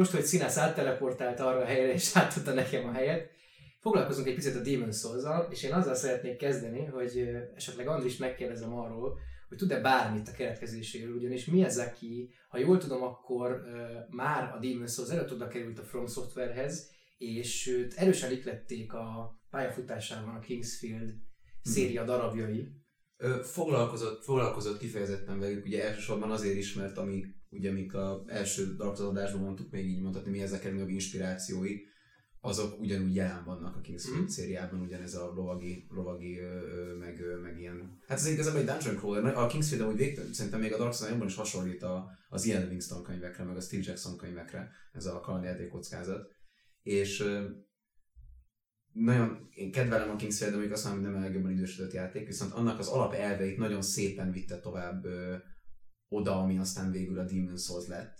most, hogy Színász átteleportált arra a helyre, és átadta nekem a helyet, foglalkozunk egy picit a Demon's Souls-zal, és én azzal szeretnék kezdeni, hogy esetleg Andrist megkérdezem arról, hogy tud-e bármit a keletkezéséről, ugyanis Miyazaki, ha jól tudom, akkor már a Demon's Souls előtt oda került a From Softwarehez, és őt erősen iklették a pályafutásában a Kingsfield széria darabjai. Foglalkozott kifejezetten velük, ugye elsősorban azért is, mert amik az első adásban mondtuk, még így mondhatni, Miyazakinak inspirációi, azok ugyanúgy jelen vannak a Kingsfield szériában, ugyanez a lovagi meg ilyen... Hát ez igazából egy dungeon crawler, a Kingsfield amúgy végtelen, szerintem még a Dark Souls jobban is hasonlít az Ian Livingstone könyvekre, meg a Steve Jackson könyvekre, ez a kalandjáték kockázat. És nagyon, én kedvelem a Kingsfield, amik azt mondom, hogy nem legjobban idősödött játék, viszont annak az alapelveit nagyon szépen vitte tovább oda, ami aztán végül a Demon's Souls lett.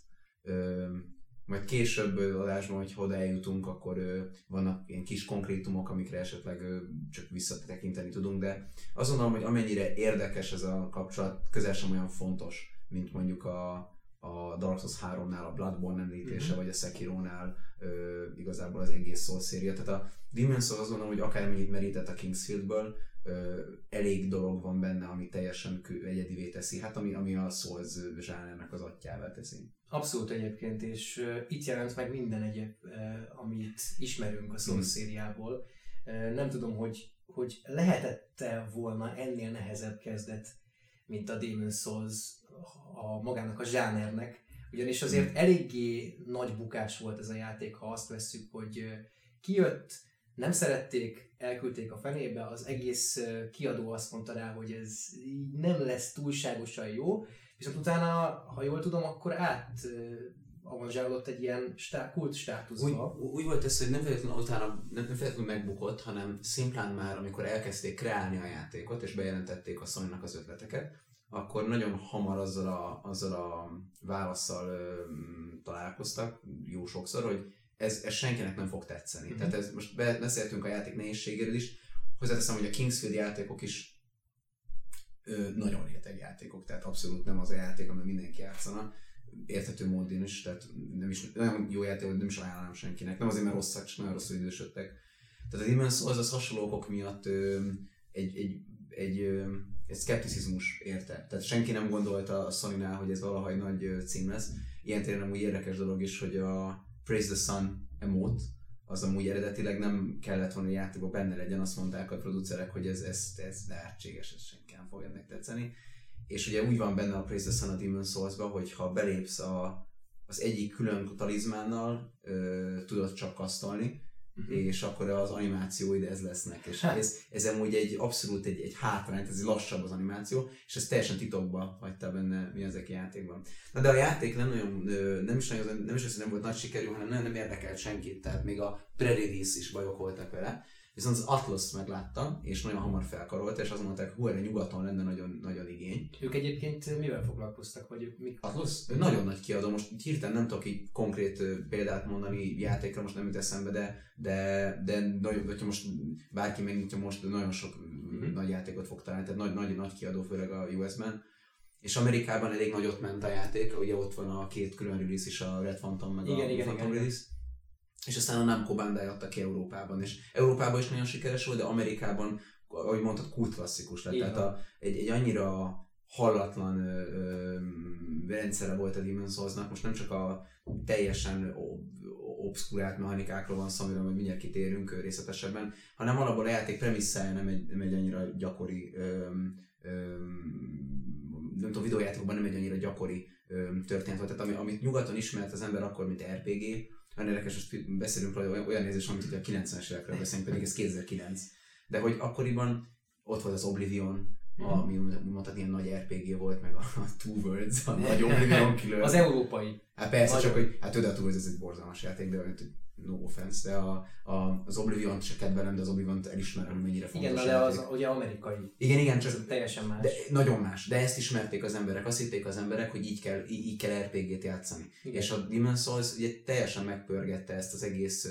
Majd később adásban, hogyha oda eljutunk, akkor vannak ilyen kis konkrétumok, amikre esetleg csak visszatekinteni tudunk, de azt gondolom, hogy amennyire érdekes ez a kapcsolat, közel sem olyan fontos, mint mondjuk a Dark Souls 3-nál a Bloodborne említése, vagy a Sekironál igazából az egész Souls széria. Tehát a Demon's Souls azt gondolom, hogy akármennyit merített a Kingsfieldből, elég dolog van benne, ami teljesen egyedivé teszi, hát ami a Souls zsánernek az atyjává teszi. Abszolút egyébként, és itt jelent meg minden egyéb, amit ismerünk a Souls szériából. Nem tudom, hogy lehetett-e volna ennél nehezebb kezdet, mint a Demon's Souls magának a zsánernek, ugyanis azért eléggé nagy bukás volt ez a játék, ha azt vesszük, hogy kijött, nem szerették, elküldték a fenébe, az egész kiadó azt mondta rá, hogy ez így nem lesz túlságosan jó, viszont utána, ha jól tudom, akkor avanzsálódott egy ilyen kult státuszba. Úgy volt ez, hogy nem feltétlenül megbukott, hanem szimplán már, amikor elkezdték kreálni a játékot, és bejelentették a Sony-nak az ötleteket, akkor nagyon hamar azzal a válasszal találkoztak, jó sokszor, hogy ez senkinek nem fog tetszeni. Tehát ez, most beszéltünk a játék nehézségéről is, hozzáteszem, hogy a Kingsfield játékok is nagyon réteg játékok, tehát abszolút nem az a játék, amivel mindenki játszana. Érthető módon is, tehát nem is nagyon jó játék, nem is ajánlom senkinek. Nem azért, mert rosszak, csak nagyon rosszul idősödtek. Tehát a Demon's Souls az hasonló okok miatt egy szkepticizmus érte. Tehát senki nem gondolta a Sony-nál, hogy ez valahogy nagy cím lesz. Ilyen tényleg amúgy érdekes dolog is, hogy a Praise the Sun emote, az amúgy eredetileg nem kellett volna a játékban benne legyen, azt mondták a producerek, hogy ez lehetséges, ez senki nem fogja megtetszeni. És ugye úgy van benne a Praise the Sun a Demon's Souls-ba, hogy ha belépsz az egyik külön talizmánnal, tudod csak kasztolni, és akkor az animációid ez lesznek. És ez amúgy egy abszolút egy hátrány, ez lassabb az animáció, és ez teljesen titokba hagyta benne Miyazaki játékban. Na de a játék nem is az, hogy nem volt nagy sikerű, hanem nem érdekelt senkit, tehát még a pre-release is bajok voltak vele. Viszont az Atlus meglátta, és nagyon hamar felkarolta, és azt mondták, hogy erre nyugaton lenne nagyon, nagyon igény. Ők egyébként mivel foglalkoztak, vagy ők mik? Atlus? Nagyon nagy kiadó, most hirtelen nem tudok így konkrét példát mondani játékra, most nem jut eszembe, de nagyon, hogyha most bárki megnyitja most, nagyon sok nagy játékot fog találni, tehát nagy kiadó, főleg a US-ben. És Amerikában elég nagyot ment a játék, ugye ott van a két külön release is, a Red Phantom meg a Phantom release. És aztán a Namco Bandai adta ki Európában, és Európában is nagyon sikeres volt, de Amerikában, ahogy mondtad, kultklasszikus lett. Tehát egy annyira hallatlan rendszere volt a Demon's Souls-nak, most nem csak a teljesen obszkurált mechanikákról van szó, amiről majd mindjárt kitérünk részletesebben, hanem alapból a játék premisszája nem egy annyira gyakori, nem tudom, videójátékokban nem egy annyira gyakori történet volt. Tehát amit nyugaton ismert az ember akkor, mint RPG, olyan érdekes, hogy beszélünk róla, olyan nézés, amit ugye a 90-es évekről beszélünk, pedig ez 2009. De hogy akkoriban ott volt az Oblivion, ami mondhatni ilyen nagy RPG volt, meg a Two Worlds, a nagy Oblivion Killer. Az európai. Hát persze, csak hogy a Two Worlds ez egy borzalmas játék, de no offense, de az Oblivion-t se kedvelem, de az Oblivion-t elismerem, hogy mennyire fontos játék. Igen, de az ugye amerikai. Igen, csak ez teljesen más. De nagyon más, de ezt ismerték az emberek, azt hitték az emberek, hogy így kell RPG-t játszani. Igen. És a Demon's Souls ugye teljesen megpörgette ezt az egész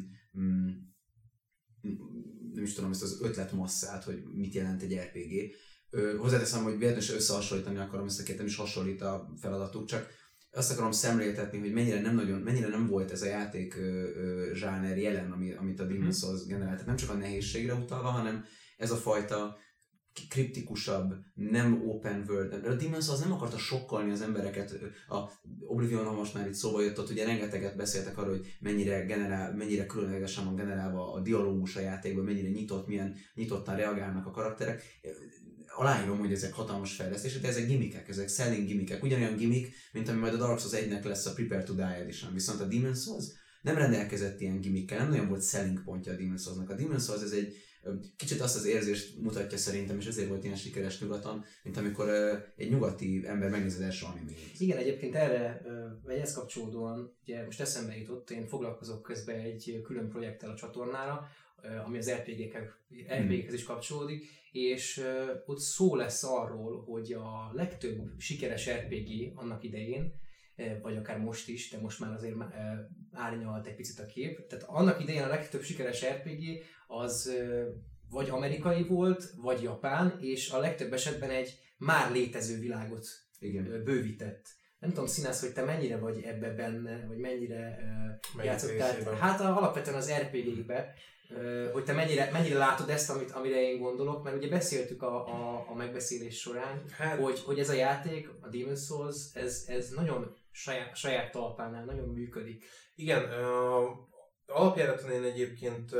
nem is tudom, ezt az ötletmasszát, hogy mit jelent egy RPG. Hozzáteszem, hogy véletlenül összehasonlítani akarom ezt a két, nem is hasonlít a feladatuk, csak azt akarom szemléltetni, hogy mennyire nem volt ez a játék zsáner jelen, amit a Demon's Souls generált. Tehát nem csak a nehézségre utalva, hanem ez a fajta kriptikusabb, nem open world. A Demon's Souls nem akarta sokkolni az embereket. A Oblivion, most már itt szóba jött, ott ugye rengeteget beszéltek arról, hogy mennyire különlegesen van generálva a dialógus a játékban, mennyire nyitott, milyen nyitottan reagálnak a karakterek. Aláírom, hogy ezek hatalmas fejlesztések, de ezek gimmickek, ezek selling gimmickek. Ugyanolyan gimmick, mint ami majd a Dark Souls 1-nek lesz a Prepare to Die Edition. Viszont a Demon's Souls nem rendelkezett ilyen gimmickkel, nem nagyon volt selling pontja a Demon's Soulsnak. A Demon's Souls ez egy kicsit azt az érzést mutatja szerintem, és ezért volt ilyen sikeres nyugaton, mint amikor egy nyugati ember megnézi az első animét. Igen, egyébként erre, vagy ezt kapcsolódóan, ugye most eszembe jutott, én foglalkozok közben egy külön projekttel a csatornára, ami az RPG-khez is kapcsolódik, és ott szó lesz arról, hogy a legtöbb sikeres RPG annak idején, vagy akár most is, de most már azért árnyalt egy picit a kép. Tehát annak idején a legtöbb sikeres RPG az vagy amerikai volt, vagy japán, és a legtöbb esetben egy már létező világot bővített. Nem tudom, Színász, hogy te mennyire vagy ebbe benne, vagy mennyire játszottál. Hát alapvetően az RPG-be, hogy te mennyire látod ezt, amire én gondolok, mert ugye beszéltük a megbeszélés során, hogy ez a játék, a Demon's Souls, ez nagyon saját talpánál nagyon működik. Igen, alapjáraton én egyébként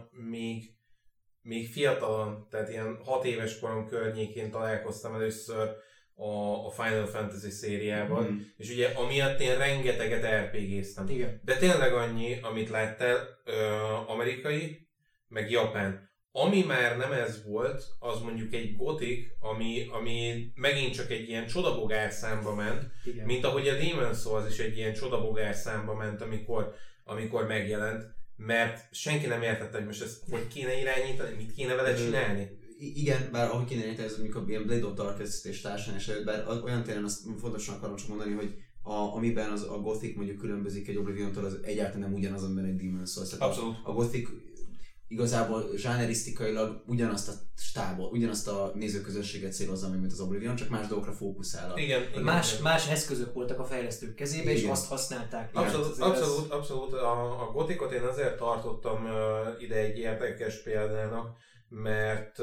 még fiatalon, tehát ilyen 6 éves korom környékén találkoztam először a Final Fantasy szériával, és ugye amiatt én rengeteget RPG-ztem. De tényleg annyi, amit láttál, amerikai, meg japán. Ami már nem ez volt, az mondjuk egy Gothic, ami megint csak egy ilyen csodabogár számba ment, mint ahogy a Demon's Souls is egy ilyen csodabogár számba ment, amikor megjelent, mert senki nem értette, hogy most ezt hogy kéne irányítani, mit kéne vele csinálni. Igen, bár ahogy kéne irányítani, ez mondjuk a Blade of Darkness és társán is előtt, bár olyan téren azt fontosan akarom csak mondani, hogy amiben a Gothic mondjuk különbözik egy Obliviontól, az egyáltalán nem ugyanaz, amiben egy Demon's Souls. Abszolút. A Gothic igazából zsánerisztikailag ugyanazt a stábot, ugyanazt a nézőközönséget célozza meg, mint az Oblivion, csak más dolgokra fókuszál. Igen. Más eszközök voltak a fejlesztők kezébe, és azt használták. Abszolút. A Gothicot én azért tartottam ide egy érdekes példának, mert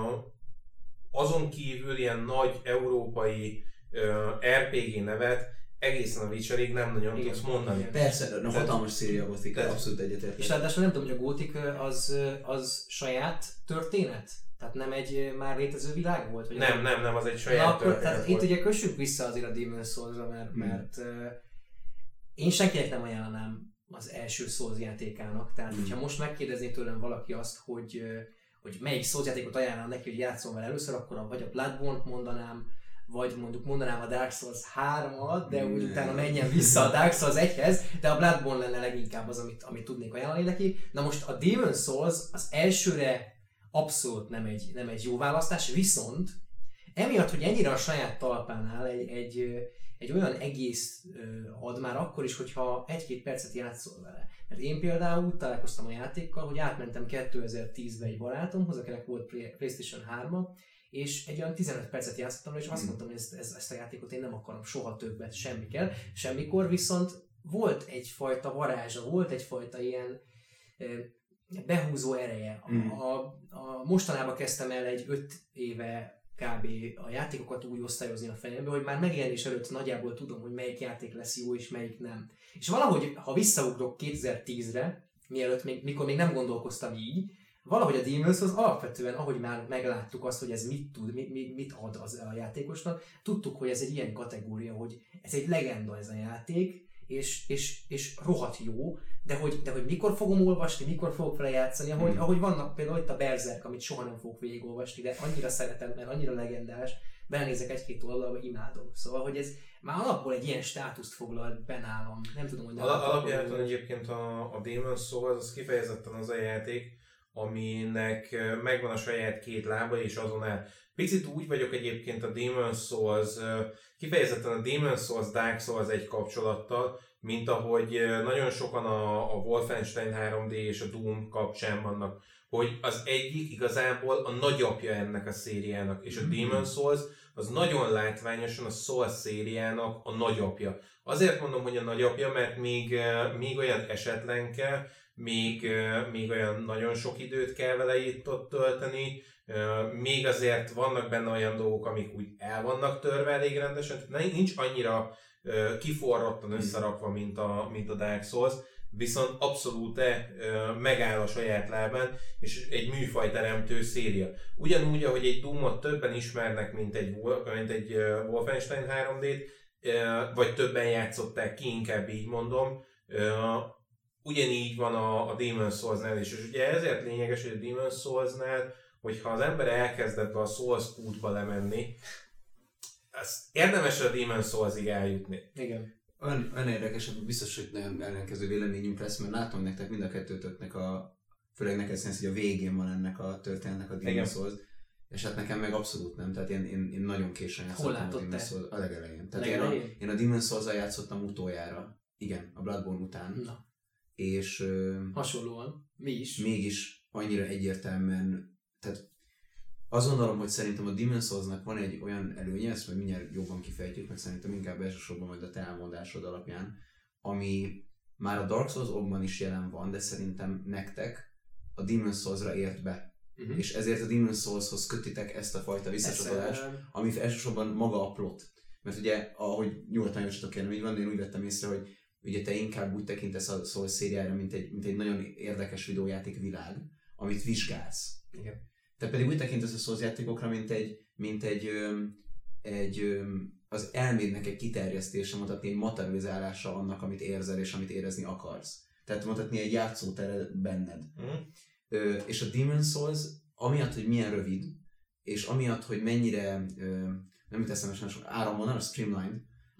azon kívül ilyen nagy európai RPG nevet egészen a Witcherig nem nagyon tudsz mondani. Persze, de hatalmas széria Gothic, abszolút egyetértek. És ráadásul nem tudom, hogy a Gothic az saját történet? Tehát nem egy már létező világ volt? Vagy nem, az egy saját történet volt. Itt ugye kössük vissza azért a Demon's Souls-ra, mert én senkinek nem ajánlanám az első Souls játékának. Tehát, hogyha most megkérdezné tőlem valaki azt, hogy melyik Souls játékot ajánlom neki, hogy játszom vele először, akkor vagy a Bloodborne-t mondanám, vagy mondjuk mondanám a Dark Souls 3-at, de úgy utána menjen vissza a Dark Souls 1-hez, de a Bloodborne lenne leginkább az, amit tudnék ajánlani neki. Na most a Demon's Souls az elsőre abszolút nem egy jó választás, viszont emiatt, hogy ennyire a saját talpán áll, egy olyan egész ad már akkor is, hogyha 1-2 percet játszol vele. Mert én például úgy találkoztam a játékkal, hogy átmentem 2010-be egy barátomhoz, akinek volt PlayStation 3-a, és egy olyan 15 percet játszottam, és azt mondtam, hogy ezt a játékot én nem akarom soha többet, semmikor, viszont volt egyfajta varázsa, volt egyfajta ilyen behúzó ereje. Mostanában kezdtem el egy 5 éve kb. A játékokat úgy osztályozni a fejembe, hogy már megjelenés előtt nagyjából tudom, hogy melyik játék lesz jó és melyik nem. És valahogy, ha visszaugrok 2010-re, mikor még nem gondolkoztam így, valahogy a Demon's Souls alapvetően, ahogy már megláttuk azt, hogy ez mit tud, mit ad a játékosnak, tudtuk, hogy ez egy ilyen kategória, hogy ez egy legenda ez a játék, és rohadt jó, de hogy mikor fogom olvasni, mikor fogok vele játszani, ahogy vannak például itt a Berserk, amit soha nem fogok végigolvasni, de annyira szeretem, mert annyira legendás, belenézek 1-2 oldalba, imádom. Szóval, hogy ez már alapból egy ilyen státuszt foglal bennálam. Nem tudom, hogy alapjáraton egyébként a Demon's Souls az kifejezetten az a játék, aminek megvan a saját 2 lába, és azon áll. Picit úgy vagyok egyébként a Demon's Souls, kifejezetten a Demon's Souls Dark Souls egy kapcsolattal, mint ahogy nagyon sokan a Wolfenstein 3D és a Doom kapcsán vannak, hogy az egyik igazából a nagyapja ennek a szériának, és a Demon's Souls az nagyon látványosan a Souls szériának a nagyapja. Azért mondom, hogy a nagyapja, mert még olyan esetlen kell, még olyan nagyon sok időt kell vele itt ott tölteni, még azért vannak benne olyan dolgok, amik úgy el vannak törve elég rendesen, tehát nincs annyira kiforrottan összerakva, mint a Dark Souls, viszont abszolút megáll a saját lábán, és egy műfajteremtő széria. Ugyanúgy, ahogy egy Doomot többen ismernek, mint egy Wolfenstein 3D-t, vagy többen játszották ki, inkább így mondom, ugyanígy van a Demon's Souls-nál is. És ugye ezért lényeges, hogy a Demon's Souls-nál, hogyha az ember elkezdett be a Souls kútba lemenni, az érdemes a Demon's Souls-ig eljutni. Igen. Olyan érdekes, biztos, hogy nagyon ellenkező véleményünk lesz, mert látom, hogy nektek mind a kettőtöknek főleg neked szerint, hogy a végén van ennek a történetnek a Demon's Souls, és hát nekem meg abszolút nem, tehát én nagyon későn játszottam a Demon's Souls a legelején. Tehát én a Demon's Souls-al játszottam utoljára, igen, a Bloodborne után. Na. És hasonlóan, mi is. Mégis annyira egyértelműen, tehát azt gondolom, hogy szerintem a Demon's Souls-nak van egy olyan előnye, ezt majd mindjárt jobban kifejtjük, meg szerintem inkább elsősorban majd a te elmondásod alapján, ami már a Dark Souls-okban is jelen van, de szerintem nektek a Demon's Souls-ra ért be. És ezért a Demon's Souls-hoz kötitek ezt a fajta visszacsatolást, ami elsősorban maga a plot. Mert ugye, ahogy nyugodtan javítsatok érni, így van, én úgy vettem észre, hogy ugye te inkább úgy tekintesz a Souls szériára, mint egy nagyon érdekes videójáték világ, amit vizsgálsz. Igen. Te pedig úgy tekintesz a Souls játékokra, mint egy az elmédnek egy kiterjesztése, mondhatni egy materializálása annak, amit érzel és amit érezni akarsz. Tehát mondhatni egy játszótere benned. És a Demon's Souls, amiatt, hogy milyen rövid, és amiatt, hogy mennyire, nem jut eszembe sem sok áramvonal, a streamlined,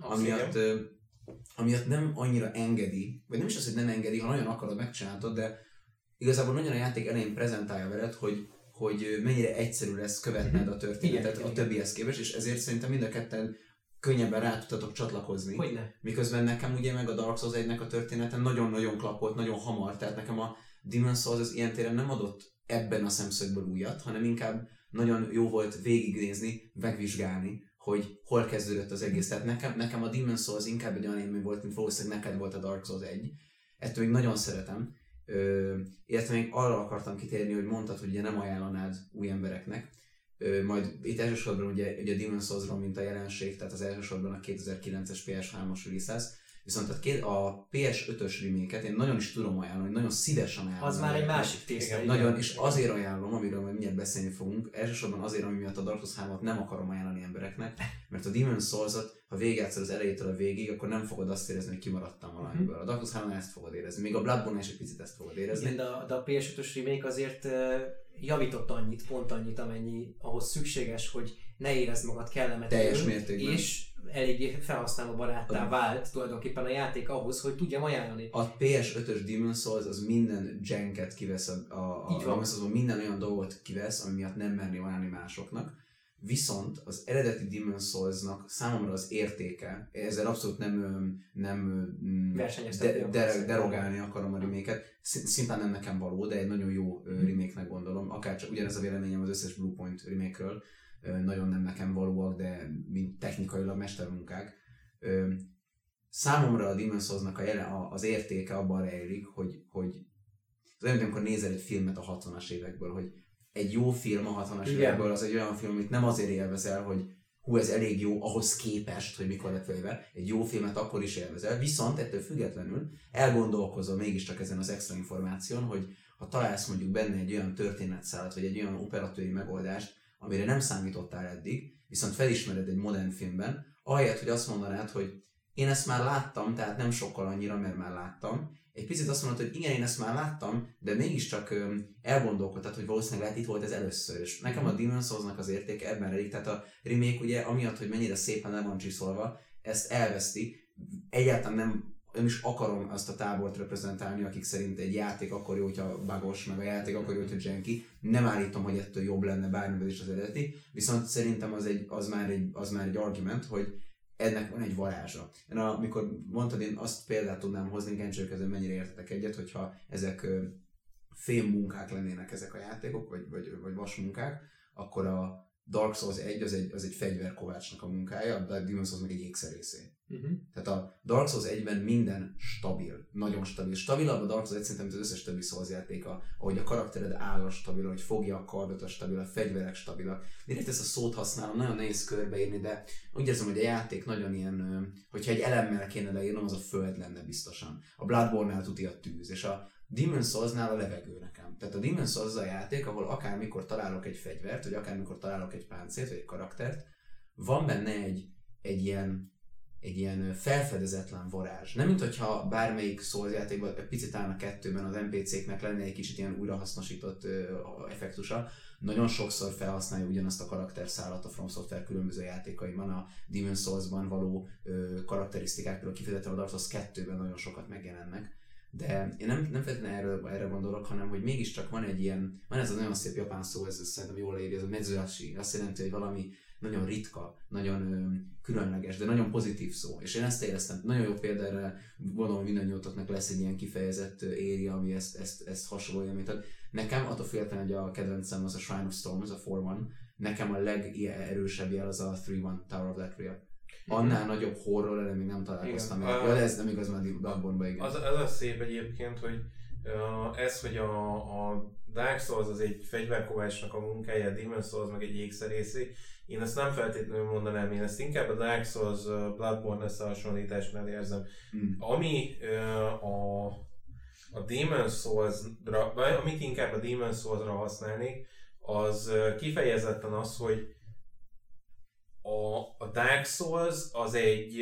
amiatt nem annyira engedi, vagy nem is az, hogy nem engedi, ha nagyon akarod, megcsinálod, de igazából nagyon a játék elején prezentálja veled, hogy mennyire egyszerű lesz követned a történetet a többihez képest, és ezért szerintem mind a ketten könnyebben rá tudtatok csatlakozni. Hogyne. Miközben nekem ugye meg a Dark Souls 1-nek a története nagyon-nagyon klapolt, nagyon hamar, tehát nekem a Demon's Souls az ilyen téren nem adott ebben a szemszögből újat, hanem inkább nagyon jó volt végignézni, megvizsgálni, hogy hol kezdődött az egész. Tehát nekem a Demon's Souls inkább egy olyan élmény volt, mint valószínűleg neked volt a Dark Souls 1. Ettől még nagyon szeretem. Illetve még arra akartam kitérni, hogy mondtad, hogy ugye nem ajánlanád új embereknek. Majd itt elsősorban ugye a Demon's Souls-ról, mint a jelenség, tehát az elsősorban a 2009-es PS3-as release lesz. Viszont a PS5-ös remake-et én nagyon is tudom ajánlani, nagyon szívesen ajánlom. Az már egy másik tészta. Nagyon, és azért ajánlom, amiről majd mindjárt beszélni fogunk, elsősorban azért, ami miatt a Dark Souls 3-at nem akarom ajánlani embereknek, mert a Demon's Souls-ot, ha végigjátszol az elejétől a végig, akkor nem fogod azt érezni, hogy kimaradtam valamiből. A Dark Souls 3-nál ezt fogod érezni, még a Bloodborne is egy picit ezt fogod érezni. Igen, de a PS5-ös remake azért javított annyit, pont annyit, amennyi ahhoz szükséges, hogy ne érezd magad kellemetlenül. Teljes mértékben. És eléggé felhasználóbaráttá vált tulajdonképpen a játék ahhoz, hogy tudjam ajánlani. A PS5-ös Demon's Souls az minden janket kivesz, minden olyan dolgot kivesz, ami miatt nem merni ajánlani másoknak. Viszont az eredeti Demon's Souls-nak számomra az értéke, ezzel abszolút nem derogálni akarom a remake-et, szintén nem nekem való, de egy nagyon jó remake-nek gondolom, akárcsak ugyanez a véleményem az összes Bluepoint remake-ről, nagyon nem nekem valóak, de mint technikailag mestermunkák. Számomra a Demon's Souls-nak az értéke abban rejlik, hogy az olyan, amikor nézel egy filmet a 60-as évekből, hogy egy jó film a 60-as évekből az egy olyan film, amit nem azért élvezel, hogy hú, ez elég jó ahhoz képest, hogy mikor lett véve. Egy jó filmet akkor is élvezel, viszont ettől függetlenül elgondolkozol mégiscsak ezen az extra információn, hogy ha találsz mondjuk benne egy olyan történetszálat, vagy egy olyan operatőri megoldást, amire nem számítottál eddig, viszont felismered egy modern filmben, ahelyett, hogy azt mondanád, hogy én ezt már láttam, tehát nem sokkal annyira, mert már láttam. Egy picit azt mondod, hogy igen, én ezt már láttam, de mégiscsak elgondolkodtad, hogy valószínűleg lehet itt volt ez először. És nekem a Demon's Souls-nak az értéke ebben elég, tehát a remake ugye, amiatt, hogy mennyire szépen le van csiszolva, ezt elveszti. Egyáltalán nem is akarom azt a tábort reprezentálni, akik szerint egy játék akkor jó, hogyha bugos, meg a játék akkor jó, hogyha janky. Nem állítom, hogy ettől jobb lenne bármivel is az eredeti, viszont szerintem az már egy argument, hogy ennek van egy varázsa. Amikor mondtad, én azt példát tudnám hozni, Gencsők, ezzel mennyire értetek egyet, hogyha ezek fém munkák lennének ezek a játékok, vagy vas munkák, akkor a Dark Souls 1 az egy fegyverkovácsnak a munkája, de a Demon's Souls meg egy ékszerészé. Tehát a Dark Souls 1-ben minden stabil, nagyon stabil. Stabilabb a Dark Souls 1 szerintem az összes többi Souls játéka, ahogy a karaktered áll a stabil, ahogy fogja a kardot a stabil, a fegyverek stabilak. Direkt ezt a szót használom, nagyon nehéz körbeírni, de úgy érzem, hogy a játék nagyon ilyen, hogyha egy elemmel kéne leírnom, az a föld lenne biztosan. A Bloodborne-nál tuti a tűz, és a Demon's Souls-nál a levegő nekem. Tehát a Demon's Souls az a játék, ahol akármikor találok egy fegyvert, vagy akármikor találok egy páncélt, vagy egy karaktert, van benne egy ilyen felfedezetlen varázs. Nem, mintha bármelyik Souls játékban, egy picit talán a 2-ben az NPC-knek lenne egy kicsit ilyen újrahasznosított effektusa. Nagyon sokszor felhasználja ugyanazt a karakterszálat a From Software különböző játékaiban, a Demon's Souls-ban való karakterisztikák, például kifejezetten a Dark Souls 2-ben nagyon sokat megjelennek. De én nem feltétlenül erre gondolok, hanem hogy mégiscsak van ez a nagyon szép japán szó, ez szerintem jól éri, ez a mezurashi, azt jelenti, hogy valami nagyon ritka, nagyon különleges, de nagyon pozitív szó. És én ezt éreztem, nagyon jó példa erre, gondolom, hogy mindannyiótoknak lesz egy ilyen kifejezett éria, ami ezt hasonló élményt ad. Nekem attól féltem, hogy a kedvencem az a Shrine of Storm, az a 4-1, nekem a legerősebb jel az a 3-1 Tower of Latria. Annál nagyobb horror elő még nem találkoztam meg. Ja, de ez nem igaz, mert Bloodborne-ban igen. Az a szép egyébként, hogy hogy a Dark Souls az egy fegyverkovácsnak a munkája, a Demon's Souls meg egy ékszerészé. Én ezt nem feltétlenül mondanám, én ezt inkább a Dark Souls Bloodborne összehasonlításnál érzem. Ami a Demon's Souls-ra, amit inkább a Demon's Souls-ra használnék, az kifejezetten az, hogy a Dark Souls az egy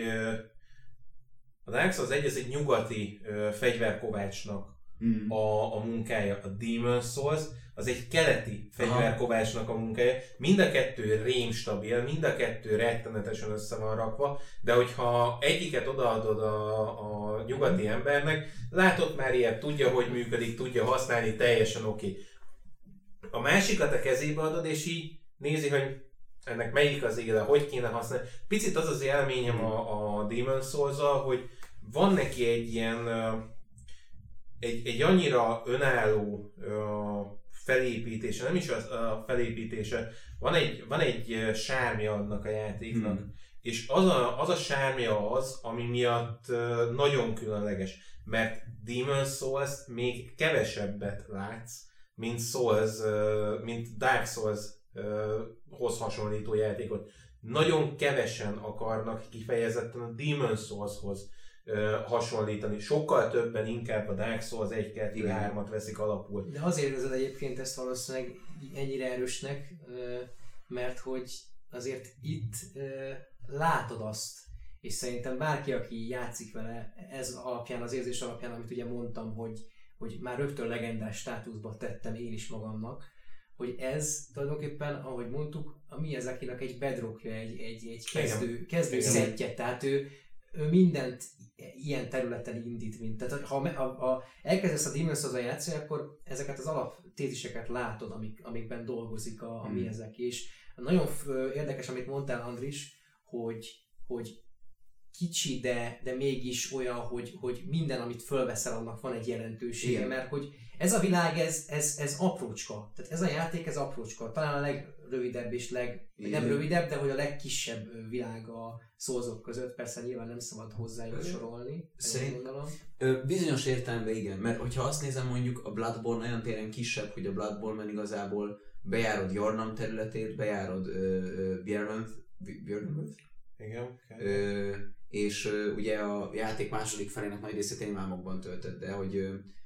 egy nyugati fegyverkovácsnak a munkája, a Demon's Souls az egy keleti fegyverkovácsnak a munkája. Mind a kettő rémstabil, mind a kettő rettenetesen össze van rakva, de hogyha egyiket odaadod a nyugati embernek, látott már ilyet, tudja, hogy működik, tudja használni, teljesen oké. A másikat a kezébe adod, és így nézi, hogy ennek melyik az éle, hogy kéne használni. Picit az az élményem a Demon's Souls-al, hogy van neki egy ilyen egy annyira önálló felépítése, nem is a felépítése, van egy sármja annak a játéknak, és az a sármja az, ami miatt nagyon különleges, mert Demon's Souls még kevesebbet látsz, mint Dark Souls-hoz hasonlító játékot. Nagyon kevesen akarnak kifejezetten a Demon's Souls-hoz hasonlítani. Sokkal többen inkább a Dark Souls 1-2-3-at veszik alapul. De azért érzed egyébként ezt valószínűleg ennyire erősnek, mert hogy azért itt látod azt, és szerintem bárki, aki játszik vele, ez alapján, az érzés alapján, amit ugye mondtam, hogy már rögtön legendás státuszba tettem én is magamnak, hogy ez tulajdonképpen, ahogy mondtuk, a Miyazakinak egy bedrockja, egy kezdő szettje, tehát ő mindent ilyen területen indít, mint. Tehát ha elkezdesz a Demon's Souls-al játszani, akkor ezeket az alaptéziseket látod, amikben dolgozik a Miyazaki. És nagyon érdekes, amit mondtál, Andris, hogy kicsi, de mégis olyan, hogy minden, amit fölveszel, annak van egy jelentősége, igen. Mert hogy ez a világ, ez aprócska. Tehát ez a játék, ez aprócska. Talán a legrövidebb és nem rövidebb, de hogy a legkisebb világ a Soulsok között. Persze nyilván nem szabad hozzájuk sorolni. Szerintem bizonyos értelemben igen, mert hogyha azt nézem, mondjuk a Bloodborne olyan téren kisebb, hogy a Bloodborne-ben igazából bejárod Yharnam területét, bejárod Björnvöld. Igen. És ugye a játék második felének nagy részét témámokban töltött, de hogy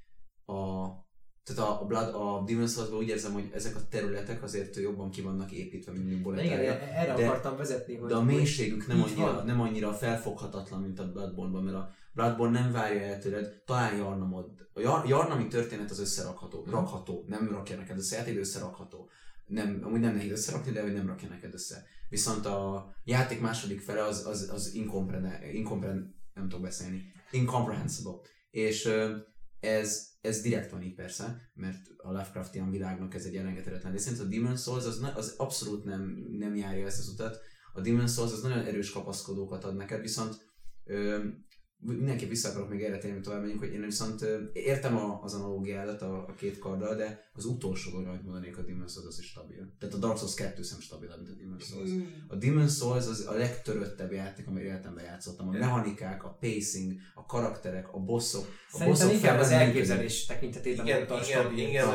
tehát a Demon's Souls-ban úgy érzem, hogy ezek a területek azért jobban ki vannak építve, mint Boletária. Igen, erre akartam vezetni. De a mélységük nem annyira felfoghatatlan, mint a Bloodborne-ban, mert a Bloodborne nem várja el tőled, talán Yharnamod. A Yharnami történet az rakható, nem rakja neked össze, játék összerakható. Amúgy nem nehéz összerakni, de hogy nem rakja neked össze. Viszont a játék második fele az nem tudok beszélni, incomprehensible. És ez direkt van így persze, mert a Lovecraftian világnak ez egy elengedhetetlen. De szerintem a Demon's Souls az abszolút nem járja ezt az utat. A Demon's Souls az nagyon erős kapaszkodókat ad neked, viszont mindenképp vissza akarok még erre térni, tovább menjünk, hogy én viszont értem az analógiádat a két karddal, de az utolsó dolog, amit mondanék, a Demon's Souls az is stabil. Tehát a Dark Souls 2 sem stabilabb, mint a Demon's Souls. A Demon's Souls az a legtöröttebb játék, amire életemben játszottam. A mechanikák, a pacing, a karakterek, a bosszok. Szerintem inkább az elképzelés tekintetében igen,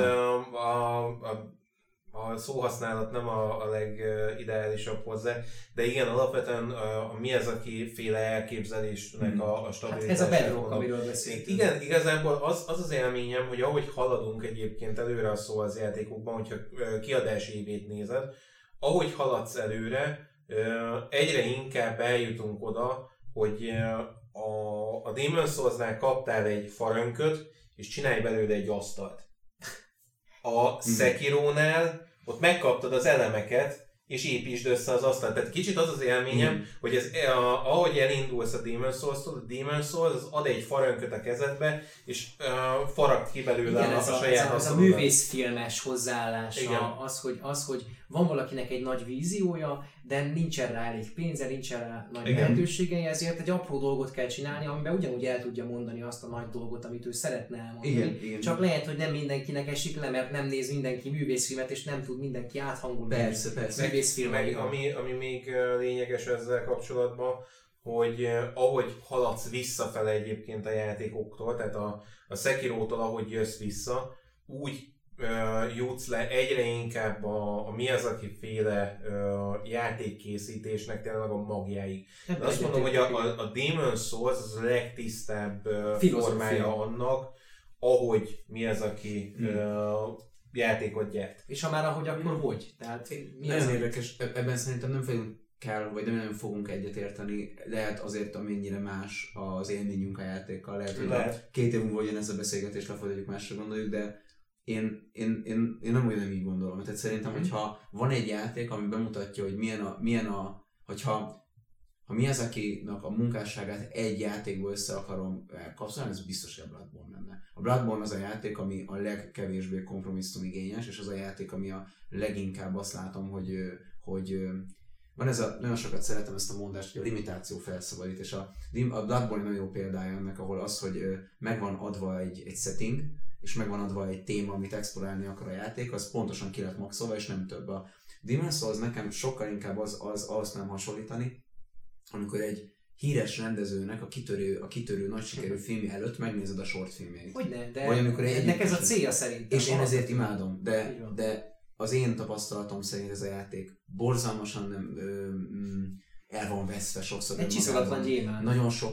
a szóhasználat nem a legideálisabb hozzá, de igen, alapvetően a Miyazaki féle elképzelésnek a stabilitás. Hát ez a bedrock, amiről beszéltünk. Igen, igazából az élményem, hogy ahogy haladunk egyébként előre a Souls játékokban, hogyha kiadási évét nézed, ahogy haladsz előre, egyre inkább eljutunk oda, hogy a Demon's Souls-nál kaptál egy farönköt, és csinálj belőle egy asztalt. A Sekirónál ott megkaptad az elemeket, és építsd össze az asztalt. Tehát kicsit az élményem, hogy ahogy elindulsz a Demon's Souls-tól, a Demon's Souls az ad egy farönköt a kezedbe, és faragd ki belőle igen, a saját ez a művészfilmes hozzáállása, az, hogy van valakinek egy nagy víziója, de nincsen rá elég pénze, nincsen rá nagy lehetőségei, ezért egy apró dolgot kell csinálni, amiben ugyanúgy el tudja mondani azt a nagy dolgot, amit ő szeretne elmondani. Igen. Csak lehet, hogy nem mindenkinek esik le, mert nem néz mindenki művészfilmet, és nem tud mindenki áthangolni. Persze. Művészfilmet. Ami még lényeges ezzel kapcsolatban, hogy ahogy haladsz visszafele egyébként a játékoktól, tehát a Sekirótól ahogy jössz vissza, úgy jutsz le egyre inkább a Miyazaki féle játékkészítésnek tényleg a magjáig. Azt mondom, hogy a Demon's Souls az a legtisztább formája annak, ahogy Miyazaki játékot gyárt. És ha már ahogy, akkor hogy? Tehát nagyon érdekes, ebben szerintem nem vagy nem nagyon fogunk egyetérteni, lehet azért, amennyire más az élményünk a játékkal, lehet, hogy 2 év múlva ugyanezt a beszélgetést lefolytatjuk, másra gondoljuk, de én nem így gondolom. Tehát szerintem, hogyha van egy játék, ami bemutatja, hogy hogyha Miyazakinak a munkásságát egy játékból össze akarom kapcsolni, ez biztos, hogy a Bloodborne lenne. A Bloodborne az a játék, ami a legkevésbé kompromisszumigényes, és az a játék, ami a leginkább azt látom, hogy van nagyon sokat szeretem ezt a mondást, hogy a limitáció felszabadít, és a Bloodborne nagyon jó példája ennek, ahol az, hogy megvan adva egy setting, és megvan adva egy téma, amit explorálni akar a játék, az pontosan ki lett maxolva, és nem több. A Demon's Souls nekem sokkal inkább azt nem hasonlítani, amikor egy híres rendezőnek a kitörő nagy sikerű filmje előtt megnézed a short filmjeit. Hogyne, de ennek ez a célja szerintem. És én ezért imádom, de az én tapasztalatom szerint ez a játék borzalmasan nem el van veszve sokszor. Egy csiszolatlan gyémánt.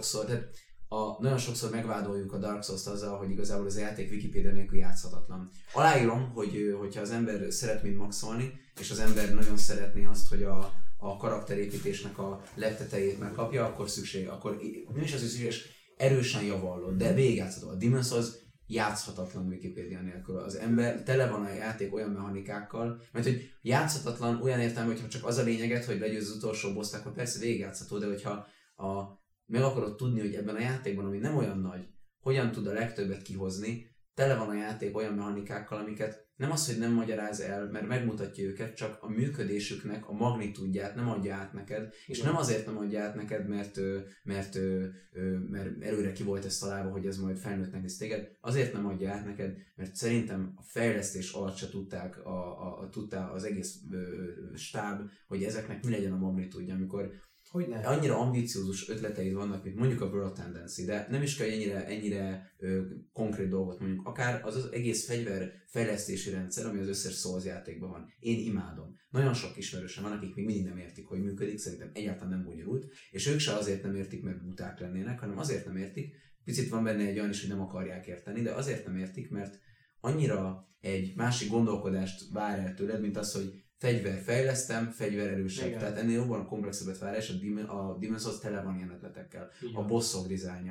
Nagyon sokszor megvádoljuk a Dark Souls-t azzal, hogy igazából ez a játék Wikipédia nélkül játszhatatlan. Aláírom, hogyha az ember szeret mind maxolni, és az ember nagyon szeretné azt, hogy a karakterépítésnek a legtetejét megkapja, akkor nem is az szükséges, erősen javallod, de végigjátszható. A Demon's Souls játszhatatlan Wikipédia nélkül. Az ember tele van a játék olyan mechanikákkal, mert hogy játszhatatlan olyan értelme, hogyha csak az a lényeget, hogy legyőzz az utolsó boss, akkor persze végigjátszható, de hogyha meg akarod tudni, hogy ebben a játékban, ami nem olyan nagy, hogyan tud a legtöbbet kihozni, tele van a játék olyan mechanikákkal, amiket nem az, hogy nem magyaráz el, mert megmutatja őket, csak a működésüknek a magnitúdját nem adja át neked, és nem azért nem adja át neked, mert előre ki volt ez találva, hogy ez majd felnőttnek lesz téged, azért nem adja át neked, mert szerintem a fejlesztés alatt se tudták az egész stáb, hogy ezeknek mi legyen a magnitúdja, amikor annyira ambiciózus ötleteid vannak, mint mondjuk a World Tendency, de nem is kell ennyire konkrét dolgot mondjuk. Akár az egész fegyverfejlesztési rendszer, ami az összes Souls játékban van. Én imádom. Nagyon sok ismerősem van, akik még mindig nem értik, hogy működik, szerintem egyáltalán nem bonyolult, és ők se azért nem értik, mert buták lennének, hanem azért nem értik, picit van benne egy olyan is, hogy nem akarják érteni, de azért nem értik, mert annyira egy másik gondolkodást vár el tőled, mint az, hogy fegyver fejlesztem, fegyver erősebb. Igen. Tehát ennél jobban a komplexebbet vár, és a Demon's Souls tele van ilyen ötletekkel. Igen. A bossok dizájnja,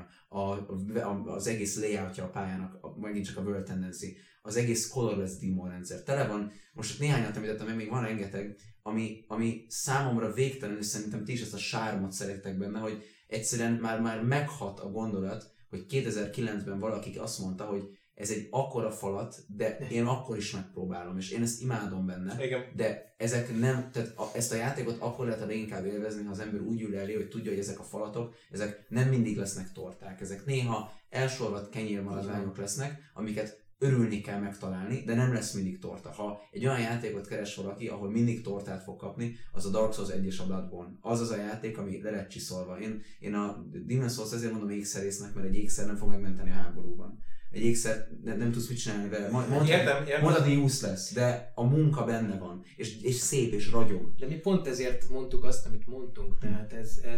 az egész layoutja a pályának, megint csak a World Tendency, az egész colorless demon rendszer. Tele van, most néhányat említettem, még van rengeteg, ami számomra végtelen, és szerintem ti is ezt a sármot szerettek benne, hogy egyszerűen már meghat a gondolat, hogy 2009-ben valaki azt mondta, hogy ez egy akkora falat, de én akkor is megpróbálom, és én ezt imádom benne, igen. de ezek nem, tehát ezt a játékot akkor lehet a leginkább élvezni, ha az ember úgy ül elé, hogy tudja, hogy ezek a falatok, ezek nem mindig lesznek torták, ezek néha elsorvadt kenyérmaradványok lesznek, amiket örülni kell megtalálni, de nem lesz mindig torta. Ha egy olyan játékot keres valaki, ahol mindig tortát fog kapni, az a Dark Souls 1 és a Bloodborne. Az az a játék, ami le lett csiszolva. Én a Demon's Souls ezért mondom ékszerésznek, mert egy ékszer nem fog megmenteni a háborúban. Egy ékszer nem tudsz mit csinálni vele. Mondani useless, de a munka benne van. És szép, és ragyog. De mi pont ezért mondtuk azt, amit mondtunk. Tehát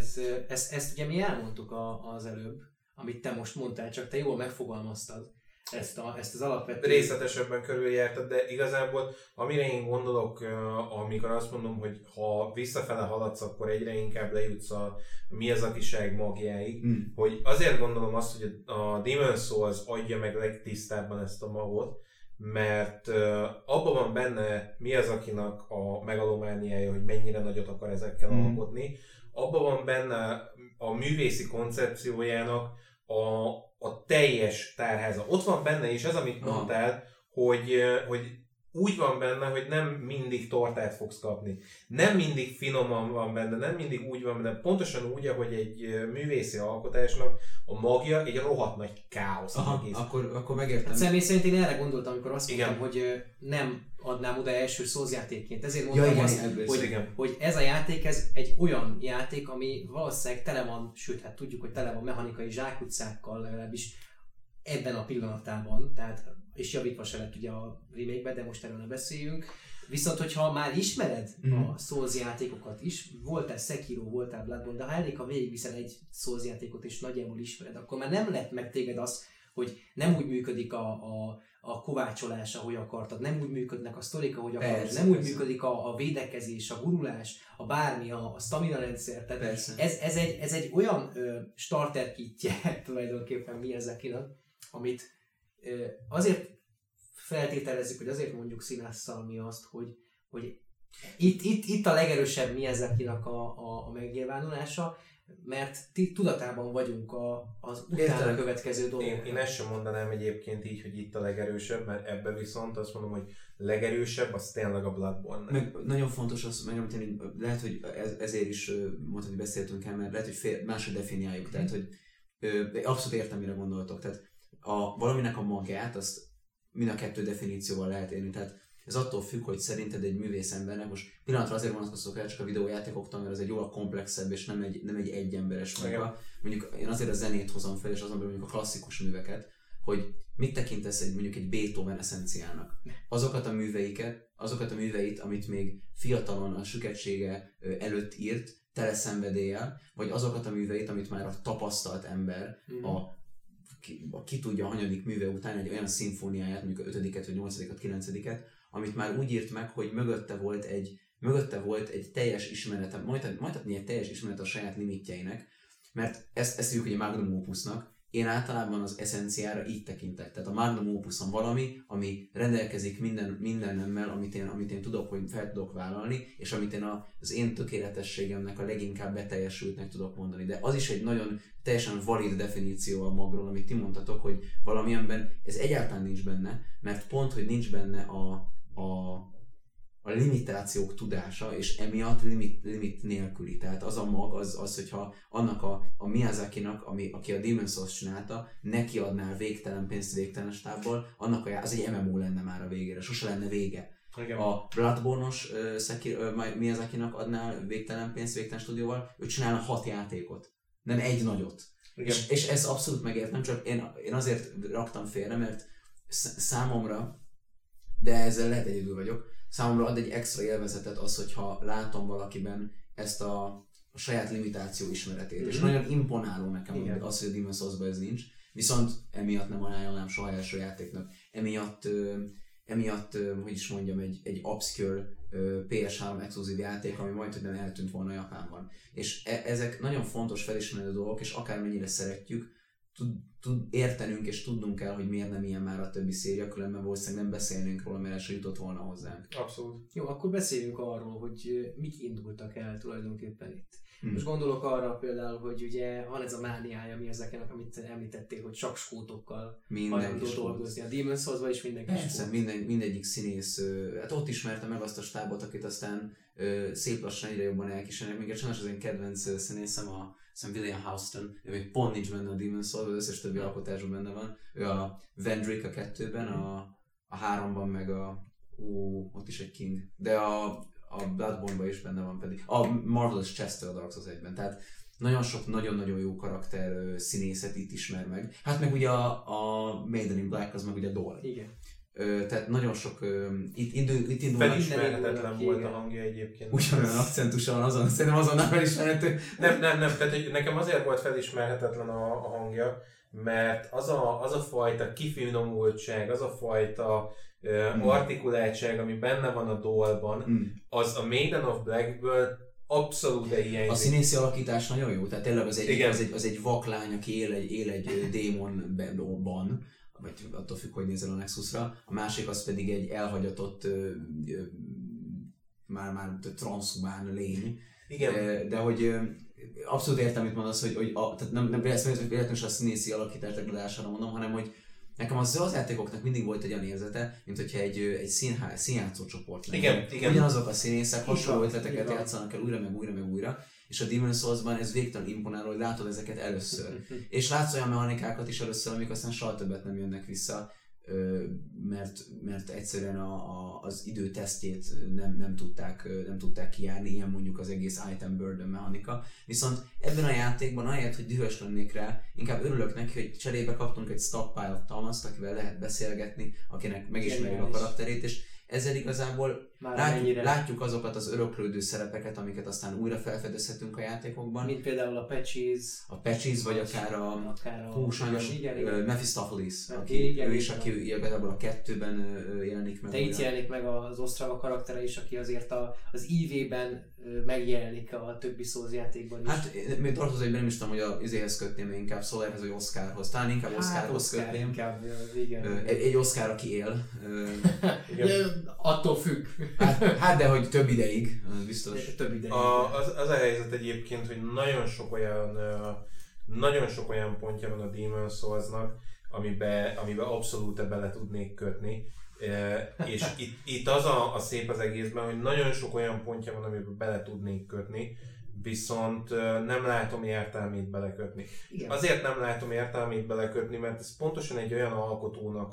ezt ugye mi elmondtuk az előbb, amit te most mondtál, csak te jól megfogalmaztad. Ezt az alapvető... Részletesebben körüljártad, de igazából amire én gondolok, amikor azt mondom, hogy ha visszafele haladsz, akkor egyre inkább lejutsz a Miyazakiság magjáig, hogy azért gondolom azt, hogy a Demon's Souls adja meg legtisztábban ezt a magot, mert abban van benne Miyazakinak a megalomániája, hogy mennyire nagyot akar ezekkel alkotni, abban van benne a művészi koncepciójának a teljes tárháza. Ott van benne is ez, amit mondtál, hogy úgy van benne, hogy nem mindig tortát fogsz kapni. Nem mindig finoman van benne, nem mindig úgy van benne. Pontosan úgy, ahogy egy művészi alkotásnak a magja egy rohadt nagy káosz. Akkor megértem. Hát személy szerint én erre gondoltam, amikor azt mondtam, hogy nem adnám oda első Souls játékként. Ezért mondtam hogy ez a játék, ez egy olyan játék, ami valószínűleg tele van, sőt, hát tudjuk, hogy tele van mechanikai zsákutcákkal, legalábbis ebben a pillanatában, tehát, és javítva se lett ugye a remake-ben, de most erről ne beszéljünk. Viszont, hogyha már ismered a Souls játékokat is, voltál Sekiro, voltál Bloodborne, de ha elég, ha végigviszel egy Souls játékot és nagyjából ismered, akkor már nem lett meg téged az, hogy nem úgy működik a kovácsolás, ahogy akartad, nem úgy működnek a sztorik, ahogy akartad, nem úgy működik a védekezés, a gurulás, a bármi, a stamina rendszer. Tehát ez egy olyan starter kitje tulajdonképpen Miyazakinak, amit azért feltételezzük, hogy azért mondjuk színásszal mi azt, hogy itt a legerősebb Miyazakinak a megnyilvánulása, mert tudatában vagyunk az utána következő dolgoknak. Én ezt sem mondanám egyébként így, hogy itt a legerősebb, mert ebben viszont azt mondom, hogy legerősebb, az tényleg a Bloodborne. Meg nagyon fontos az megemlíteni, lehet, hogy ezért is mondtad, hogy beszéltünk el, mert lehet, hogy máshogy definiáljuk, tehát, hogy abszolút értem, mire gondoltok. Tehát valaminek a magát, azt mind a kettő definícióval lehet érni. Tehát ez attól függ, hogy szerinted egy művész embernek, most pillanatra azért vonatkoztok el csak a videójátékoktól, mert ez egy jóval komplexebb és nem egy egyemberes munka. Mondjuk én azért a zenét hozom fel, és azon belül mondjuk a klasszikus műveket, hogy mit tekintesz mondjuk egy Beethoven eszenciának. Azokat a műveit, amit még fiatalon a süketsége előtt írt, tele szenvedéllyel, vagy azokat a műveit, amit már a tapasztalt ember ki tudja a hanyadik műve után egy olyan szimfóniáját, mondjuk a 5-et, vagy 8-at, 9-et, amit már úgy írt meg, hogy mögötte volt egy teljes ismerete, mondhatni egy teljes ismerete a saját limitjeinek, mert ezt hívjuk ugye magnum opusnak. Én általában az eszenciára így tekintek. Tehát a magnum opuson valami, ami rendelkezik mindennemmel, amit én tudok, hogy fel tudok vállalni, és amit én az én tökéletességemnek a leginkább beteljesültnek tudok mondani. De az is egy nagyon teljesen valid definíció a magról, amit ti mondtatok, hogy valamilyenben ez egyáltalán nincs benne, mert pont, hogy nincs benne a limitációk tudása, és emiatt limit nélküli. Tehát az a mag, az hogyha annak a Miyazakinak, aki a Demon's Souls csinálta, neki adnál végtelen pénzt végtelen stábból, az egy MMO lenne már a végére, sose lenne vége. Igen. A Bloodborne-os Miyazakinak adnál végtelen pénzt végtelen stúdióval, ő csinálna 6 játékot, nem egy nagyot. És ez abszolút megértem, csak én azért raktam félre, mert számomra, de ezzel lehet egyedül vagyok, számomra ad egy extra élvezetet az, hogyha látom valakiben ezt a saját limitáció ismeretét. És nagyon imponáló nekem az, hogy a Demon's Souls-ban ez nincs. Viszont emiatt nem ajánlom soha első játéknak. Emiatt hogy is mondjam, egy obscure PS3 exkluzív játék, ami majdhogy nem eltűnt volna Japánban. És ezek nagyon fontos felismerő dolgok, és akármennyire szeretjük, értenünk és tudnunk kell, hogy miért nem ilyen már a többi széria, különben valószínűleg nem beszélnénk róla, mert el se jutott volna hozzánk. Abszolút. Jó, akkor beszéljünk arról, hogy mik indultak el tulajdonképpen itt. Most gondolok arra például, hogy ugye van ez a mániája, mi ezeknek, amit említettél, hogy csak skótokkal hajlandó dolgozni. A Demon's Souls-ban is mindenki skót. Mindegyik színész, hát ott ismerte meg azt a stábot, akit aztán szép lassan egyre jobban elkísérnek. Még sajnos az én kedvenc színészem, William Houston, ő még pont nincs benne a Demon's Souls, az összes többi alkotásban benne van. Ő a Vendrick a 2-ben, a 3-ban meg ott is egy King, de a Bloodborne-ban is benne van pedig. A Marvelous Chester a Dark Souls 1-ben, tehát nagyon sok nagyon-nagyon jó karakter színészet itt ismer meg. Hát meg ugye a Maiden in Black, az meg ugye Dol. Igen. Tehát nagyon sok itt indulnak. Felismerhetetlen volt a hangja egyébként. Ugyanolyan akcentusa van, szerintem azonnal felismerhető. Nem, tehát nekem azért volt felismerhetetlen a hangja, mert az a fajta kifinomultság, az a fajta artikuláltság, ami benne van a Dolban, az a Maiden of Blackből abszolút hiányzik. A színészi alakítás nagyon jó, tehát tényleg az egy vaklány, aki él egy démonban, vagy attól függ, hogy nézel a Nexusra, a másik az pedig egy elhagyatott, már transzhumán lény. Igen. De hogy abszolút értem, mit mondasz, hogy tehát nem véletlenül a színészi alakítás degradására mondom, hanem hogy nekem az játékoknak mindig volt egy olyan érzete, mint hogyha egy színjátszó csoport lenne. Igen. Ugyanazok a színészek hasonló ötleteket játszanak el újra, meg újra, és a Demon's Souls-ban ez végtelen imponáló, hogy látod ezeket először. És látsz olyan mechanikákat is először, amik aztán soha többet nem jönnek vissza, mert egyszerűen az idő tesztjét nem tudták kijárni, ilyen mondjuk az egész item burden mechanika. Viszont ebben a játékban ahelyett, hogy dühös lennék rá, inkább örülök neki, hogy cserébe kaptunk egy stockpile Thomas-t, akivel lehet beszélgetni, akinek megismerjük a karakterét, és ezzel igazából látjuk azokat az öröklődő szerepeket, amiket aztán újra felfedezhetünk a játékokban. Mint például a Patches. Vagy akár a sajnos Mephistopheles, ő is, aki igazából a 2-ben jelenik meg. De itt jelenik meg az Ostrava karaktere is, aki azért az IV-ben megjelenik a többi Souls játékban is. Hát még tartozó, hogy nem is tudom, hogy az izéhez kötném inkább, Solarhez vagy Oscarhoz. Talán inkább Oscarhoz kötném. Inkább, igen. Egy Oscar, aki él. Attól függ. Hát de hogy több ideig, biztos. Több ideig. Az a helyzet egyébként, hogy nagyon sok olyan pontja van a Demon's Souls-nak, amiben abszolút bele tudnék kötni. És itt az a szép az egészben, hogy nagyon sok olyan pontja van, amiben bele tudnék kötni, viszont nem látom értelmét belekötni. Igen. Azért nem látom értelmét belekötni, mert ez pontosan egy olyan alkotónak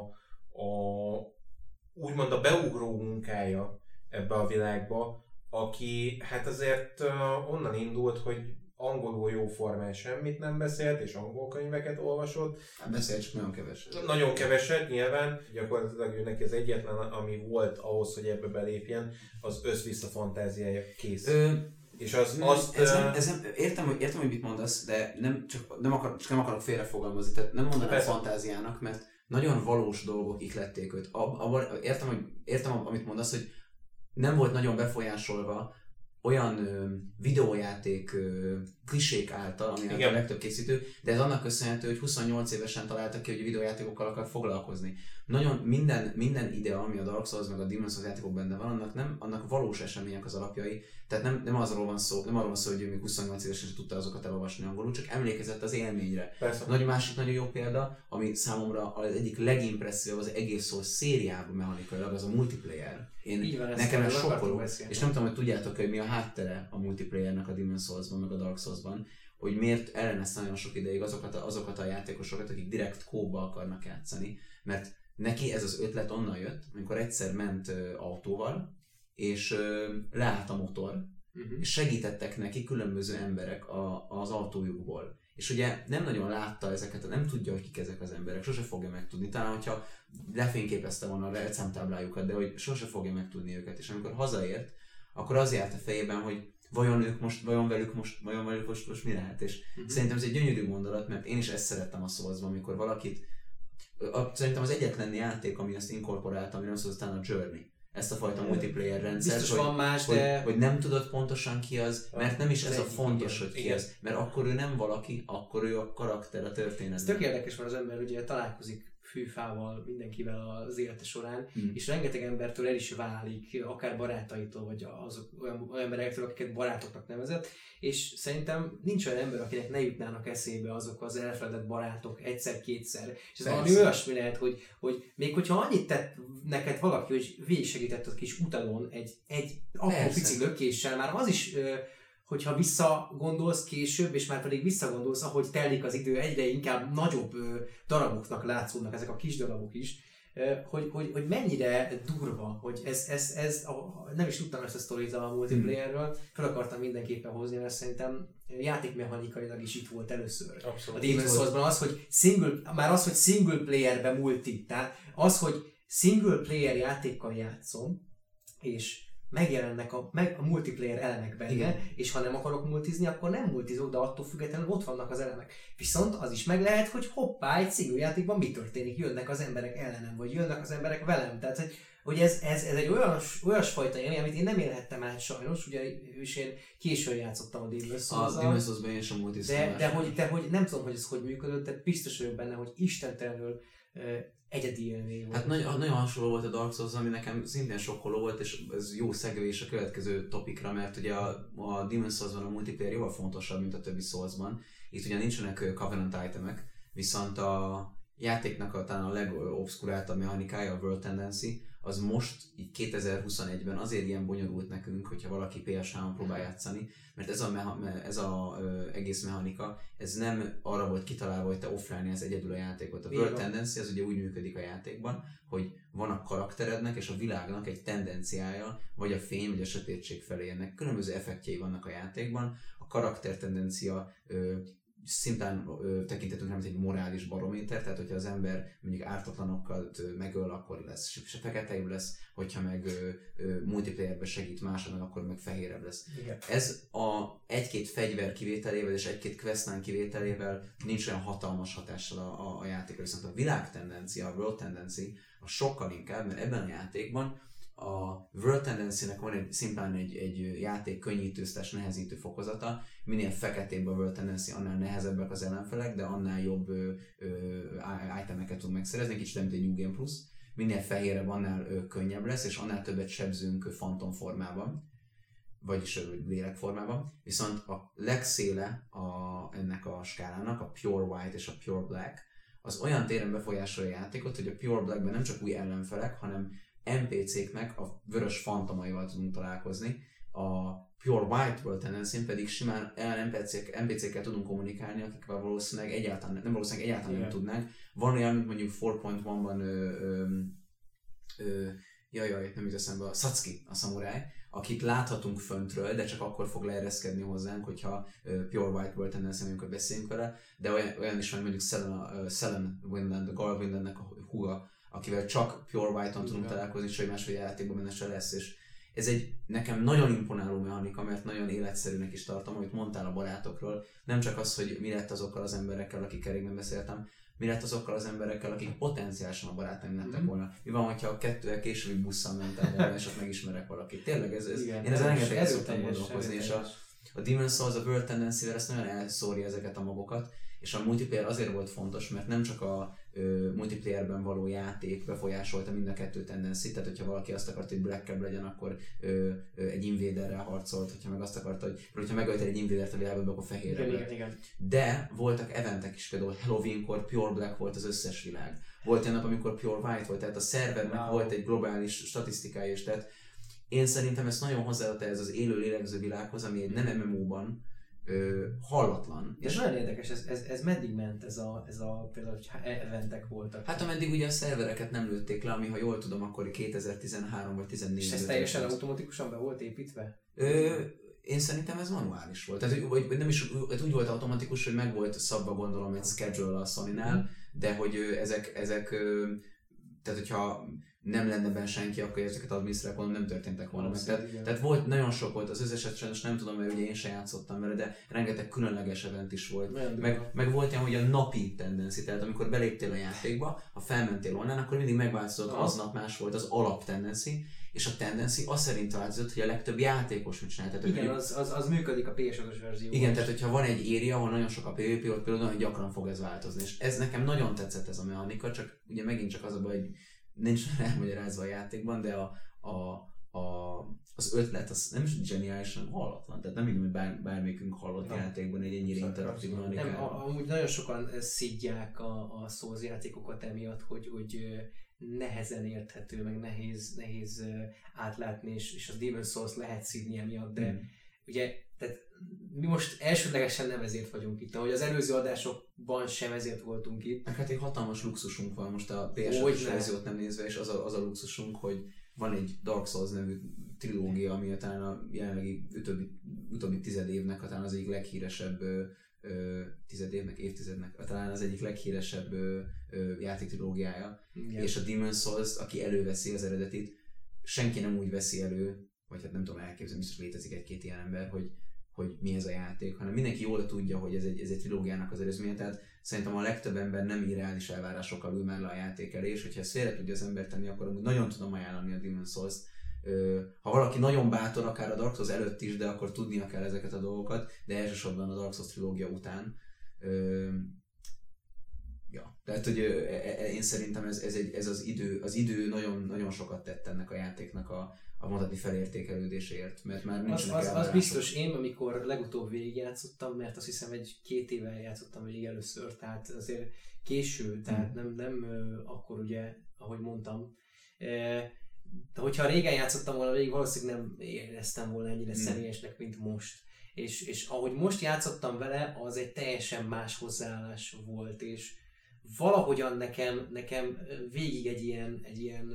úgymond a beugró munkája ebbe a világba, aki hát azért onnan indult, hogy angolul jóformán semmit nem beszélt, és angol könyveket olvasott. Hát beszélt, csak nagyon keveset. Nagyon keveset, nyilván. Gyakorlatilag ő neki az egyetlen, ami volt ahhoz, hogy ebbe belépjen, az össz-vissza fantáziája kész. És értem, hogy mit mondasz, de nem akarok félrefogalmazni, tehát nem mondanám fantáziának, mert nagyon valós dolgok ihlették őt. Értem, amit mondasz, hogy nem volt nagyon befolyásolva olyan videójáték klisék által, ami által a legtöbb készítő, de ez annak köszönhető, hogy 28 évesen találtak ki, hogy videójátékokkal akar foglalkozni. Nagyon minden idea, ami a Dark Souls meg a Demon's Souls játékok benne van, annak valós események az alapjai. Tehát nem arról van szó, hogy ő még 28 évesen sem tudta azokat elolvasni angolul, csak emlékezett az élményre. Másik nagyon jó példa, ami számomra az egyik legimpresszívabb az egész Souls szériában mechanikailag, az a multiplayer. Nekem ez sokkoló, és nem tudom, hogy tudjátok, hogy mi a háttere a multiplayernek a Demon's Souls-ban, meg a Dark Souls-ban, hogy miért ellenezte nagyon sok ideig azokat a játékosokat, akik direkt kóba akarnak játszani, mert neki ez az ötlet onnan jött, amikor egyszer ment autóval, és leállt a motor, és segítettek neki különböző emberek az autójukból. És ugye nem nagyon látta ezeket, nem tudja, hogy kik ezek az emberek, sose fogja megtudni. Talán, hogyha lefényképezte volna a rendszámtáblájukat, de hogy sose fogja megtudni őket. És amikor hazaért, akkor az járt a fejében, hogy vajon velük most mi lehet. És szerintem ez egy gyönyörű gondolat, mert én is ezt szerettem a Soulsban, amikor valakit, szerintem az egyetlen játék, ami ezt inkorporálta, ami nem szó, aztán a Journey. Ezt a fajta multiplayer rendszer, hogy nem tudod pontosan ki az, mert nem is ez a fontos, hogy ki az, mert akkor ő nem valaki, akkor ő a karakter a történetben. Ez tök érdekes, mert az ember ugye találkozik fűfával, mindenkivel az élete során, és rengeteg embertől el is válik, akár barátaitól, vagy azok olyan emberektől, akiket barátoknak nevezett, és szerintem nincs olyan ember, akinek ne jutnának eszébe azok az elfeledett barátok egyszer-kétszer. És ez valami olyasmi lehet, hogy még hogyha annyit tett neked valaki, hogy végig segített a kis utalon egy apró pici lökéssel, már az is, hogyha visszagondolsz később, és már pedig visszagondolsz, ahogy telik az idő, egyre inkább nagyobb daraboknak látszódnak ezek a kis darabok is, hogy mennyire durva, hogy nem is tudtam ezt a sztorit a multiplayerről, fel akartam mindenképpen hozni, mert szerintem játékmechanikailag is itt volt először. Abszolút. A Demon's Souls-ban az, hogy single playerbe multi, tehát az, hogy single player játékkal játszom, és megjelennek a multiplayer elemek benne, igen. És ha nem akarok multizni, akkor nem multizok, de attól függetlenül ott vannak az elemek. Viszont az is meg lehet, hogy hoppá, egy single játékban mi történik, jönnek az emberek ellenem, vagy jönnek az emberek velem. Tehát, hogy ez egy olyasfajta élmény, amit én nem élhettem át sajnos, ugye, és én későn játszottam a Demon's Souls-al. A Demon's Souls-ban én sem multiztam. De hogy nem tudom, hogy ez hogy működött, de biztos vagyok benne, hogy istentelenül egyedi élmény volt. Hát nagyon hasonló volt a Dark Souls, ami nekem szintén sokkoló volt, és ez jó szegvés a következő topikra, mert ugye a Demon's Souls-ban a multiplayer jóval fontosabb, mint a többi Souls-ban. Itt ugye nincsenek Covenant itemek, viszont a játéknak talán a legobszkuráltabb mechanikája, a World Tendency, az most, így 2021-ben azért ilyen bonyolult nekünk, hogyha valaki PS3-on próbál játszani, mert ez a egész mechanika, ez nem arra volt kitalálva, hogy te offline ez egyedül a játékot. A World Tendency az ugye úgy működik a játékban, hogy van a karakterednek és a világnak egy tendenciája, vagy a fény, vagy a sötétség felé. Ennek különböző effektjei vannak a játékban. A karakter tendencia szintén tekintetünk nem, egy morális barométer, tehát hogyha az ember mondjuk ártatlanokat megöl, akkor lesz feketeibb lesz, hogyha meg multiplayerben segít másodnak, akkor meg fehérebb lesz. Igen. Ez a egy-két fegyver kivételével és egy-két questline kivételével nincs olyan hatalmas hatással a játékra, viszont a világ tendencia, a world tendency, a sokkal inkább, mert ebben a játékban a World Tendency-nek van szimplán egy játék könnyítőztes, nehezítő fokozata. Minél feketébb a World Tendency, annál nehezebbek az ellenfelek, de annál jobb itemeket tud megszerezni, kicsit mint egy New Game Plus. Minél fehérebb, annál könnyebb lesz, és annál többet sebzünk fantom formában, vagyis lélek formában. Viszont a legszéle ennek a skálának, a Pure White és a Pure Black, az olyan téren befolyásolja a játékot, hogy a Pure Blackben nem csak új ellenfelek, hanem NPC-knek a vörös fantomaival tudunk találkozni. A Pure White World Tendency-n pedig simán NPC-kkel tudunk kommunikálni, akikkel valószínűleg egyáltalán nem tudnánk. Van olyan, mint mondjuk 4.1-ban nem jut eszembe, a Satsuki, a szamuráj, akit láthatunk föntről, de csak akkor fog leereszkedni hozzánk, hogyha Pure White World Tendency, amikor beszélünk vele, de olyan is van, mondjuk Selen Windland, a Garl Windlandnek a húga, akivel csak Pure White-on tudunk találkozni, és hogy máshogy játékban benne se lesz. És ez egy nekem nagyon imponáló mechanika, mert nagyon életszerűnek is tartom, amit mondtál a barátokról. Nem csak az, hogy mi lett azokkal az emberekkel, akikkel régen beszéltem, mi lett azokkal az emberekkel, akik potenciálisan a barátaim lettek volna. Mi van, hogyha a kettővel későbbi busszal mentem volna, és ott megismerek valakit. Tényleg én ezen rengeteget szoktam gondolkozni, és a Demon's Souls, a World Tendency-vel ezt nagyon elszórja ezeket a magokat, és a multiplayer azért volt fontos, mert nem csak a multiplayerben való játék befolyásolta mind a kettő tendencit, tehát hogyha valaki azt akart, hogy Black Cab legyen, akkor egy invaderrel harcolt, hogyha meg azt akarta, hogyha megöltél egy invadert a világban, akkor fehérre. Igen. De voltak eventek is, például Halloweenkor Pure Black volt az összes világ. Volt olyan nap, amikor Pure White volt, tehát a szervernek volt egy globális statisztikája is, tehát én szerintem ezt nagyon hozzáadta ez az élő lélegző világhoz, ami egy nem MMO-ban hallatlan. És nagyon érdekes, ez meddig ment ez a például, hogy eventek voltak? Hát ameddig ugye a szervereket nem lőtték le, ami ha jól tudom, akkor 2013 vagy 2014. És ez teljesen automatikusan be volt építve? Én szerintem ez manuális volt. Tehát, vagy nem is úgy volt automatikus, hogy meg volt szabva, gondolom, egy schedule a Sony-nál, de hogy ezek tehát hogyha nem lenne benne senki, akkor ezeket adminisztrálják volna, nem történtek volna meg. Tehát volt, nagyon sok volt, az összeset sajnos nem tudom, mert ugye én sem játszottam vele, de rengeteg különleges event is volt. Meg volt olyan, hogy a napi tendenci, tehát amikor beléptél a játékba, ha felmentél online, akkor mindig megváltozott, aznap más volt az alap tendenci, és a tendency az szerint változott, hogy a legtöbb játékos mit csinál. Tehát, igen, az működik a PS5-ös verzió. Igen, tehát hogyha van egy area, ahol nagyon sok a PvP, ott például nagyon gyakran fog ez változni, és ez nekem nagyon tetszett ez a mechanika, csak ugye megint csak az a baj, hogy nincs elmagyarázva a játékban, de az ötlet az nem is zseniálisan hallatlan, tehát nem így, hogy bármelyikünk hallott játékban egy ennyire interaktív mechanikával. Amúgy nagyon sokan szidják a Souls játékokat emiatt, hogy nehezen érthető, meg nehéz átlátni, és a Demon's Souls lehet szidni emiatt, de ugye, tehát mi most elsődlegesen nem ezért vagyunk itt, ahogy az előző adásokban sem ezért voltunk itt. Hát egy hatalmas luxusunk van most a PS5-ös verziót nem nézve, és az a luxusunk, hogy van egy Dark Souls nevű trilógia, ami talán a jelenlegi utóbbi 10 évnek talán az egyik leghíresebb 10 évnek, évtizednek, talán az egyik leghíresebb játéktrilógiája. Igen. És a Demon's Souls, aki előveszi az eredetit, senki nem úgy veszi elő, vagy hát nem tudom elképzelni, biztos létezik egy-két ilyen ember, hogy mi ez a játék, hanem mindenki jól tudja, hogy ez egy trilógiának az előzménye, tehát szerintem a legtöbb ember nem irreális elvárásokkal ül már le a játék elé, és hogyha ezt félre tudja az ember tenni, akkor amúgy nagyon tudom ajánlani a Demon's Souls-t. Ha valaki nagyon bátor, akár a Dark Souls előtt is, de akkor tudnia kell ezeket a dolgokat, de elsősorban a Dark Souls trilógia után. Ja, tehát hogy én szerintem ez az idő nagyon, nagyon sokat tett ennek a játéknak a mondhatni felértékelődéséért, mert már nincsenek az biztos, én amikor legutóbb végigjátszottam, mert azt hiszem 2 éve játszottam végig először, tehát azért késő, tehát nem akkor ugye, ahogy mondtam. De hogyha régen játszottam volna végig, valószínűleg nem éreztem volna ennyire személyesnek, mint most. És ahogy most játszottam vele, az egy teljesen más hozzáállás volt, és valahogyan nekem végig egy ilyen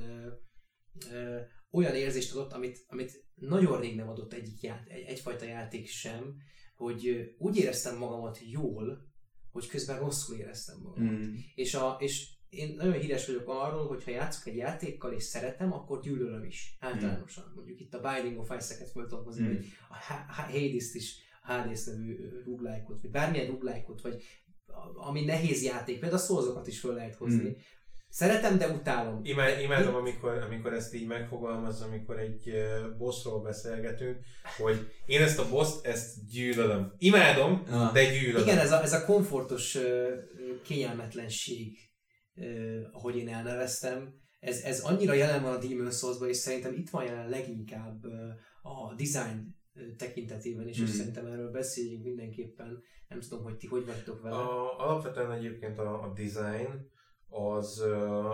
olyan érzést adott, amit nagyon rég nem adott egyfajta játék sem, hogy úgy éreztem magamat jól, hogy közben rosszul éreztem magamat. És én nagyon híres vagyok arról, hogy ha játszok egy játékkal és szeretem, akkor gyűlölöm is. Általánosan. Mondjuk itt a Binding of Isaac-et fel tudom hozni, vagy a Hades-t is, a Hades nevű roguelike-ot, vagy bármilyen roguelike-ot, vagy ami nehéz játék, például a Souls-okat is föl lehet hozni. Szeretem, de utálom. Imádom, amikor ezt így megfogalmazom, amikor egy bossról beszélgetünk, hogy én ezt a bosst, ezt gyűlölöm. Imádom, de gyűlölöm. Igen, ez a komfortos kényelmetlenség, ahogy én elneveztem, ez annyira jelen van a Demon's Souls-ban, és szerintem itt van jelen leginkább a design tekintetében is, és szerintem erről beszéljünk mindenképpen. Nem tudom, hogy ti hogy vagytok vele. Alapvetően egyébként a design az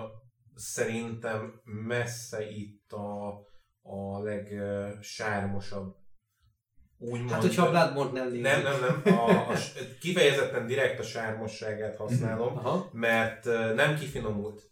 szerintem messze itt a legsármosabb. Úgymond, hát, hogyha a Bloodborne nem nézzük. Nem. Kifejezetten direkt a sármosságát használom, mert nem kifinomult.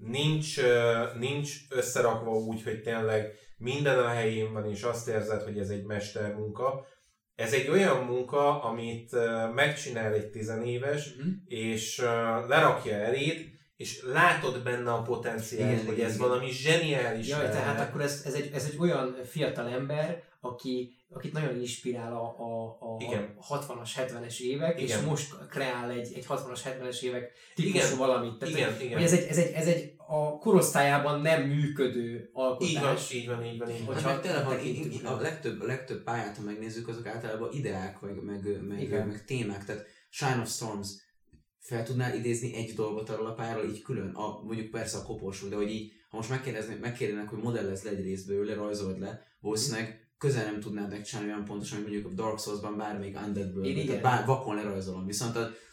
Nincs összerakva úgy, hogy tényleg minden a helyén van, és azt érzed, hogy ez egy mestermunka. Ez egy olyan munka, amit megcsinál egy 10 éves, és lerakja eléd, és látod benne a potenciált, hogy ez valami zseniális. Jaj, tehát akkor ez egy olyan fiatal ember, akit nagyon inspirál a 60-as, 70-es évek, és most kreál egy 60-as, 70-es évek típusú valamit. Tehát, igen. Hogy ez egy a korosztályában nem működő alkotás. Így van. Hát tényleg a legtöbb pályát, ha megnézzük, azok általában ideák, meg témák. Tehát Shine of Storms, fel tudnál idézni egy dolgot arról a pályáról így külön? Mondjuk persze a koporsú, de hogy így, ha most megkérdenek, hogy modellezd le egy részből, rajzold le, valószínűleg közel nem tudnád megcsinálni olyan pontosan, hogy mondjuk a Dark Souls-ban bármelyik Undead-ből, tehát vakon lerajzolom. Viszont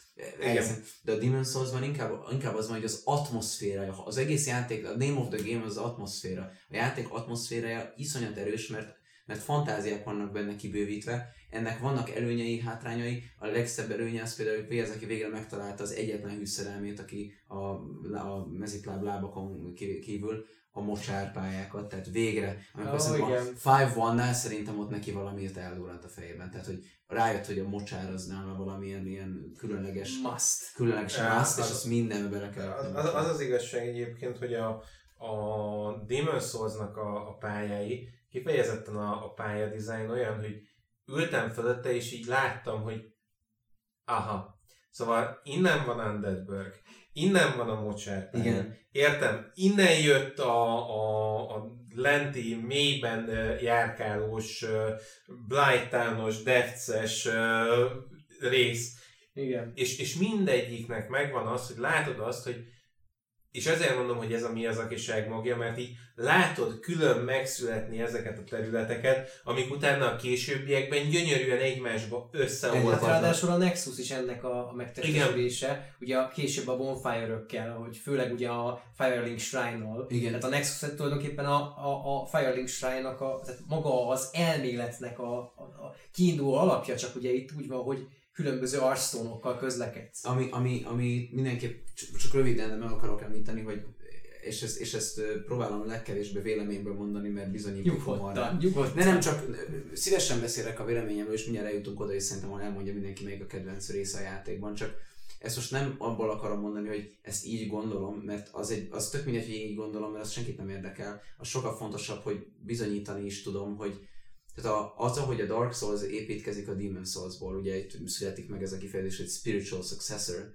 de a Demon's Souls-ban inkább az van, hogy az atmoszférája, az egész játék, a name of the game az atmoszféra. A játék atmoszférája iszonyat erős, mert fantáziák vannak benne kibővítve, ennek vannak előnyei, hátrányai. A legszebb előnye az például, hogy Vélez, aki végre megtalálta az egyetlen hűszerelmét, aki a mezitláb lábakon kívül a mocsárpályákat, tehát végre, amikor a 5-1-nál szerintem ott neki valamiért eldurrant a fejében, tehát hogy rájött, hogy a mocsár az nála valamilyen ilyen különleges must, és azt mindenbe bele kell. Az igazság egyébként, hogy a Demon's Souls-nak a pályái, kifejezetten a pályadizájn olyan, hogy ültem fölötte és így láttam, hogy szóval innen van Undeadburg, innen van a mocsárpálya. Értem, innen jött a lenti, mélyben járkálós, Blight-tános, Deaths-es rész. Igen. És mindegyiknek megvan az, hogy látod azt, hogy és ezért mondom, hogy ez a Miyazaki-ság magja, mert így látod külön megszületni ezeket a területeket, amik utána a későbbiekben gyönyörűen egymásba összeolvadnak. Ráadásul a Nexus is ennek a megtestesülése, ugye később a Bonfire-ökkel, hogy főleg ugye a Firelink Shrine-nal. Tehát a Nexus tulajdonképpen a Firelink Shrine-nak, tehát maga az elméletnek a kiinduló alapja, csak ugye itt úgy van, hogy különböző arcsztónokkal közlekedsz. Ami mindenképp csak röviden, de meg akarok említeni, hogy és ezt próbálom legkevésbé véleményből mondani, mert bizonyíték van rá. De nem csak szívesen beszélek a véleményemről, és mindjárt eljutunk oda, és szerintem elmondja mindenki még a kedvenc része a játékban, csak ezt most nem abból akarom mondani, hogy ezt így gondolom, mert az tök mindegy, hogy én így gondolom, mert az senkit nem érdekel. Az sokkal fontosabb, hogy bizonyítani is tudom, hogy tehát az, ahogy a Dark Souls építkezik a Demon Souls-ból, ugye itt születik meg ez a kifejezés, hogy spiritual successor,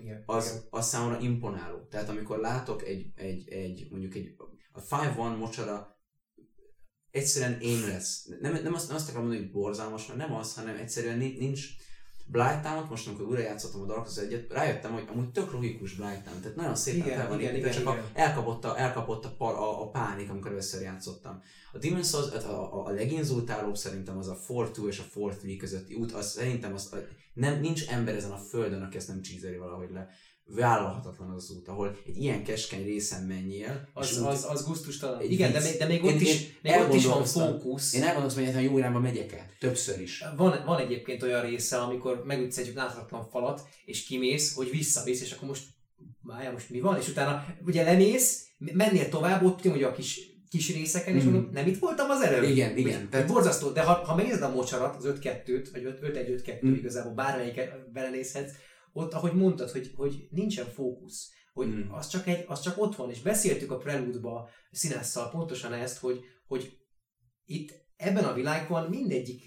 az számomra imponáló. Tehát amikor látok mondjuk a 5-1 mocsara egyszerűen aimless. Nem azt akarom mondani, hogy borzalmas, mert nem az, hanem egyszerűen nincs Blight-támat, most amikor újra játszottam a Dark Souls 1-et, rájöttem, hogy amúgy tök logikus Blight-tám, tehát nagyon szépen fel van építve, csak elkapott a pánik, amikor először játszottam. A Demon's Souls, a leginzultálóbb szerintem az a 4-2 és a 4-3 közötti út, az szerintem nincs ember ezen a földön, aki ezt nem csízeli valahogy le. Vállalhatatlan az út, ahol egy ilyen keskeny részen menjél. Az gusztustalan. Igen, de még ott is van fókusz. Én elgondolkozom, hogy jó irányba megyek el. Többször is. Van egyébként olyan része, amikor megütsz egy láthatatlan falat, és kimész, hogy visszamész, és akkor most mi van? És utána ugye lemész, mennél tovább, ott ugye a kis részeken, és mondom, nem itt voltam az előbb? Igen. Tehát borzasztó, de ha megnézed a mocsarat, az 5-2-t, vagy 5-1-5-2 igazából bármelyiket belenézhetsz, ott, ahogy mondtad, hogy nincsen fókusz, hogy az csak ott van, és beszéltük a Prelude-ba Színásszal pontosan ezt, hogy itt ebben a világban mindegyik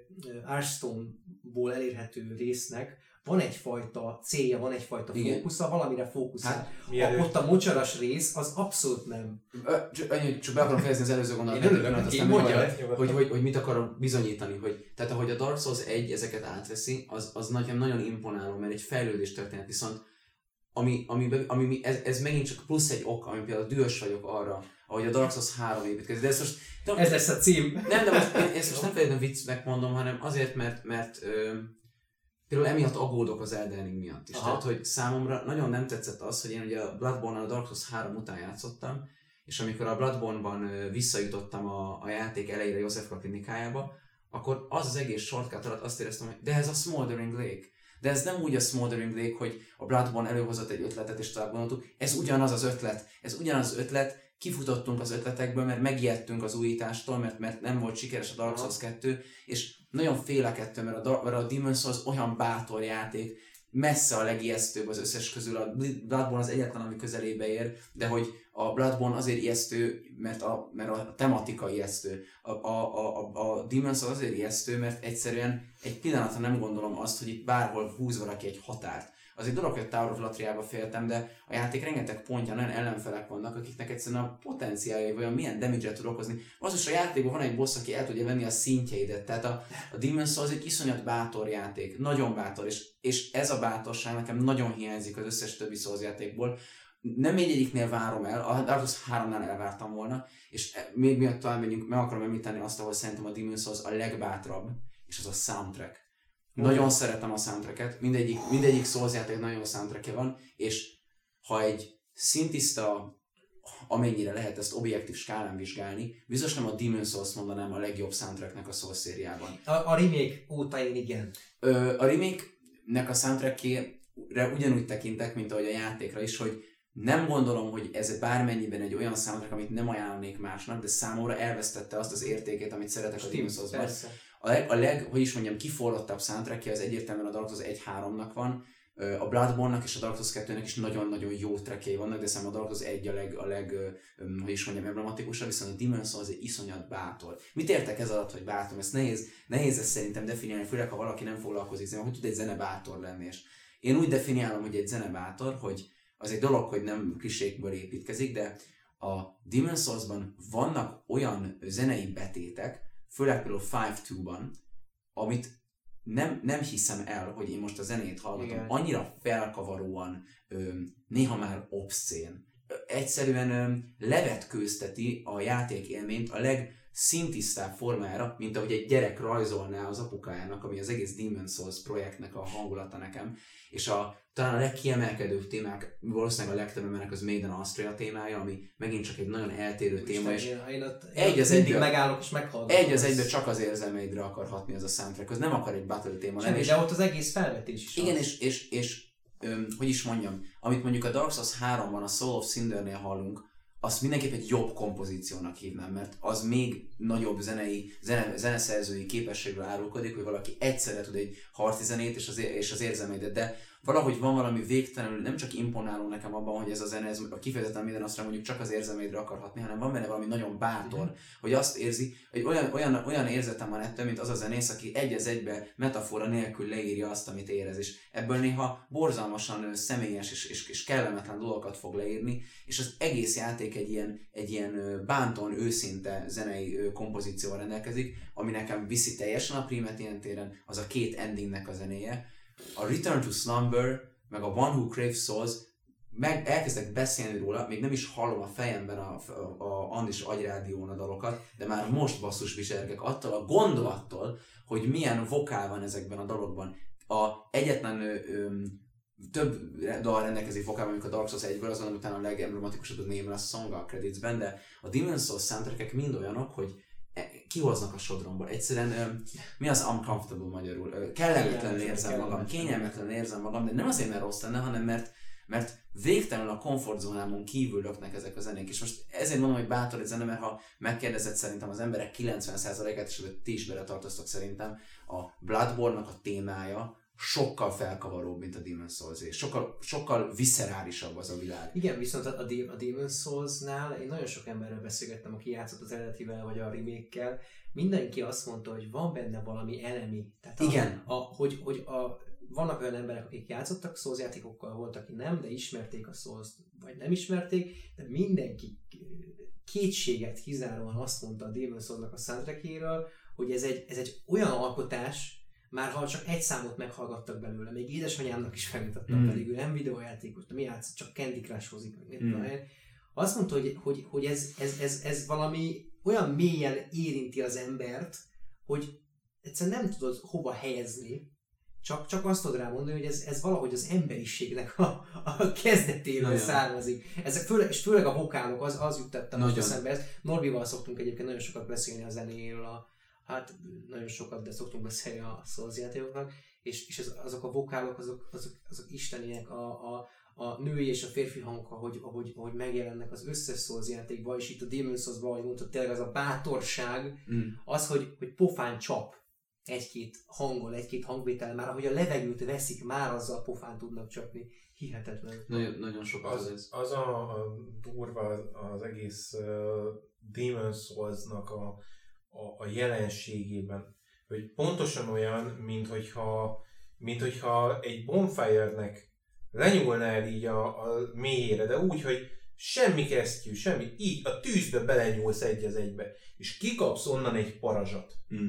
Hearthstone-ból elérhető résznek van egyfajta célja, van egyfajta fókusza, valamire fókuszál. Ott a mocsaras rész az abszolút nem. Csak be akarom fejezni az előző gondolatot, hogy mit akarok bizonyítani. Tehát ahogy a Dark Souls 1 ezeket átveszi, az nagyon imponáló, mert egy fejlődés történet, viszont ez megint csak plusz egy ok, ami például dühös vagyok arra, ahogy a Dark Souls 3 építkezik. De ez lesz a cím. Nem, de ezt most nem feltétlenül viccnek mondom, hanem azért, mert például emiatt aggódok az Elden Ring miatt is. Tehát, hogy számomra nagyon nem tetszett az, hogy én ugye a Bloodborne-nal a Dark Souls 3 után játszottam, és amikor a Bloodborne-ban visszajutottam a játék elejére Józsefka klinikájába, akkor az egész shortcut alatt azt éreztem, hogy de ez a Smoldering Lake. De ez nem úgy a Smoldering Lake, hogy a Bloodborne előhozott egy ötletet és tovább gondoltuk. Ez ugyanaz az ötlet. Kifutottunk az ötletekből, mert megijedtünk az újítástól, mert nem volt sikeres a Dark Souls 2, és nagyon félek ettől, mert a Demon's Souls olyan bátor játék, messze a legijesztőbb az összes közül, a Bloodborne az egyetlen, ami közelébe ér, de hogy a Bloodborne azért ijesztő, mert a tematika ijesztő. A Demon's Souls azért ijesztő, mert egyszerűen egy pillanatra nem gondolom azt, hogy itt bárhol húz valaki egy határt. Az egy dolog, hogy a Tower of Latriába féltem, de a játék rengeteg pontján olyan ellenfelek vannak, akiknek egyszerűen a potenciálja, vagy milyen damage-et tud okozni. Az is a játékban van egy boss, aki el tudja venni a szintjeidet. Tehát a Demon's Souls egy iszonyat bátor játék, nagyon bátor, és ez a bátorság nekem nagyon hiányzik az összes többi Souls játékból. Nem egyiknél várom el, a Dark Souls 3-nál elvártam volna, és még miatt talán meg akarom említeni azt, ahol szerintem a Demon's Souls a legbátrabb, és az a soundtrack. Nagyon szeretem a soundtracket, mindegyik Souls játék nagyon jó soundtrackje van, és ha egy szintiszta, amennyire lehet ezt objektív skálán vizsgálni, biztos nem a Demon's Souls mondanám a legjobb soundtracknek a Souls szériában. A remake óta én igen. A remake-nek a soundtrackjére ugyanúgy tekintek, mint ahogy a játékra is, hogy nem gondolom, hogy ez bármennyiben egy olyan soundtrack, amit nem ajánlanék másnak, de számomra elvesztette azt az értékét, amit szeretek a Demon's Souls-ban. Hogy is mondjam, kiforrottabb soundtrackje az egyértelműen a Dark Souls 1-3-nak van, a Bloodborne-nak és a Dark Souls 2-nek is nagyon-nagyon jó trackjei vannak, de szerintem a Dark Souls 1 a leg hogy is mondjam, emblematikusabb, viszont a Demon's Souls egy iszonyat bátor. Mit értek ez alatt, hogy bátor? Ezt nehéz ezt szerintem definiálni, főleg ha valaki nem foglalkozik, hogy tud egy zene bátor lenni. És én úgy definiálom, hogy egy zene bátor, hogy az egy dolog, hogy nem klisékből építkezik, de A Demon's Souls-ban vannak olyan zenei betétek, főleg például 5-2-ban, amit nem hiszem el, hogy én most a zenét hallgatom. Igen. Annyira felkavaróan, néha már obszcén. Egyszerűen levetkőzteti a játékélményt a legszintisztább formára, mint ahogy egy gyerek rajzolná az apukájának, ami az egész Demon's Souls projektnek a hangulata nekem. És talán a legkiemelkedőbb témák, valószínűleg a legtöbb embernek az Made in Austria témája, ami megint csak egy nagyon eltérő téma, és megállok és meghallgatom. Egy az egybe csak az érzelmeidre akar hatni ez a soundtrack, az nem akar egy battle téma lenni. De ott az egész felvetés is. Igen, és hogy is mondjam, amit mondjuk a Dark Souls 3-ban a Soul of Cindernél hallunk, azt mindenképp egy jobb kompozíciónak hívnám, mert az még nagyobb zeneszerzői képességről árulkodik, hogy valaki egyszerre tud egy harci zenét és az érzelmeidet, de valahogy van valami végtelenül nem csak imponáló nekem abban, hogy ez a zene, ez kifejezetten minden azt mondjuk csak az érzelmeidre akar hatni, hanem van benne valami nagyon bátor, hogy azt érzi, hogy olyan érzetem van ettől, mint az a zenész, aki egy az egybe metafora nélkül leírja azt, amit érez, és ebből néha borzalmasan személyes és kellemetlen dolgokat fog leírni, és az egész játék egy ilyen bántóan őszinte zenei kompozícióval rendelkezik, ami nekem viszi teljesen a prímet ilyen téren, az a két endingnek a zenéje. A Return to Slumber, meg a One Who Craves Souls, meg elkezdek beszélni róla, még nem is hallom a fejemben a Andis agyrádión a dalokat, de már most basszus viselgek attól a gondolattól, hogy milyen vokál van ezekben a dalokban. Egyetlen több dal rendelkezik vokálban, amikor a Dark Souls 1-ből, azon utána a legemblematikusabb a Nameless Song a creditsben, de a Demon's Souls soundtrackek mind olyanok, hogy kihoznak a sodromból. Egyszerűen, mi az uncomfortable magyarul? Kellemetlenül érzem magam, kényelmetlenül érzem magam, de nem azért, mert rossz lenne, hanem mert végtelenül a komfortzónámon kívül löknek ezek a zenék. És most ezért mondom, hogy bátor egy zene, mert ha megkérdezed szerintem az emberek 90%-át, és ti is beletartoztok szerintem, a Bloodborne-nak a témája sokkal felkavaróbb, mint a Demon's Souls-é. Sokkal viscerálisabb az a világ. Igen, viszont a Demon's Souls-nál én nagyon sok emberrel beszélgettem, aki játszott az eredetivel vagy a remake-kel. Mindenki azt mondta, hogy van benne valami elemi. Tehát igen. Vannak olyan emberek, akik játszottak Souls játékokkal, volt, aki nem, de ismerték a Souls-t, vagy nem ismerték, de mindenki kétséget kizáróan azt mondta a Demon's Souls-nak a soundtrackéről, hogy ez egy olyan alkotás, már ha csak egy számot meghallgattak belőle, még édesanyámnak is felmutattam, pedig ő nem videójátékos, de mi játszott, csak Candy Crush hozik meg. Azt mondta, hogy ez valami olyan mélyen érinti az embert, hogy egyszerűen nem tudod hova helyezni, csak azt tudod rá mondani, hogy ez valahogy az emberiségnek a kezdetéről származik. Ezek főleg a vokálok, az juttattam most eszembe ezt. Norbival szoktunk egyébként nagyon sokat beszélni a zenéről, hát nagyon sokat, de szoktunk beszélni a Souls játékoknak, és azok a vokálok, azok isteniek, a női és a férfi hangok, ahogy megjelennek az összes Souls játékban, és itt a Demon's Souls-ban, ahogy mondtad, tényleg az a bátorság, az, hogy pofán csap egy-két hangol, egy-két hangvétel, már ahogy a levegőt veszik, már azzal pofán tudnak csapni. Hihetetlen. Nagyon sok az a durva az egész Demon's Souls-nak a jelenségében, hogy pontosan olyan, mint hogyha egy bonfire-nek lenyúlna el így a mélyére, de úgy, hogy semmi kesztyű, semmi, így a tűzbe belenyúlsz egy az egybe, és kikapsz onnan egy parazsat.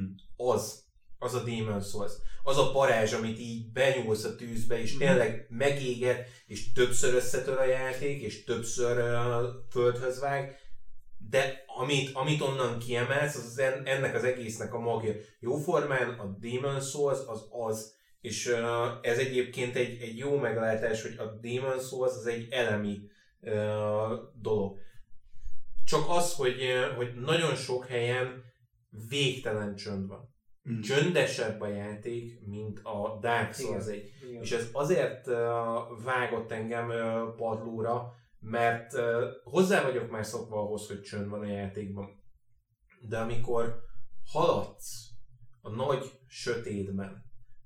Az a Demon's Souls. Az a parázs, amit így benyúlsz a tűzbe, és tényleg megéget, és többször összetör a játék, és többször földhöz vág, de amit onnan kiemelsz, az ennek az egésznek a magja. Jóformán a Demon's Souls az, és ez egyébként egy jó meglátás, hogy a Demon's Souls az egy elemi dolog. Csak az, hogy nagyon sok helyen végtelen csönd van. Csöndesebb a játék, mint a Dark Souls 1. És ez azért vágott engem padlóra, mert hozzá vagyok már szokva ahhoz, hogy csönd van a játékban. De amikor haladsz a nagy sötétben,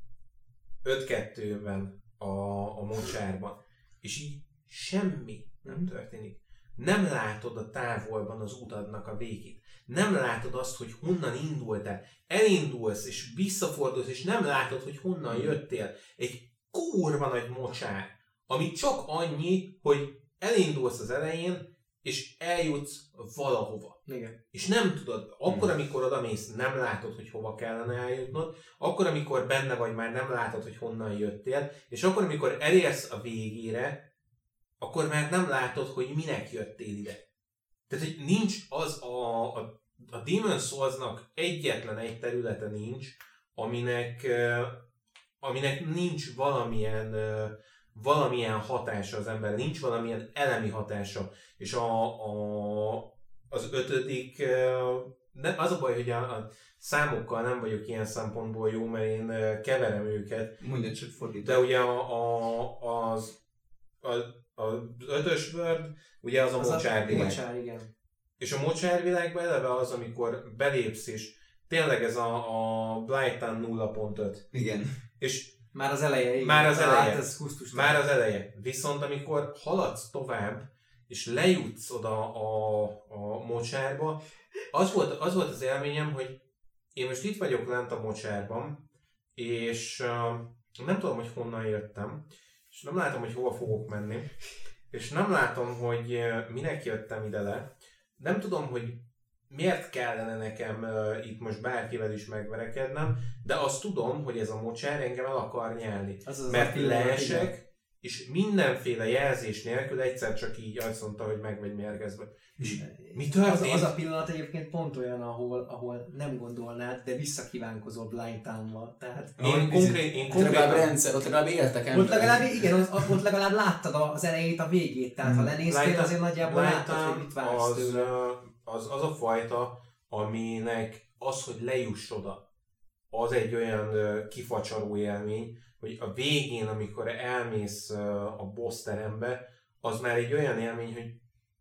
5-2-ben a mocsárban, és így semmi nem történik. Nem látod a távolban az utadnak a végét. Nem látod azt, hogy honnan indultál. Elindulsz, és visszafordulsz, és nem látod, hogy honnan jöttél. Egy kurva nagy mocsár, ami csak annyi, hogy elindulsz az elején, és eljutsz valahova. Igen. És nem tudod, akkor, amikor odamész, nem látod, hogy hova kellene eljutnod, akkor, amikor benne vagy, már nem látod, hogy honnan jöttél, és akkor, amikor elérsz a végére, akkor már nem látod, hogy minek jöttél ide. Tehát, hogy nincs az a Demon's Souls-nak egyetlen egy területe nincs, aminek nincs valamilyen hatása az emberre, nincs valamilyen elemi hatása. És az 5. az a baj, hogy a számokkal nem vagyok ilyen szempontból jó, mert én keverem őket. Mondjad csak fordítva. De ugye az 5-ös World, ugye az a mocsárvilág. Mocsár, igen. És a mocsárvilágban eleve az, amikor belépsz is, tényleg ez a Blyton 0.5. Igen. És már az eleje, igen. Már az eleje. Hát ez már az eleje. Viszont amikor haladsz tovább, és lejutsz oda a mocsárba, az volt az élményem, hogy én most itt vagyok lent a mocsárban, és nem tudom, hogy honnan jöttem, és nem látom, hogy hova fogok menni, és nem látom, hogy minek jöttem ide le. Nem tudom, hogy miért kellene nekem itt most bárkivel is megverekednem, de azt tudom, hogy ez a mocsár engem el akar nyelni. Mert leesek, és mindenféle jelzés nélkül egyszer csak így azt mondta, hogy meg vagy mérgezve. És mi történt? Az a pillanat egyébként pont olyan, ahol nem gondolnád, de visszakívánkozol Blytonba. Tehát én konkrétan legalább rendszer, ott legalább éltek emberek. Ott legalább láttad az elejét, a végét, tehát ha lenéztél, azért nagyjából láttad, hogy mit vársz tőle. Az a fajta, aminek az, hogy lejuss oda, az egy olyan kifacsaró élmény, hogy a végén, amikor elmész a boss terembe, az már egy olyan élmény, hogy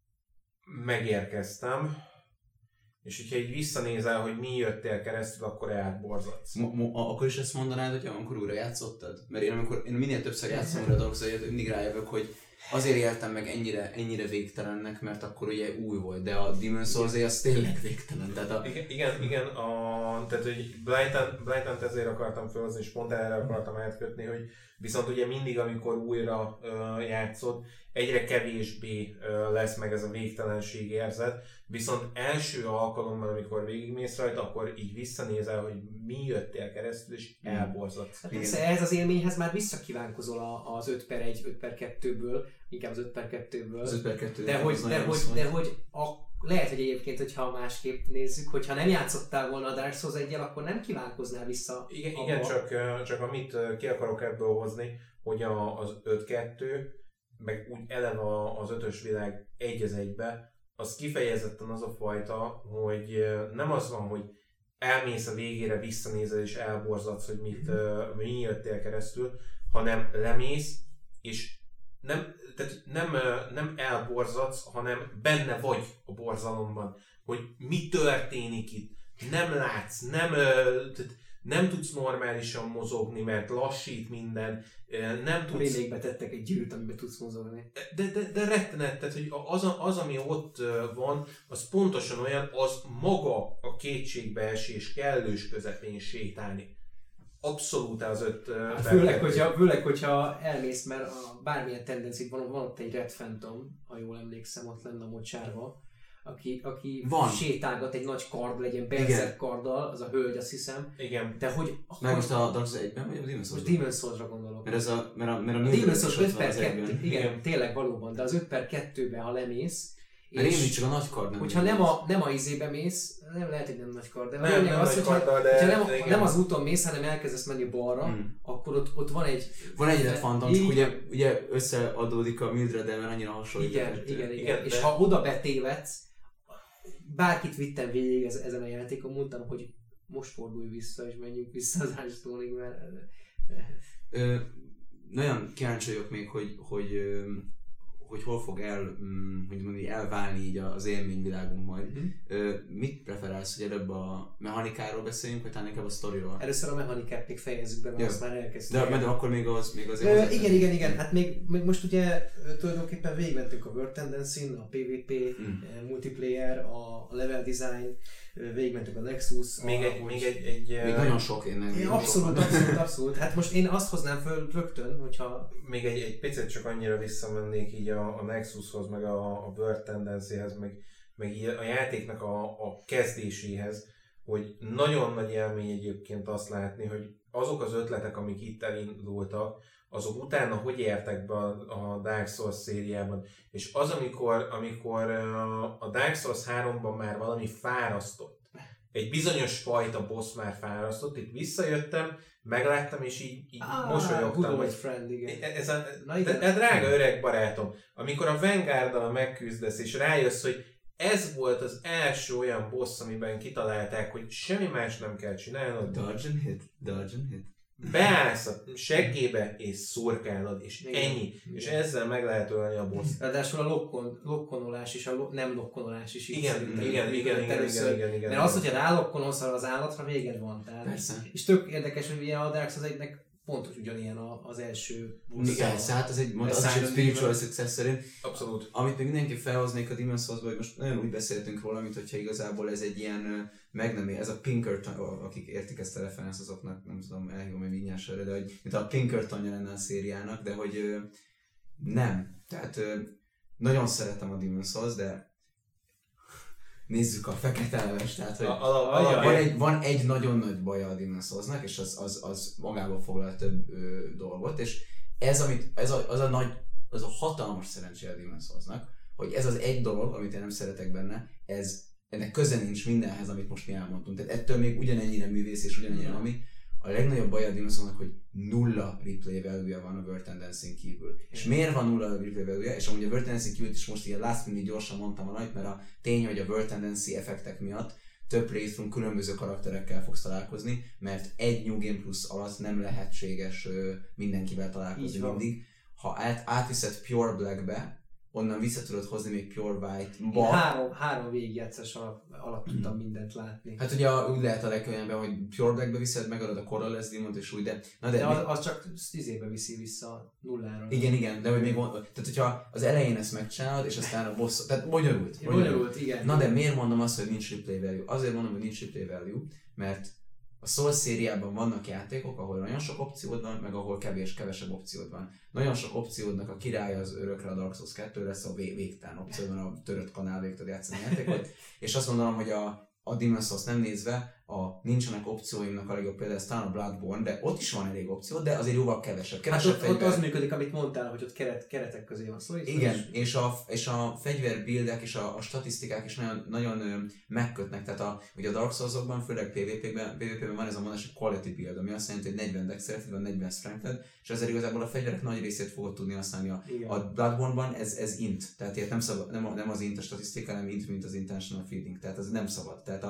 megérkeztem, és hogyha így visszanézel, hogy mi jöttél keresztül, akkor átborzadsz. Akkor is ezt mondanád, hogy amikor újra játszottad? Mert én minél többször játszom újra a Dark Souls, mindig rájövök, hogy azért éltem meg ennyire végtelennek, mert akkor ugye új volt, de a Demon's Souls az tényleg végtelen. Tehát Igen, tehát hogy Blyton-t ezért akartam felhozni, és pont erre akartam átkötni, hogy viszont ugye mindig, amikor újra játszod, egyre kevésbé lesz meg ez a végtelenség érzet, viszont első alkalommal, amikor végigmész rajta, akkor így visszanézel, hogy mi jöttél keresztül, és elborzadsz. Hát ehhez az élményhez már visszakívánkozol az 5/1, 5/2-ből, inkább az 5/2-ből. Az 5/2 de hogy lehet, hogy egyébként, hogyha másképp nézzük, hogyha nem játszottál volna a Dark Souls 1-jel, akkor nem kívánkoznál vissza. Igen, csak amit ki akarok ebből hozni, hogy az 5/2, meg úgy eleve az 5-ös világ 1/1-be, az kifejezetten az a fajta, hogy nem az van, hogy elmész a végére, visszanézel és elborzadsz, hogy mi jöttél keresztül, hanem lemész, és nem elborzadsz, hanem benne vagy a borzalomban, hogy mi történik itt. Nem látsz, nem tudsz normálisan mozogni, mert lassít minden, nem tudsz... Remake-be tettek egy gyűrűt, amiben tudsz mozogni. De rettenet, tehát hogy az, ami ott van, az pontosan olyan, az maga a kétségbeesés kellős közepén sétálni. Abszolút az 5 főleg, hogyha elmész, mert bármilyen tendenciát van ott egy Red Phantom, ha jól emlékszem, ott lenne a mocsárba, aki sétálgat egy nagy kard, legyen berserk karddal, az a hölgy, azt hiszem. Igen. De hogy... Meg most a Dark Souls 1-ben, vagy a Demon's Souls-ra? Most Demon's Soulsra gondolok. Mert a Demon's Souls 5/2, igen, tényleg valóban, de az 5/2-ben, ha lemész, mert én csak a nagy kard nem. Hogyha nem a izébe mész, nem lehet, hogy nem nagy kard, de nem az, hogyha nem az úton mész, hanem elkezdesz menni balra, akkor ott van egy... Van egy Red Phantom, csak ugye összeadódik a Mildreddel, mert annyira hasonlít. Igen. És ha oda betévedsz, bárkit vittem végig ezen a játékon, mondtam, hogy most fordulj vissza, és menjünk vissza az Ashtonig, mert... Nagyon kíváncsi vagyok még, hogy hol fog elválni így az élményvilágunk majd. Mit preferálsz, hogy előbb a mechanikáról beszéljünk, vagy talán inkább a sztoriról? Először a mechanikát még fejezzük be, mert azt már elkezdtük. De akkor még az igen. Hát még most ugye tulajdonképpen végigmentünk a World Tendency-n, a PvP, multiplayer, a level design, végigmentünk a Nexus. Még nagyon sok én. Abszolút. Hát most én azt hoznám föl rögtön, hogyha... Még egy picit csak annyira visszamennék így a Nexushoz, meg a World Tendencyhez, meg a játéknak a kezdéséhez, hogy nagyon nagy élmény egyébként azt látni, hogy azok az ötletek, amik itt elindultak, azok utána hogy értek be a Dark Souls szériában. És az, amikor a Dark Souls 3-ban már valami fárasztott, egy bizonyos fajta boss már fárasztott, itt visszajöttem, megláttam, és így mosolyogtam, hogy friend, igen. De drága öreg barátom, amikor a Vanguarddal megküzdesz, és rájössz, hogy ez volt az első olyan boss, amiben kitalálták, hogy semmi más nem kell csinálnod. Dodge and hit. Beállsz a seggébe, és szurkálod, és igen, ennyi. Igen. És ezzel meg lehet ölni a boss. Ráadásul a lokkonolás és a nem lokkonolás is. Igen. Mert az, hogyha rálokkonolsz az állatra, véged van. Tehát. Persze. És tök érdekes, hogy ugye a Dark Souls 1-nek pontos ugyanilyen az első boss. Igen, hát az egy spiritual success szerint. Abszolút. Amit még mindenki felhoznék a Demon's Souls-ból, hogy most nagyon úgy beszéltünk róla, mint hogyha igazából ez egy ilyen ez a Pinkerton, akik értik ezt a referenc, azoknak nem tudom, elhívom egy vinyásra, de hogy mint a Pinkertonja lenne a szériának, de hogy nem. Tehát nagyon szeretem a Demon's Souls, de nézzük a fekete leves, tehát hogy van egy nagyon nagy baja a Demon's Soulsnak, és az magában foglal több dolgot, és az a hatalmas szerencséje a Demon's Soulsnak, hogy ez az egy dolog, amit én nem szeretek benne, ennek köze nincs mindenhez, amit most mi elmondtunk. Tehát ettől még ugyanennyire művész és ugyanennyire ami. A legnagyobb baj a Demon's Soulsnak, hogy nulla replay value-ja van a World Tendency-n kívül. És miért van nulla replay value-ja? És amúgy a World Tendency-n kívül is most ilyen last minute gyorsan mondtam valamit, mert a tény, hogy a World Tendency effektek miatt több playthrough különböző karakterekkel fogsz találkozni, mert egy New Game Plus alatt nem lehetséges mindenkivel találkozni mindig. Ha átviszed Pure Black-be, onnan vissza tudod hozni még Pure White-ba. Három végigjátszás alatt tudtam mindent látni. Hát ugye úgy lehet a legkönnyebben, hogy Pure Black-be viszed, megadod a Corrales Demont és úgy, de az csak 10 évbe viszi vissza nullára. Igen, de hogy még tehát hogyha az elején ezt megcsinálod, és aztán a boss, tehát bonyolult, igen. Na de miért mondom azt, hogy nincs replay value? Azért mondom, hogy nincs replay value, mert a Souls szériában vannak játékok, ahol nagyon sok opciód van, meg ahol kevesebb opciód van. Nagyon sok opciódnak a királya az örökre a Dark Souls 2 lesz, a végtelen opciód van, a törött kanál végig tud játszani játékot. És azt mondanom, hogy a Demon's Souls nem nézve, nincsenek opcióimnak a legjobb például, ez talán a Bloodborne, de ott is van elég opció, de azért jóval kevesebb. Ott az működik, amit mondtál, hogy ott keretek közé van szó. Igen, és a fegyverbuildek és a statisztikák is nagyon, nagyon megkötnek. Tehát ugye a Dark Souls-okban, főleg PvP-ben van ez a mondás, hogy quality build, ami azt jelenti, hogy 40 dexterity van, 40 strength, és ezzel igazából a fegyverek nagy részét fogod tudni használni. A Bloodborne-ban ez int, tehát ilyet nem szabad, nem az int a statisztika, hanem int, mint az intentional feeding, tehát ez nem szabad. Tehát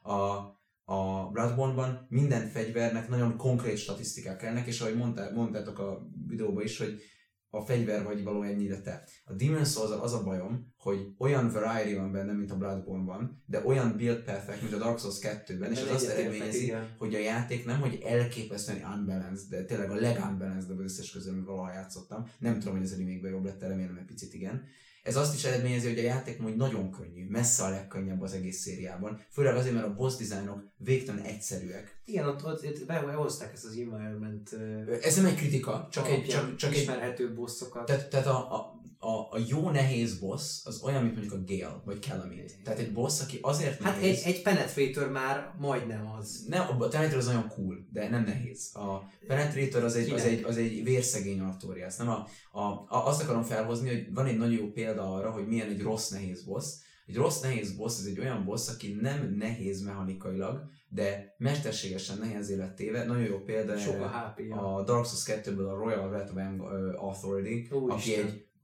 a Bloodborne-ban minden fegyvernek nagyon konkrét statisztikák kellnek, és ahogy mondtátok a videóban is, hogy a fegyver vagy való ennyire te. A Demon's Souls-al az a bajom, hogy olyan variety van benne, mint a Bloodborne-ban, de olyan build path-ek, mint a Dark Souls 2-ben, és az azt eredményezi, hogy a játék nem, hogy elképesztően unbalanced, de tényleg a legunbalanced az összes közül, amit valaha játszottam. Nem tudom, hogy ez a remake-ben jobb lett, remélem egy picit igen. Ez azt is eredményezi, hogy a játék majd nagyon könnyű, messze a legkönnyebb az egész szériában. Főleg azért, mert a boss designok végtelen egyszerűek. Igen, ott behozták ezt az environment... Ez nem egy kritika, csak egy ismerhető bossokat. Tehát a jó nehéz boss az olyan, mint mondjuk a Gale vagy Calamity. Tehát egy boss, aki azért nehéz... Hát egy Penetrator már majdnem az. Nem, a Penetrator az nagyon cool, de nem nehéz. A Penetrator az egy vérszegény Artorias. Azt akarom felhozni, hogy van egy nagyon jó példa arra, hogy milyen egy rossz nehéz boss. Egy rossz nehéz boss az egy olyan boss, aki nem nehéz mechanikailag, de mesterségesen nehézé lett téve. Nagyon jó példa a Dark Souls 2-ből a Royal Wrath of Authority, aki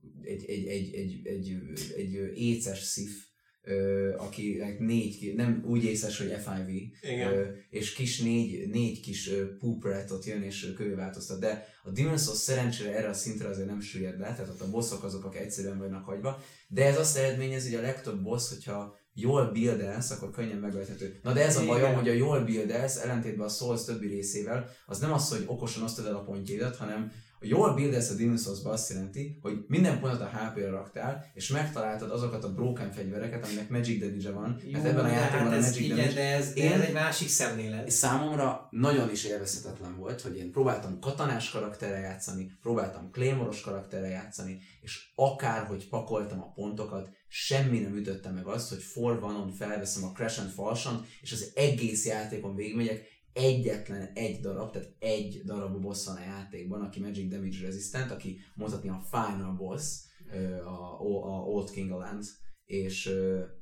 egy éces Sith, akinek nem úgy észes, hogy FIV, és négy kis poop-ratot jön és kövőváltoztat, de a Demon's Souls szerencsére erre a szintre azért nem süllyed le, tehát ott a bossok azok, akik egyszerűen vannak hagyva, de ez azt eredményezi, hogy a legtöbb boss, hogyha jól buildelsz, akkor könnyen megölthető. Na de ez a bajom, hogy a jól buildelsz, ellentétben a Souls többi részével, az nem az, hogy okosan osztod el a pontjaidat, hanem A jól buildelsz a Demon's Souls-ba azt jelenti, hogy minden pontot a HP-re raktál, és megtaláltad azokat a broken fegyvereket, aminek Magic Damage van. Jó, mert ebben a játékban hát a Magic Damage... de ez egy másik szemlélet. És számomra nagyon is élvezhetetlen volt, hogy én próbáltam katonás karakterrel játszani, próbáltam Claymore-os karakterrel játszani, és akárhogy pakoltam a pontokat, semmi nem ütötte meg azt, hogy for one-on felveszem a Crash and Fall-sant, és az egész játékon végigmegyek, egyetlen egy darab, tehát egy darab boss van a játékban, aki Magic Damage Resistant, aki mondhatni a final boss, a Old King of Lands, és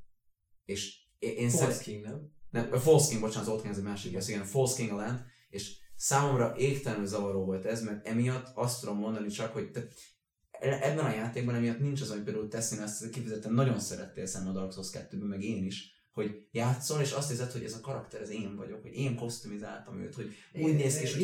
én False King, nem? A False King, bocsánat, az Old King az egy másik, igen, False King of Land, és számomra égtelenül zavaró volt ez, mert emiatt azt tudom mondani csak, hogy ebben a játékban emiatt nincs az, hogy például Tessin ezt kifejezetten nagyon szerettél szemben a Dark Souls 2-ben, meg én is, hogy játszol, és azt hiszed, hogy ez a karakter, ez én vagyok, hogy én kosztümizáltam őt, hogy úgy néz ki, és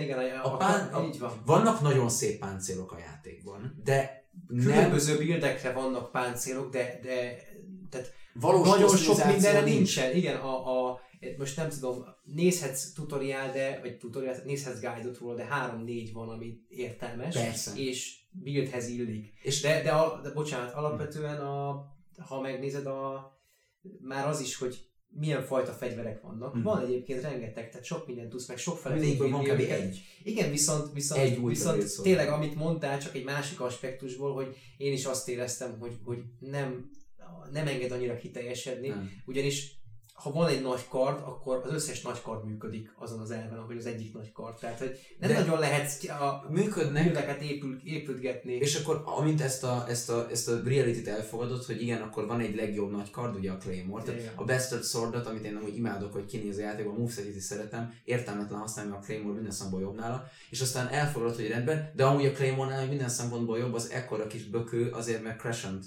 így van. Vannak nagyon szép páncélok a játékban, de különböző buildekre vannak páncélok, de tehát valós nagyon sok mindenre nincsen. Igen, most nem tudom, nézhetsz nézhetsz guide-ot róla, de 3-4 van, ami értelmes, persze. És buildhez illik. És de bocsánat, alapvetően ha megnézed már az is, hogy milyen fajta fegyverek vannak. Van egyébként rengeteg, tehát sok mindent tudsz, meg sok mindegyikből van kb. Egy. Igen, viszont tényleg, amit mondtál, csak egy másik aspektusból, hogy én is azt éreztem, hogy nem enged annyira kiteljesedni, ugyanis ha van egy nagy kard, akkor az összes nagy kard működik azon az elven, ahogy az egyik nagy kard. Tehát, hogy nem nagyon lehet a buildeket épülgetni. És akkor, amint ezt a reality-t elfogadod, hogy igen, akkor van egy legjobb nagy kard, ugye a Claymore, tehát a Bastard Sword-ot, amit én amúgy imádok, hogy kinéz a játékban, a moveset is szeretem, értelmetlen használni, a Claymore minden szempontból jobb nála, és aztán elfogadod, hogy rendben, de amúgy a Claymore-nál minden szempontból jobb az ekkora kis bökő, azért mert Crescent,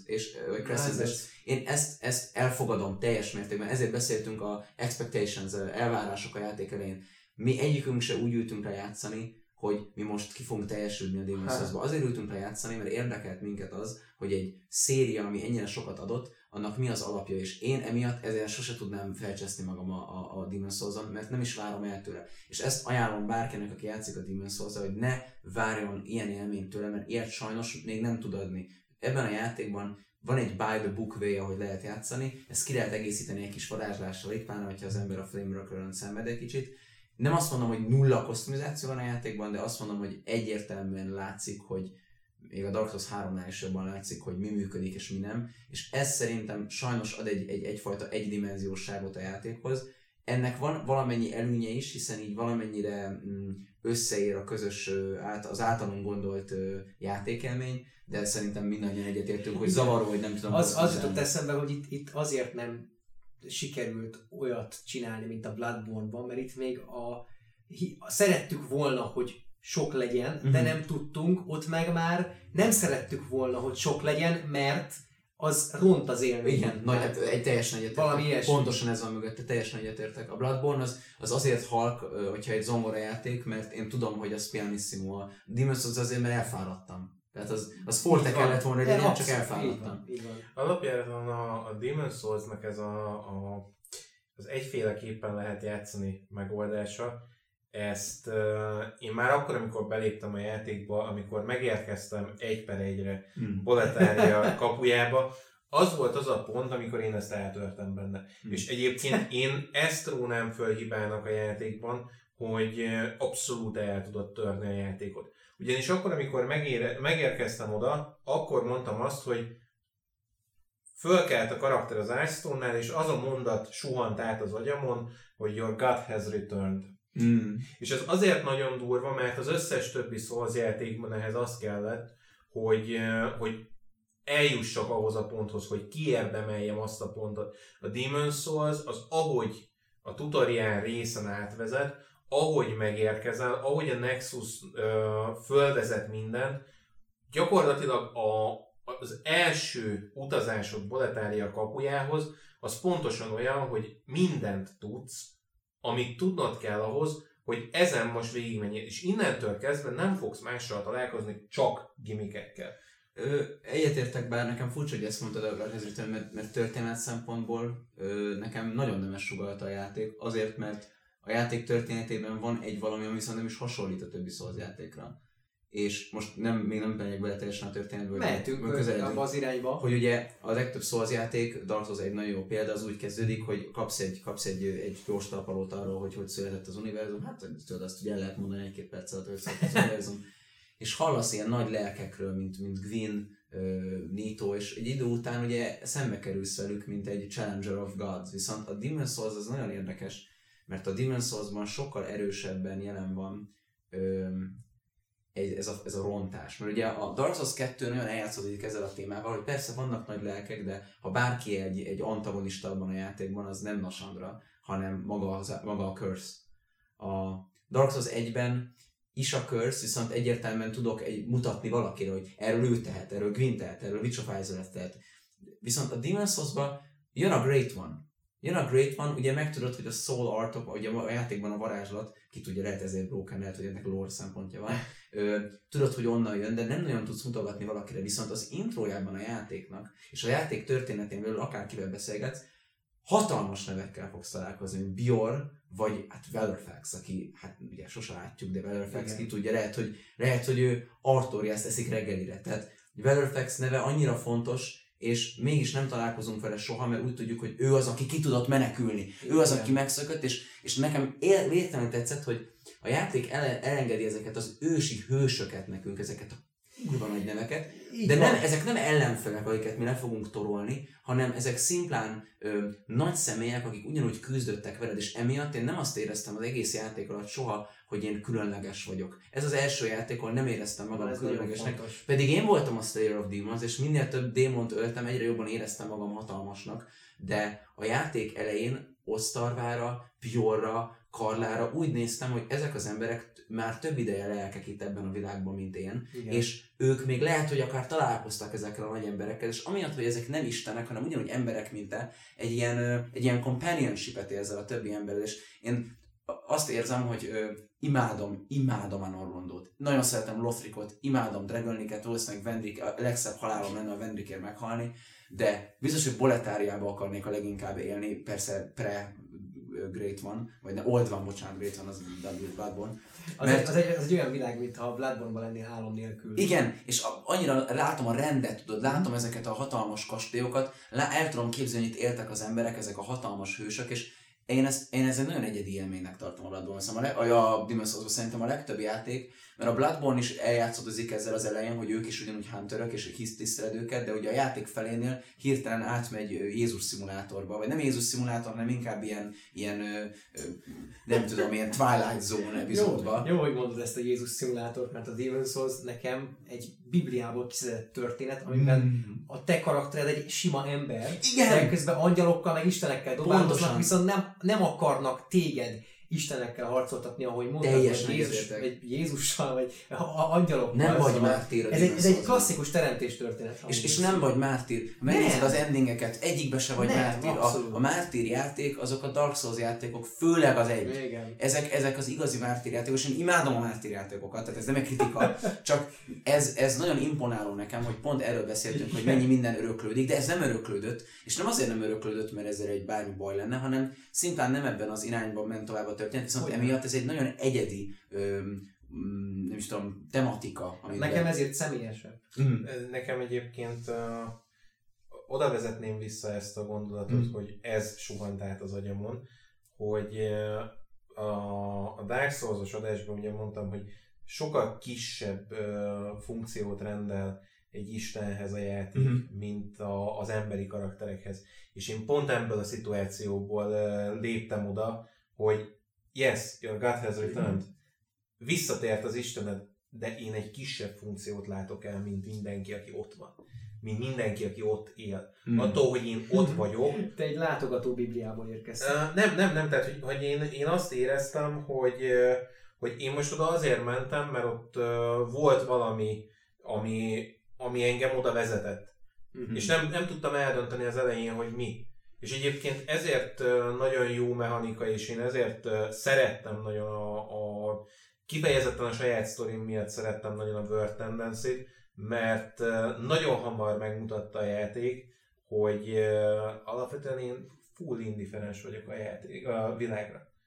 én ezt elfogadom teljes mértékben, ezért beszéltünk a expectations, elvárások a játék elején. Mi egyikünk se úgy ültünk rá játszani, hogy mi most ki fogunk teljesülni a Demon's Souls-ba. Azért ültünk rá játszani, mert érdekelt minket az, hogy egy széria, ami ennyire sokat adott, annak mi az alapja, és én emiatt ezért sose tudnám felcseszni magam a Demon's Souls-on, mert nem is várom el tőle. És ezt ajánlom bárkinek, aki játszik a Demon's Souls-al, hogy ne várjon ilyen élményt tőle, mert ilyet sajnos még nem tud adni. Ebben a játékban van egy by the book way, ahogy lehet játszani, ezt ki lehet egészíteni egy kis varázslással, itt pláne, hogyha az ember a Flame Rocker-ön szenved egy kicsit. Nem azt mondom, hogy nulla kosztumizáció van a játékban, de azt mondom, hogy egyértelműen látszik, hogy még a Dark Souls 3-nál is jobban látszik, hogy mi működik és mi nem, és ez szerintem sajnos ad egyfajta egydimenziósságot a játékhoz. Ennek van valamennyi előnye is, hiszen így valamennyire összeér a közös, az általunk gondolt játékelmény, de szerintem mindannyian egyetértünk, hogy zavaró, hogy nem tudom... Az jutott eszembe, hogy itt azért nem sikerült olyat csinálni, mint a Bloodborne-ban, mert itt még szerettük volna, hogy sok legyen, de nem tudtunk, ott meg már nem szerettük volna, hogy sok legyen, mert az ront az élmény. Igen, egy teljesen egyetértek. Pontosan ez van mögötte, teljesen egyetértek. A Bloodborne az azért halk, hogyha egy zongora játék, mert én tudom, hogy az pianissimo. A Demon's Souls azért, mert elfáradtam. Tehát az forte kellett volna, hogy én csak elfáradtam. Alapjában a Demon's Souls-nak ez az egyféleképpen lehet játszani megoldása. Ezt én már akkor, amikor beléptem a játékba, amikor megérkeztem 1-1-re Boletaria kapujába, az volt az a pont, amikor én ezt eltörtem benne. És egyébként én ezt rónám föl hibának a játékban, hogy abszolút el tudott törni a játékot. Ugyanis akkor, amikor megérkeztem oda, akkor mondtam azt, hogy fölkelt a karakter az Archstone-nál, és az a mondat suhant át az agyamon, hogy your God has returned. És ez azért nagyon durva, mert az összes többi Souls játékban ehhez az kellett, hogy eljussak ahhoz a ponthoz, hogy kiérdemeljem azt a pontot. A Demon's Souls az, ahogy a tutoriál részen átvezet, ahogy megérkezel, ahogy a Nexus fölvezet mindent, gyakorlatilag az első utazásod Boletaria kapujához, az pontosan olyan, hogy mindent tudsz, amit tudnod kell ahhoz, hogy ezen most végigmenjél, és innentől kezdve nem fogsz mással találkozni, csak gimmikekkel. Egyetértek, bár nekem furcsa, hogy ezt mondtad a Resident, mert történet szempontból nekem nagyon nemes sugallta a játék, azért, mert a játék történetében van egy valami, ami viszont nem is hasonlít a többi Souls játékra. és most még nem megyek bele teljesen a történetbe, mehetünk abba az irányba. Hogy ugye a legtöbb Souls játék, Dark Souls egy nagyon jó példa, az úgy kezdődik, hogy kapsz egy gyors talpalót arról, hogy született az univerzum, hát tudod, azt ugye el lehet mondani egy-két perc alatt, hogy született az univerzum, és hallasz ilyen nagy lelkekről, mint Gwyn, Nito, és egy idő után ugye szembe kerülsz velük, mint egy Challenger of Gods, viszont a Demon's Souls az nagyon érdekes, mert a Demon's Soulsban sokkal erősebben jelen van ez a rontás. Mert ugye a Dark Souls 2 nagyon eljátszódik ezzel a témával, hogy persze vannak nagy lelkek, de ha bárki egy antagonista abban a játékban, az nem Nasandra, hanem maga a Curse. A Dark Souls 1-ben is a Curse, viszont egyértelműen tudok mutatni valakire, hogy erről ő tehet, erről Gwyn tehet, erről Witch of Isoleth tehet. Viszont a Demon's Souls-ban jön a Great One, ugye megtudod, hogy a Soul Artok, ugye a játékban a varázslat, ki tudja, lehet ezért broken, lehet, hogy ennek lore szempontja van, tudod, hogy onnan jön, de nem nagyon tudsz mutogatni valakire, viszont az intrójában a játéknak, és a játék történetén belül akárkivel beszélgetsz, hatalmas nevekkel fogsz találkozni, mint Bjorn, vagy hát Valorfax, aki, hát ugye sose látjuk, de Valorfax ki tudja, lehet, hogy ő Artoriast eszik reggelire, tehát Valorfax neve annyira fontos, és mégis nem találkozunk vele soha, mert úgy tudjuk, hogy ő az, aki ki tudott menekülni. Igen. Ő az, aki megszökött, és nekem véletlenül tetszett, hogy a játék elengedi ezeket az ősi hősöket nekünk, ezeket a kurva nagy neveket, de ezek nem ellenfelek, akiket mi le fogunk torolni, hanem ezek szimplán nagy személyek, akik ugyanúgy küzdöttek veled, és emiatt én nem azt éreztem az egész játék alatt soha, hogy én különleges vagyok. Ez az első játék, ahol nem éreztem magam különlegesnek. Pedig én voltam a Slayer of Demons, és minél több démont öltem, egyre jobban éreztem magam hatalmasnak, de a játék elején Osztarvára, Bjornra, Karlára úgy néztem, hogy ezek az emberek már több ideje lelkek itt ebben a világban, mint én, igen. És ők még lehet, hogy akár találkoztak ezekkel a nagy emberekkel, és amiatt, hogy ezek nem istenek, hanem ugyanúgy emberek, mint te, egy ilyen companionship-et érzel a többi emberrel, és én azt érzem, hogy imádom a Norrondot. Nagyon szeretem Lothricot, imádom Dragonniket, valószínűleg Vendrick, a legszebb halálom lenne a Vendrickért meghalni, de biztos, hogy Boletáriába akarnék a leginkább élni, persze Great One, vagy ne, Old One, bocsánat, Great One, az Bloodborne. Az egy olyan világ, mintha a Bloodborne-ban lennél álom nélkül. Igen, és annyira látom a rendet, tudod, látom ezeket a hatalmas kastélyokat, el tudom képzelni, hogy itt éltek az emberek, ezek a hatalmas hősök, és én ezt egy nagyon egyedi élménynek tartom a Bloodborne. Szóval a Demon's Souls-ban szerintem a legtöbb játék, mert a Bloodborne is eljátszódozik ezzel az elején, hogy ők is ugyanúgy hunterök, és tiszteled őket, de ugye a játék felénél hirtelen átmegy Jézus szimulátorba, vagy nem Jézus szimulátor, hanem inkább ilyen nem tudom, ilyen Twilight Zone epizódba. Jó, hogy mondod ezt a Jézus szimulátort, mert a Demon's Souls nekem egy Bibliából kiszedett történet, amiben a te karaktered egy sima ember, de közben angyalokkal meg istenekkel dobálkoznak, viszont nem akarnak téged istenekkel harcoltatni, ahogy mondtad, vagy Jézussal, vagy angyalokkal. Nem vagy mártír. Ez egy klasszikus teremtés történet. És nem vagy mártír. Megnézed az endingeket, egyikbe se vagy mártír. A mártír játék, azok a Dark Souls játékok, főleg az egy. Igen. Ezek az igazi mártír játékok, és én imádom a mártír játékokat, tehát ez nem egy kritika, csak ez nagyon imponáló nekem, hogy pont erről beszéltünk, hogy mennyi minden öröklődik, de ez nem öröklődött, és nem azért nem öröklődött, mert ezzel egy bármi baj lenne, hanem szimplán nem ebben az irányban ment tovább a történet, viszont emiatt ez egy nagyon egyedi, nem is tudom, tematika. Nekem ezért személyesebb. Nekem egyébként oda vezetném vissza ezt a gondolatot, hogy ez suhant át az agyamon, hogy a Dark Souls-os adásban ugye mondtam, hogy sokkal kisebb funkciót rendel egy istenhez a játék, mint az emberi karakterekhez. És én pont ebből a szituációból léptem oda, hogy yes, your God has returned. Visszatért az Istened, de én egy kisebb funkciót látok el, mint mindenki, aki ott van. Mint mindenki, aki ott él. Attól, hogy én ott vagyok. Te egy látogató Bibliából érkeztél. Nem, tehát hogy én azt éreztem, hogy én most oda azért mentem, mert ott volt valami, ami engem oda vezetett. És nem tudtam eldönteni az elején, hogy mi. És egyébként ezért nagyon jó mechanika, és én ezért szerettem nagyon kifejezetten a saját sztorim miatt szerettem nagyon a World Tendency-t, mert nagyon hamar megmutatta a játék, hogy alapvetően én full indifferens vagyok a világra.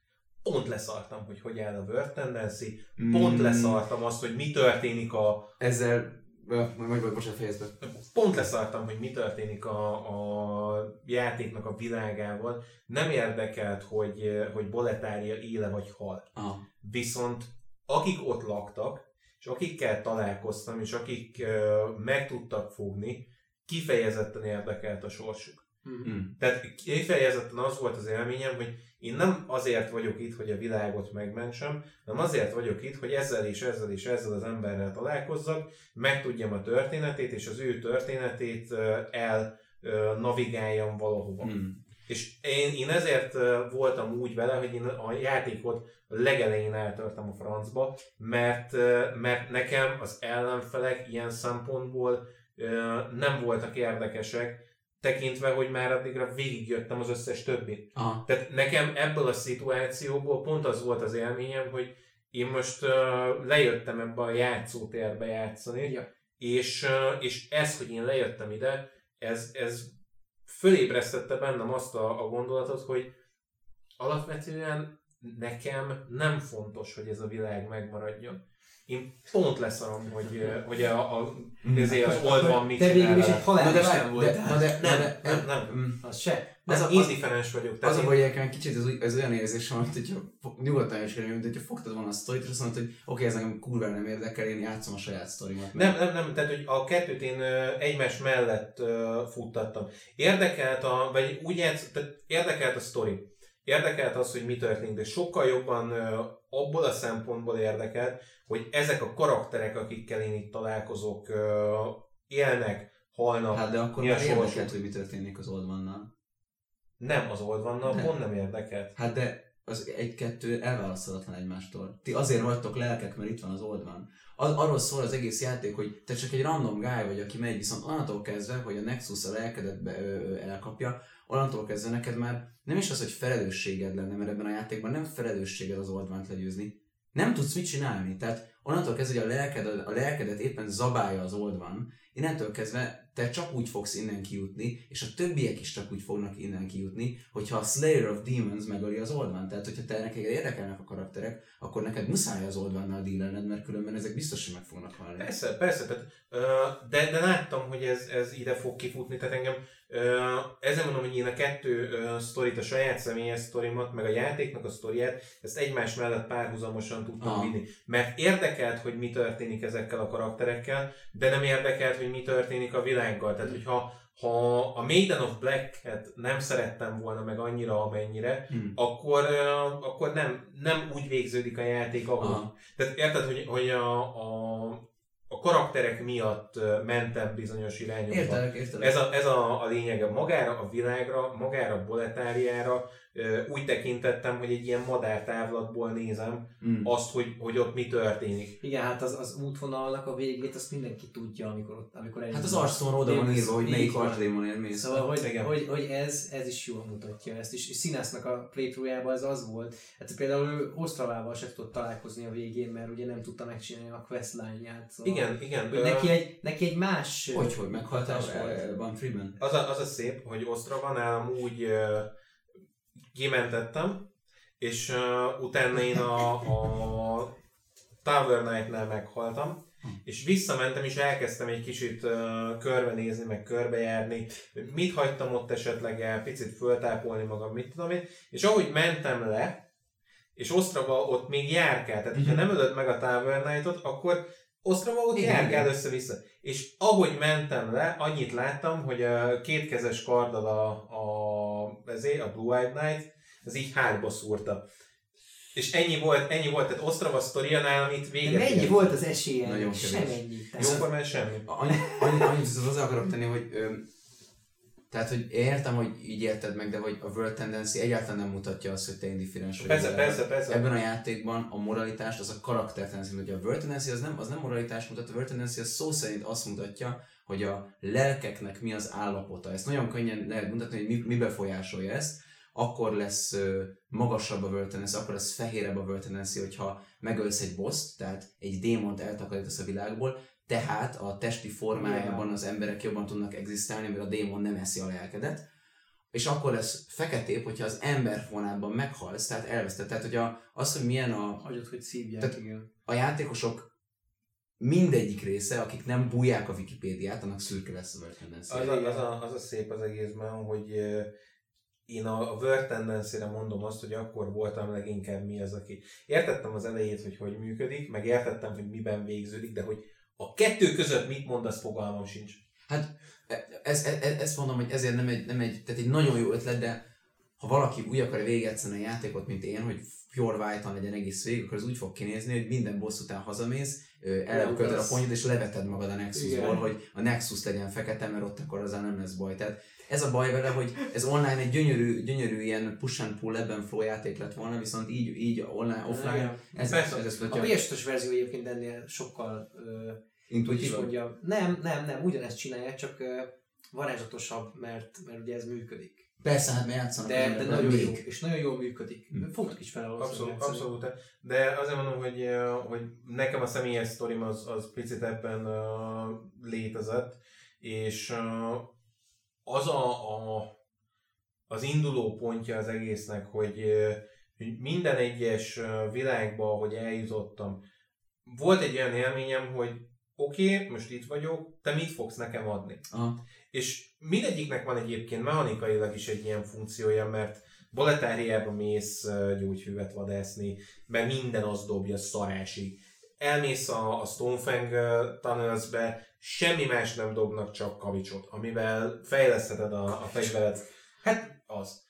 pont leszartam, hogy áll a World Tendency, pont leszartam azt, hogy mi történik ezzel... Bocsánat, fejezd be. Pont leszartam, hogy mi történik a játéknak a világával. Nem érdekelt, hogy Boletária éle vagy hal. Viszont akik ott laktak, és akikkel találkoztam, és akik meg tudtak fogni, kifejezetten érdekelt a sorsuk. Tehát kifejezetten az volt az élményem, hogy én nem azért vagyok itt, hogy a világot megmentsem, hanem azért vagyok itt, hogy ezzel és ezzel és ezzel az emberrel találkozzak, megtudjam a történetét, és az ő történetét navigáljam valahova. És én ezért voltam úgy vele, hogy én a játékot a legelején eltörtem a francba, mert nekem az ellenfelek ilyen szempontból nem voltak érdekesek, tekintve, hogy már addigra végigjöttem az összes többit. Tehát nekem ebből a szituációból pont az volt az élményem, hogy én most lejöttem ebbe a játszótérbe játszani, és ez, hogy én lejöttem ide, ez fölébresztette bennem azt a gondolatot, hogy alapvetően nekem nem fontos, hogy ez a világ megmaradjon. Én pont leszarom, hogy az oldvan mit csinál. Te végül is egy halálisten voltál. Nem. Az se. Az indifferens vagyok. Az a baj, hogy kicsit ez olyan érzésem, mint hogyha nyugodtan is kerül, mint hogyha fogtad volna a sztorit, és azt mondod, hogy oké, ez engem kurva nem érdekel, én játszom a saját sztorimat. Nem, tehát hogy a kettőt én egymás mellett futtattam. Érdekelt a sztori. Érdekelt az, hogy mi történik, de sokkal jobban abból a szempontból érdekelt, hogy ezek a karakterek, akikkel én itt találkozok, élnek, halnak. Hát de akkor már érdekelt, hogy mi történik az Old One-nal. Nem az Old One-nal, pont nem érdekelt. Hát de az egy-kettő elválaszthatatlan egymástól. Ti azért vagytok lelkek, mert itt van az Old One. Arról szól az egész játék, hogy te csak egy random guy vagy, aki megy, viszont onnantól kezdve, hogy a Nexus a lelkedet elkapja, onnantól kezdve neked már nem is az, hogy felelősséged lenne, mert ebben a játékban nem felelősséged az Old One-t legyőzni. Nem tudsz mit csinálni, tehát onnantól kezdve, hogy a lelkedet éppen zabálja az Old One, innentől kezdve te csak úgy fogsz innen kijutni, és a többiek is csak úgy fognak innen kijutni, hogyha a Slayer of Demons megöli az Old One. Tehát, hogyha te neked érdekelnek a karakterek, akkor neked muszáj az Old One-nal dealelned, mert különben ezek biztos, hogy meg fognak halni. Persze, tehát, de láttam, hogy ez ide fog kifutni, tehát engem ezzel mondom, hogy én a kettő sztorit, a saját személyes sztorimat, meg a játéknak a sztoriát, ezt egymás mellett párhuzamosan tudtam vinni. Mert érdekelt, hogy mi történik ezekkel a karakterekkel, de nem érdekelt, hogy mi történik a világgal. Tehát, hogyha a Maiden of Black-et nem szerettem volna meg annyira, amennyire, akkor nem úgy végződik a játék, ahogy. Tehát érted, hogy a karakterek miatt mentem bizonyos irányokba. Értelek. Ez a lényege. Magára a világra, magára a Boletáriára úgy tekintettem, hogy egy ilyen madártávlatból nézem azt, hogy ott mi történik. Igen, hát az útvonalnak a végét azt mindenki tudja, amikor hát az arcon oda van írva, hogy melyik arcdémonért mész. Szóval, hogy ez is jól mutatja ezt. És Színásznak a playthrough-jában ez az volt. Hát például ő Ostravával se tudott találkozni a végén, mert ugye nem tudta megcsinálni a questline-ját. Szóval, igen. Neki egy más... Hogy meghaltál Van Freeman? Az a szép, hogy Ostrava nálam úgy kimentettem, és utána én a Tower Knight-nál meghaltam, és visszamentem, és elkezdtem egy kicsit körbenézni, meg körbejárni, mit hagytam ott esetleg el, picit föltápolni magam, mit tudom én, és ahogy mentem le, és Ostrava ott még járkál, tehát ha nem ölöd meg a Tower Knight-ot, akkor Ostrava ott járkál össze-vissza. És ahogy mentem le, annyit láttam, hogy a kétkezes karddal a Blue Eyed Knight, ez így hátba szúrta. És ennyi volt, tehát Ostrava sztoria nálam itt véget. De mennyi volt az esélye? Nagyon semennyi. Jóformán semmi. Annyit hozzá akarok tenni, hogy tehát, hogy értem, hogy így érted meg, de hogy a World Tendency egyáltalán nem mutatja azt, hogy te indifferens vagy. Persze. Ebben a játékban a moralitást, az a karakter tendency mutatja. A World Tendency az nem moralitást mutat, a World Tendency az szó szerint azt mutatja, hogy a lelkeknek mi az állapota. Ezt nagyon könnyen lehet mutatni, hogy mi befolyásolja ezt. Akkor lesz magasabb a World Tendency, akkor lesz fehérebb a World Tendency, hogyha megölsz egy bosst, tehát egy démont eltakarítasz a világból, tehát a testi formájában az emberek jobban tudnak egzisztálni, mert a démon nem eszi a lelkedet. és akkor lesz feketébb, hogyha az ember formában meghalsz, tehát elveszted. Tehát, hogy az, hogy milyen Hagyod, hogy szívják, igen. A játékosok mindegyik része, akik nem bújják a Wikipédiát, annak szürke lesz a Word Tendency. Az a szép az egészben, hogy én a Word Tendency-re mondom azt, hogy akkor voltam leginkább mi az, aki... Értettem az elejét, hogy működik, meg értettem, hogy miben végződik, de hogy a kettő között mit mondasz, fogalmam sincs. Hát ezt mondom, hogy ezért nem egy, tehát egy nagyon jó ötlet, de ha valaki úgy akarja végigjátszani a játékot, mint én, hogy pure white-on legyen egész végig, akkor az úgy fog kinézni, hogy minden boss után hazamész, elköltöd a ponyod és leveted magad a Nexusból, hogy a Nexus legyen fekete, mert ott akkor azzal nem lesz baj. Tehát ez a baj vele, hogy ez online egy gyönyörű ilyen push and pull ebb and flow játék lett volna, viszont így online, offline, ez a PS5-ös verzió egyébként ennél sokkal intuitívabb. Nem, ugyanezt csinálják, csak varázslatosabb, mert ugye ez működik. Persze, hát játszanak. De nagyon jó, és nagyon jól működik. Fognak is fel Abszolút. De azért mondom, hogy nekem a személyes sztorim az picit ebben létezett, és az induló pontja az egésznek, hogy minden egyes világba, ahogy eljutottam, volt egy olyan élményem, hogy oké, most itt vagyok, te mit fogsz nekem adni? Aha. És mindegyiknek van egyébként mechanikailag is egy ilyen funkciója, mert Boletáriába mész gyógyfüvet vadászni, mert minden az dobja szarásig. Elmész a Stonefang Tunnelsbe, semmi más nem dobnak, csak kavicsot, amivel fejlesztheted a fegyvered. Hát az.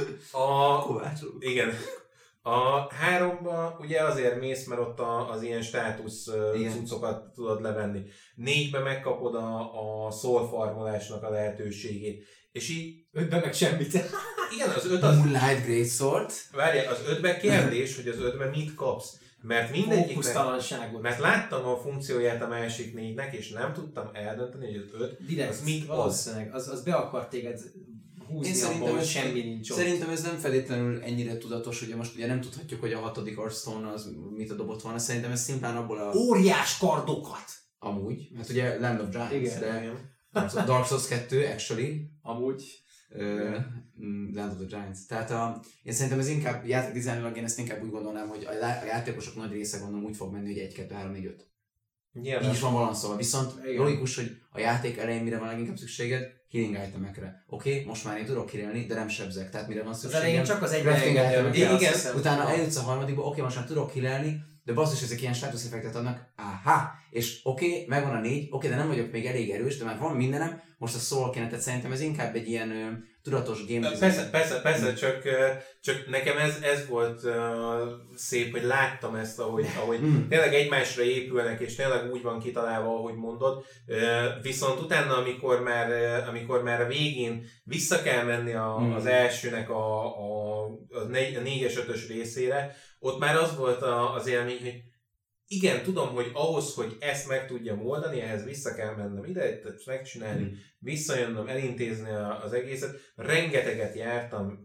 Igen. A 3-ba ugye azért mész, mert ott az ilyen státusz cuccokat tudod levenni. 4-ben megkapod a soul farmolásnak a lehetőségét. És így 5-ben meg semmit. Igen, az 5 az... Moonlight Greatsword. Várjál, az 5-ben kérdés, hogy az 5-ben mit kapsz. Mert mindegyiknek... Mert láttam a funkcióját a másik 4-nek, és nem tudtam eldönteni, hogy az 5 direkt, az mit az be akar téged húzni abban, hogy semmi nincs ott. Szerintem ez nem feltétlenül ennyire tudatos, hogy most ugye nem tudhatjuk, hogy a 6. Hearthstone az mit a dobott volna, szerintem ez szimplán abból a... Óriás kardokat! Amúgy, hát ugye Land of Giants, igen, de igen. Dark Souls 2, actually. Amúgy. Land of the Giants. Tehát én szerintem ez inkább, játékdizájnilag én ezt inkább úgy gondolnám, hogy a játékosok nagy része gondolom úgy fog menni, hogy 1, 2, 3, 4, 5. Így is van balanszolva. Viszont logikus, hogy a játék elején mire van leginkább szükséged, healing itemekre. Oké, most már én tudok healelni, de nem sebzek. Tehát mire van szükségem? Az elején csak az igen, utána eljutsz a harmadikba, oké, most már tudok healelni, de basszus, ezek ilyen státuszeffektet adnak. Aha! És oké, megvan a 4, oké, de nem vagyok még elég erős, de már van mindenem, most a soul kéne, tehát szerintem ez inkább egy ilyen tudatos game design. Persze, csak nekem ez volt szép, hogy láttam ezt, ahogy tényleg egymásra épülnek, és tényleg úgy van kitalálva, ahogy mondod. Viszont utána, amikor már a végén vissza kell menni az elsőnek a 4-es, 5-ös részére, ott már az volt az élmény, hogy igen, tudom, hogy ahhoz, hogy ezt meg tudjam oldani, ehhez vissza kell mennem ide, megcsinálni, visszajönnöm, elintézni az egészet. Rengeteget jártam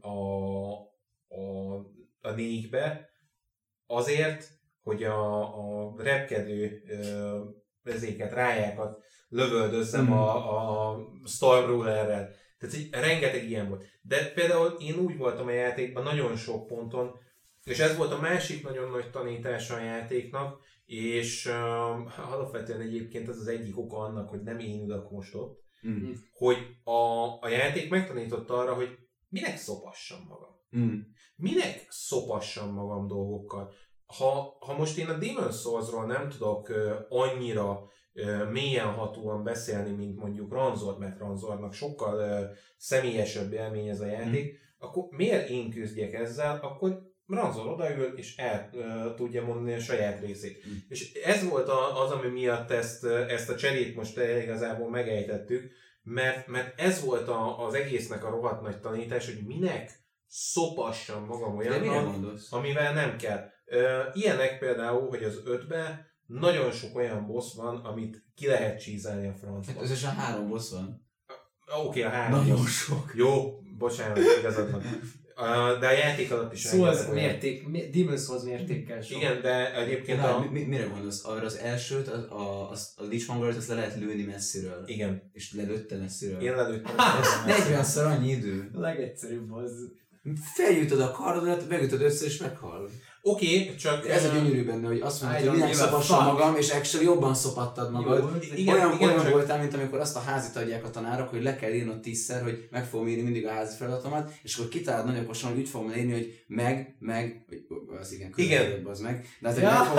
a 4-be azért, hogy a repkedő ezéket, rájákat lövöldözzem a Stormrullerrel. Tehát így rengeteg ilyen volt. De például én úgy voltam a játékban nagyon sok ponton, és ez volt a másik nagyon nagy tanítása a játéknak, és alapvetően egyébként ez az egyik oka annak, hogy nem én ülök most ott, hogy a játék megtanította arra, hogy minek szopassam magam. Minek szopassam magam dolgokkal. Ha most én a Demon's Souls-ról nem tudok annyira mélyen hatóan beszélni, mint mondjuk Ranzor, mert Ranzornak sokkal személyesebb élmény ez a játék, akkor miért én küzdjek ezzel, akkor Ranzor odaül, és el tudja mondani a saját részét. És ez volt az, ami miatt ezt a cserét most igazából megejtettük, mert ez volt az egésznek a rohadt nagy tanítás, hogy minek szopassam magam olyannal, amivel nem kell. Ilyenek például, hogy az 5-ben nagyon sok olyan boss van, amit ki lehet csízelni a francba. Hát összesen 3 boss van. Oké, a 3 nagyon boss. sok. Jó, bocsánat, igazad van. De a játék alatt is Souls mérték, Demon's Souls mértékkel sok. Igen, de egyébként mire gondolsz? Arra az elsőt, a Lichmongert azt le lehet lőni messziről. Igen. És lelőtte messziről. Én lelőttem. 40-szor annyi idő. A legegyszerűbb az. Felgyújtod a kardodat, megütöd össze és meghal. Oké, csak... Ez a gyönyörű benne, hogy azt mondod, hogy világszopassam magam, és actually jobban szopattad magad. Olyan voltál, mint amikor azt a házit adják a tanárok, hogy le kell írnod 10-szer, hogy meg fogom írni mindig a házi feladatomat, és akkor kitálod nagyon okosan, hogy úgy fogom írni, hogy meg, az igen, az meg, de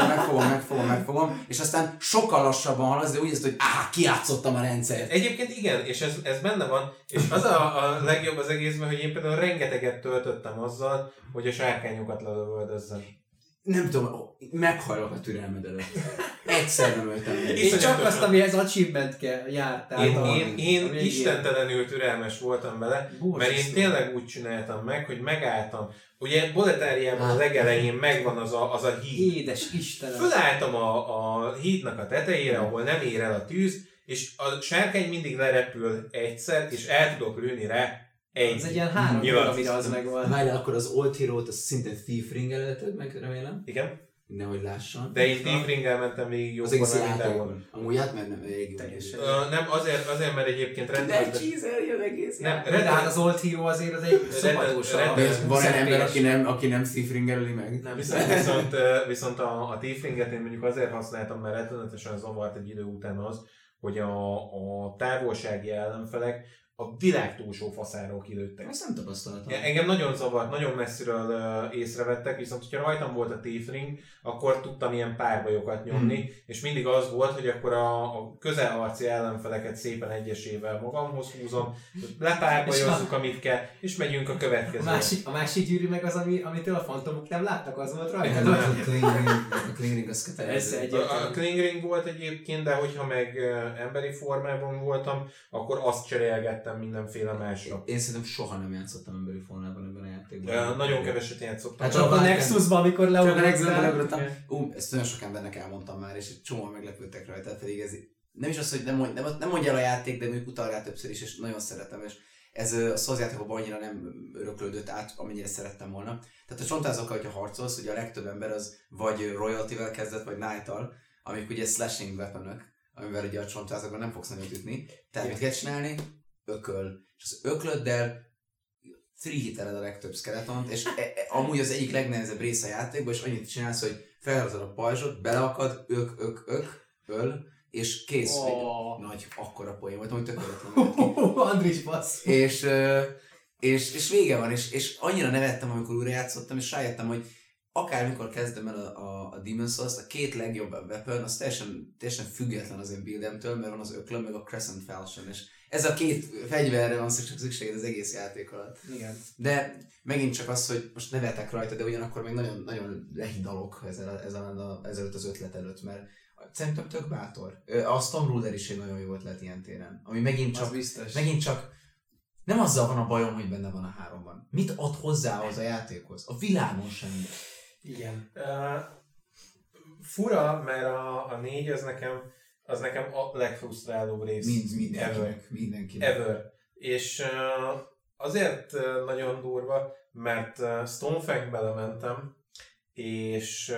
hát megfogom, és aztán sokkal lassabban halasz, de úgy ezt, hogy kijátszottam a rendszert. Egyébként igen, és ez benne van, és az a legjobb az egészben, hogy én például rengeteget töltöttem azzal, hogy a sárkányokat lelövöldözzem. Nem tudom, meghajlok a türelmed előtt. Egyszer nem öltem meg. És csak azt, amihez achievement kell jártál. Én istentelenül türelmes voltam vele, mert én tényleg úgy csináltam meg, hogy megálltam. Ugye Boletáriában a legelején megvan az a híd. Édes Istenem! Fölálltam a hídnak a tetejére, ahol nem ér el a tűz, és a sárkány mindig lerepül egyszer, és el tudok lőni rá ez egy ilyen 3 amire az megvan. Várjál, akkor az Old Hero-t az szintén Thief Ring-el leheted meg, remélem? Igen. Nehogy lássan. De én Thief Ring-el mentem végig jókor, mert mindenhol. Amúgy átmennem elég jó. Nem, azért, mert egyébként rendben... De cheeserj az egész. Nem, de hát az Old Hero azért az egy szopatósabb. Van egy ember, aki nem Thief Ring-el meg? Nem, viszont a Thief Ring-et én mondjuk azért használtam, mert rettenetesen zavart egy idő után az, hogy a távolsági ellenfelek a világ túlsó faszáról kilőttek. Ezt nem tapasztaltam. Engem nagyon zavart, nagyon messziről észrevettek, viszont hogyha rajtam volt a Thief Ring, akkor tudtam ilyen párbajokat nyomni, és mindig az volt, hogy akkor a közelharci ellenfeleket szépen egyesével magamhoz húzom, lepárbajozzuk, amit kell, és megyünk a következőre. A másik gyűrű meg az, amitől a fantomok nem láttak, az volt rajta. A Cling Ring az kötelező. A Cling Ring volt egyébként, de hogyha meg emberi formában voltam, akkor azt cserélgettem mindenféle másra. Én szerintem soha nem játszottam emberi formában ebben a játékban. Nagyon keveset játszottam. Hát csak a Nexusban, amikor leugrottam. Ezt nagyon sok embernek elmondtam már, és egy csomóan meglepődtek rajta, pedig ez nem is az, hogy nem mondja el a játék, de még utal rá többször is, és nagyon szeretem, és ez a Souls játékokban annyira nem öröklődött át, amennyire szerettem volna. Tehát a csontázokkal, hogyha harcolsz, ugye a legtöbb ember az vagy royalty-vel kezdett, vagy knight-tal, amik ugye slashing weaponök, amivel ugye a csontázakban nem fogsz nagyon ütni. Tehát mit kell csinálni? Ököl. És az öklöddel 3-hiteled a legtöbb skeletont, és amúgy az egyik legnehezebb része a játékban, és annyit csinálsz, hogy felhozod a pajzsot, beleakad, öl, és kész. Nagy, akkora poén volt, amit tökéletlen. Andris bassz. És vége van, és annyira nevettem, amikor újra játszottam, és rájöttem, hogy akármikor kezdem el a Demon's Souls, a két legjobb weapon, az teljesen független az én buildemtől, mert van az öklöm, meg a Crescent Falchion, és ez a két fegyverre van szükséged az egész játék alatt. Igen. De megint csak az, hogy most nevetek rajta, de ugyanakkor még nagyon, nagyon lehidalok ezelőtt az ötlet előtt, mert szerintem tök bátor. A Stone Ruler is egy nagyon jó ötlet ilyen téren, ami megint csak nem azzal van a bajom, hogy benne van a 3-ban. Mit ad hozzá az a játékhoz? A világon semmi. Igen. Fura, mert a 4 az nekem a legfrusztrálóbb rész. Mindenkinek. Ever. És azért nagyon durva, mert Stonefang belementem, és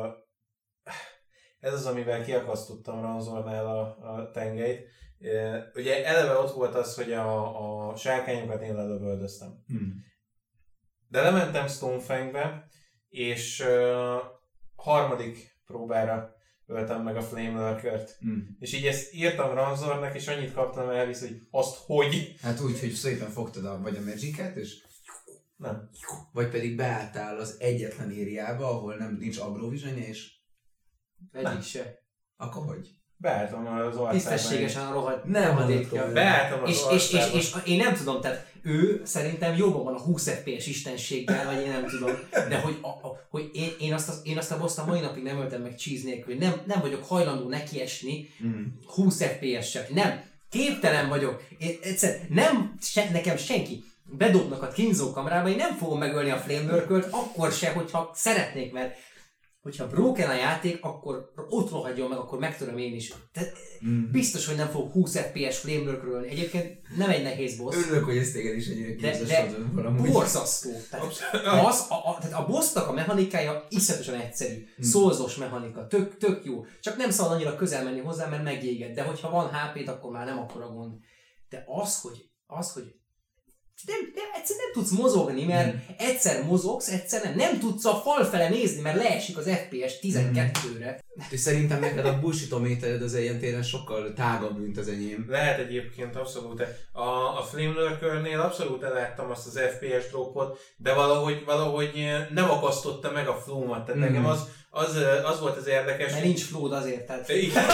ez az, amivel kiakasztottam Ranzornál a tengelyt. Ugye eleve ott volt az, hogy a sárkányokat én lelövöldöztem. De lementem Stonefangbe, és harmadik próbára öltem meg a Flame Lurkert. És így ezt írtam Ranzornak, és annyit kaptam el vissza, hogy azt hogy. Hát úgy, hogy szépen fogtad vagy a Magic-et, és nem. Vagy pedig beálltál az egyetlen ériába, ahol nincs agrovisionja, és egyik se. Akkor hogy? Beálltam az arcába. Tisztességesen a rohadt nemadékja. Beálltam az arcába. És én nem tudom, tehát ő szerintem jobban van a 20 FPS istenséggel, vagy én nem tudom, de hogy én azt a bosszt a mai napig nem öltem meg cheese nélkül, nem vagyok hajlandó nekiesni 20 FPS-sel. Nem, képtelen vagyok. Egyszer nekem senki bedobnak a kínzó kamerába, én nem fogom megölni a Flame Lurkert, akkor se, hogyha szeretnék, mert hogyha broken a játék, akkor ott rohadjon meg, akkor megtöröm én is. Tehát biztos, hogy nem fog 20 FPS flamelurkről. Egyébként nem egy nehéz boss. Örülök, hogy ez téged is ennyire képzes. De borzasztó. Tehát a bossnak a mechanikája iszonyatosan egyszerű. Soulsos mechanika, tök jó. Csak nem szabad annyira közel menni hozzá, mert megéged. De hogyha van HP-t, akkor már nem akkora gond. De az, hogy egyszerűen nem tudsz mozogni, mert egyszer mozogsz, egyszer nem tudsz a fal fele nézni, mert leesik az FPS 12-re. És szerintem neked a bullshitométered az ilyen téren sokkal tágabb, mint az enyém. Lehet egyébként abszolút. A Flamelurkernél abszolút eláttam azt az FPS dropot, de valahogy nem akasztotta meg a flow-mat. Tehát nekem az volt az érdekes. Mert nincs flow azért. Tehát...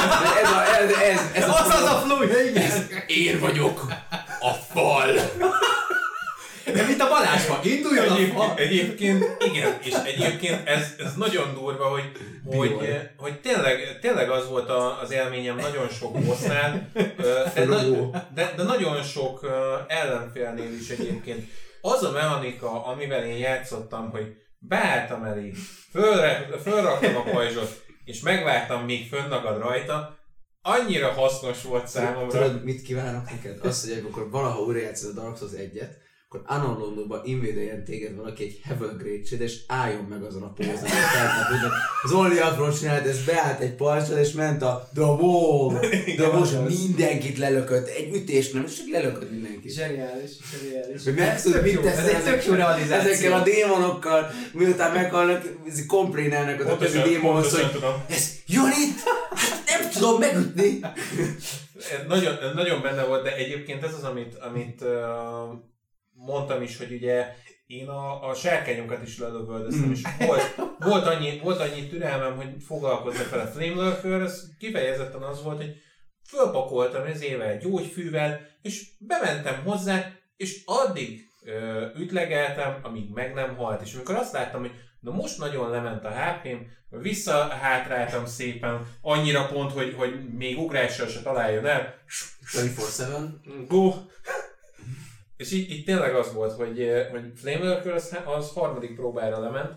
Ez az a flow, igen. Én vagyok a fal. De mint a Balázsban, induljon a fal! Egyébként, igen, és egyébként ez nagyon durva, hogy tényleg az volt az élményem nagyon sok bossnál, de nagyon sok ellenfélnél is egyébként. Az a mechanika, amivel én játszottam, hogy beálltam elé, fölraktam a pajzsot, és megvártam, míg fönnagad rajta, annyira hasznos volt számomra. Tudod, mit kívánok neked? Azt, hogy akkor valaha újra játszod a Dark Souls 1-et, akkor Anon Londonban invédeljen téged valaki egy Heaven Great Shit, és álljon meg azon a pózon. Az Only Up-ról csinált, és beállt egy pajzsal, és ment a The Wall, mindenkit lelökött, egy ütést nem, és csak lelökött mindenkit. Zseniális. Hogy megszűnt, mit tesz ezekkel a démonokkal, miután meghalnak, komplénálnak a többi démonhoz, hogy ez jön itt, hát nem tudom megütni. Nagyon benne volt, de egyébként ez az, amit mondtam is, hogy ugye én a sárkányokat is lelövöldöztem, és volt annyi türelmem, hogy foglalkozzak fel a Flamelurker, ez kifejezetten az volt, hogy fölpakoltam ezével gyógyfűvel, és bementem hozzá, és addig ütlegeltem, amíg meg nem halt, és amikor azt láttam, hogy na most nagyon lement a HP-m, visszahátráltam szépen, annyira pont, hogy még ugrással se találjon el. 24/7. Go! És így tényleg az volt, hogy Flamelurker az harmadik próbára lement.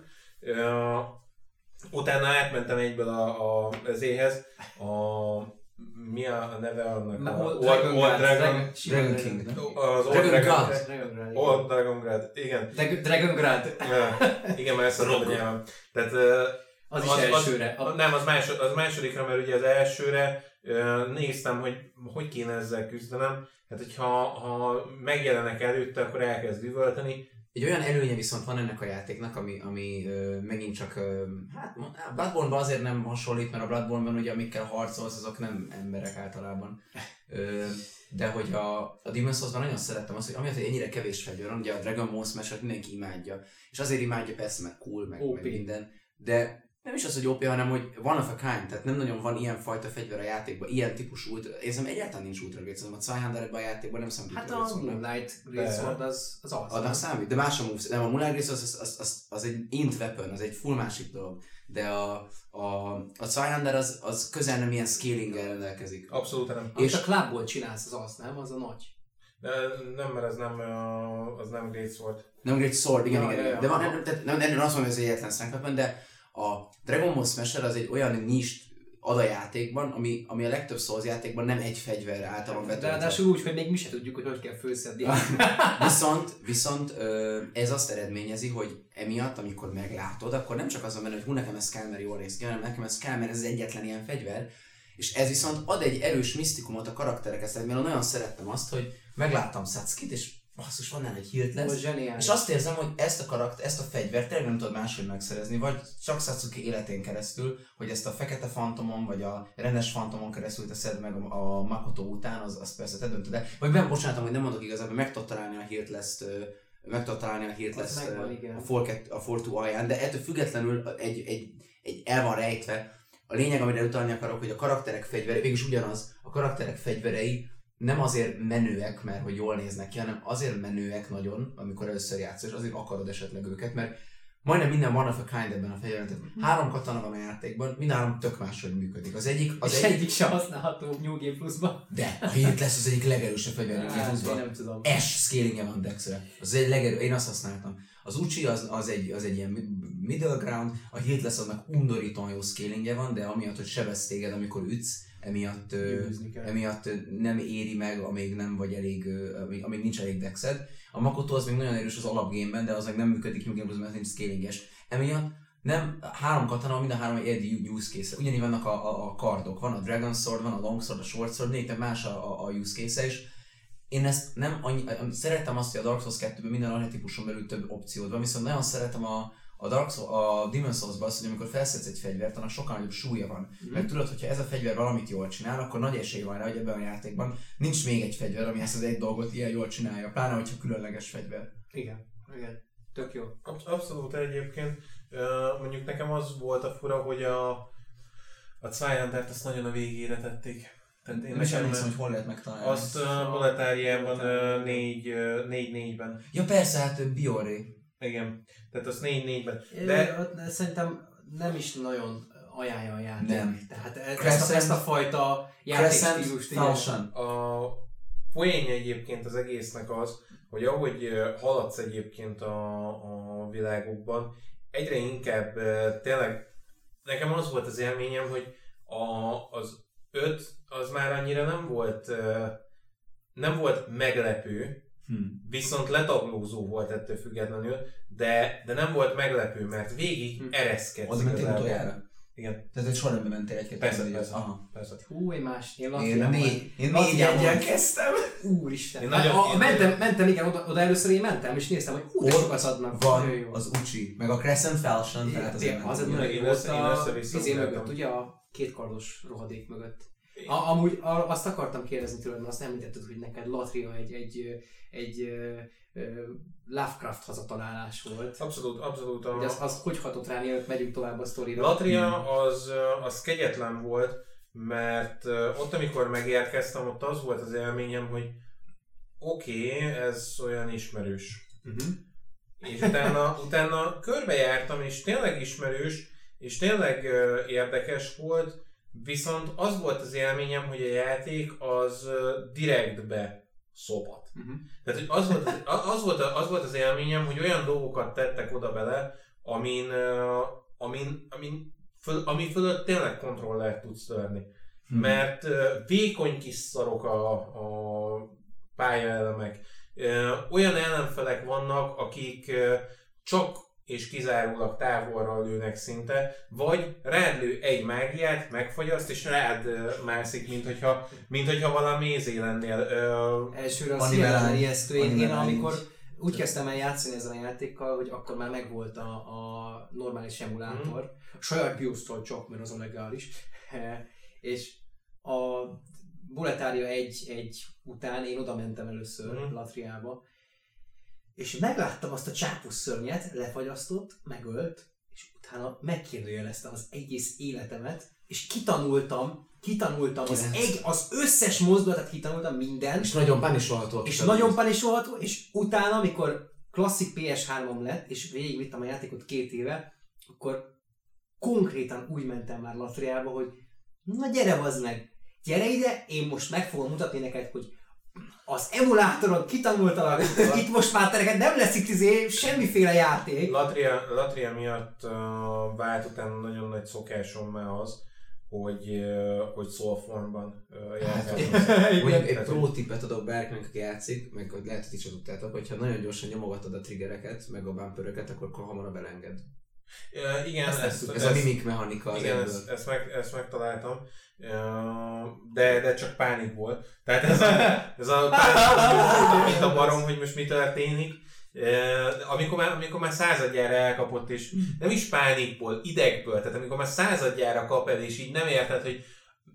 Utána átmentem egyből az éhez. Mi a neve annak? Dragon King. Az Old Dragongrad. Igen. Dragongrad. Igen, mert ezt adom a nyelven. Tehát az is elsőre. Nem, az másodikra, mert ugye az elsőre néztem, hogy kéne ezzel küzdenem. Hát, hogyha megjelenek előtte, akkor elkezd üvölteni. Egy olyan előnye viszont van ennek a játéknak, ami megint csak, hát Bloodborne-ban azért nem hasonlít, mert a Bloodborne-ban ugye amikkel harcolsz, azok nem emberek általában. De hogy a Demon's Souls-ban nagyon szerettem azt, hogy amiatt, hogy ennyire kevés fegyver van, ugye a Dragon Ball Smash-et mindenki imádja. És azért imádja persze, mert cool, meg minden. De nem is az, hogy OP, hanem hogy one of a kind, tehát nem nagyon van ilyen fajta fegyver a játékban, ilyen típusú ultra. Én szerintem egyáltalán nincs ultra great, szerintem a Zweihander-ben a játékban nem számít. Hát a Moonlight Greatsword az az. Annak számít, de más a moves. Nem, a Moonlight Greatsword az egy int weapon, az egy full másik dolog. De a Zweihander az közel nem ilyen scaling-el rendelkezik. Abszolút nem. És a Clubból csinálsz az, nem? Az a nagy. De nem, mert az nem Greatsword. Nem Greatsword, igen. De van, nem azt mondom, hogy ez egy egyetlen strength weapon, de a Dragon Ball Smasher az egy olyan niche ad a játékban, ami a legtöbb Souls játékban nem egy fegyver általában betöltve. Ráadásul úgy, hogy még mi se tudjuk, hogy kell főszedni. viszont ez azt eredményezi, hogy emiatt, amikor meglátod, akkor nem csak azon benne, hogy nekem ez kell, mert jól néz ki, hanem nekem ez kell, mert ez az egyetlen ilyen fegyver. És ez viszont ad egy erős misztikumot a karakterekhez, mert nagyon szerettem azt, hogy megláttam Satsuki-t, és basszus, van egy hírt lesz. És azt érzem, hogy ezt a fegyvert tényleg nem tudod máshogy megszerezni, vagy csak Satsuki életén keresztül, hogy ezt a fekete fantomon, vagy a rendes fantomon keresztül teszed meg a Makoto után, az persze te döntöd. Vagy bocsánatom, hogy nem mondok igazából, meg tudod találni a hírt lesz a Fall 2 alján, de ettől függetlenül egy el van rejtve. A lényeg, amire utalni akarok, hogy a karakterek fegyverei, végülis ugyanaz, a karakterek fegyverei nem azért menőek, mert hogy jól néznek ki, hanem azért menőek nagyon, amikor először játszol, és azért akarod esetleg őket, mert majdnem minden one of a kind ebben a fegyverben. Tehát 3 katana van a játékban, mind 3 tök máshogy működik. Az egyik se használható New Game Plus-ban. De a hét lesz az egyik legerősebb fegyver New Game Plus-ban. Nem tudom. S scalingje van Dexre. Az egy legerősebb, én azt használtam. Az Uchi az egy ilyen middle ground, a hét lesz annak undorítóan jó scalingje van, de amiatt, hogy sebez téged, amikor ütsz, emiatt nem éri meg, amíg nem vagy elég, amíg nincs elég dexed. A Makoto az még nagyon erős az alapgémben, de az meg nem működik New Game Plus, mert nincs scalinges. Emiatt nem 3 katana, mind a 3 egy use case-re. Ugyanígy vannak a kardok, van a Dragon Sword, van a Long Sword, a Short Sword, négy más a use case-e is. Én ezt nem szerettem azt, hogy a Dark Souls 2-ben minden archetípuson belül több opciód van, viszont nagyon szeretem a Demon's Souls-ban azt, hogy amikor felszedsz egy fegyvert, annak sokkal nagyobb súlya van. Mert tudod, hogyha ez a fegyver valamit jól csinál, akkor nagy esély van rá, hogy ebben a játékban nincs még egy fegyver, ami ezt az egy dolgot ilyen jól csinálja, pláne hogyha különleges fegyver. Igen. Tök jó. Abszolút egyébként. Mondjuk nekem az volt a fura, hogy a Zweihander-t azt nagyon a végére tették. Tehát én sem emlékszem, hogy hol lehet megtalálni. Azt Boletáriában 4-4-ben. Ja persze, hát Bioré. Igen, tehát az 4-4-ben. De szerintem nem is nagyon ajánlja a játék. Nem. Tehát ezt a fajta játékstílust. A poénja egyébként az egésznek az, hogy ahogy haladsz egyébként a világokban, egyre inkább tényleg nekem az volt az élményem, hogy az 5 az már annyira nem volt meglepő, viszont letaglózó volt ettől függetlenül, de nem volt meglepő, mert végig ereszkedsz. Oda mentél utoljára? Igen. Tehát egy sorrendben mentél egy-két. Persze. Hú, én négyen kezdtem. Úristen. Mentem, igen, oda először én mentem, és néztem, hogy hú, de sokat adnak. Van az Uchi, meg a Crescent Falchion, tehát az egy nagyon jó volt a izé mögött, ugye a kétkardos rohadék mögött. Amúgy azt akartam kérdezni tőled, mert azt említetted, hogy neked Latria egy Lovecraft hazatalálás volt. Abszolút. Az hogy hatott rá, mielőtt megyünk tovább a sztorira? Latria az kegyetlen volt, mert ott, amikor megérkeztem, ott az volt az élményem, hogy oké, ez olyan ismerős. És utána körbejártam, és tényleg ismerős, és tényleg érdekes volt, viszont az volt az élményem, hogy a játék az direktbe szopat. Tehát hogy az volt az élményem, hogy olyan dolgokat tettek oda bele, ami fölött tényleg kontrollert tudsz törni. Mert vékony kis szarok a pályaelemek. Olyan ellenfelek vannak, akik csak és kizárólag távolról lőnek szinte, vagy rád lő egy mágiát, megfagyaszt, és rád mászik, mint hogyha valami mézé lennél. Elsőre az hihetetlen ijesztő. Én amikor úgy kezdtem el játszani ezen a játékkal, hogy akkor már megvolt a normális emulátor. Saját BIOS-tól csak, mert az a legális. És a Boletária 1 után én oda mentem először Latriába, és megláttam azt a csápos szörnyet, lefagyasztott, megölt, és utána megkérdőjeleztem az egész életemet, és kitanultam az összes mozdulatot kitanultam, mindent. És nagyon pánisolható. És utána, amikor klasszik PS3-om lett, és végigvittem a játékot 2 éve, akkor konkrétan úgy mentem már Latriába, hogy na gyere bazd meg, gyere ide, én most meg fogom mutatni neked, hogy az emulátoron kitanultalak, itt most már te neked nem lesz itt semmiféle játék. Latria miatt vált utána nagyon nagy szokásom már az, hogy Soulformban játszom. Egy pro tippet adok bárkinek, aki játszik, meg lehet, hogy is tudtátok, hogyha nagyon gyorsan nyomogatod a triggereket, meg a bumperöket, akkor hamarabb elenged. Igen, ez a mimik mechanika az igen, ezt megtaláltam, de csak pánik volt. Tehát ez a pánik, mint a barom, hogy most mi történik. Amikor már századjára elkapott, és nem is pánikból, idegből, tehát amikor már századjára kap el, és így nem érted, hogy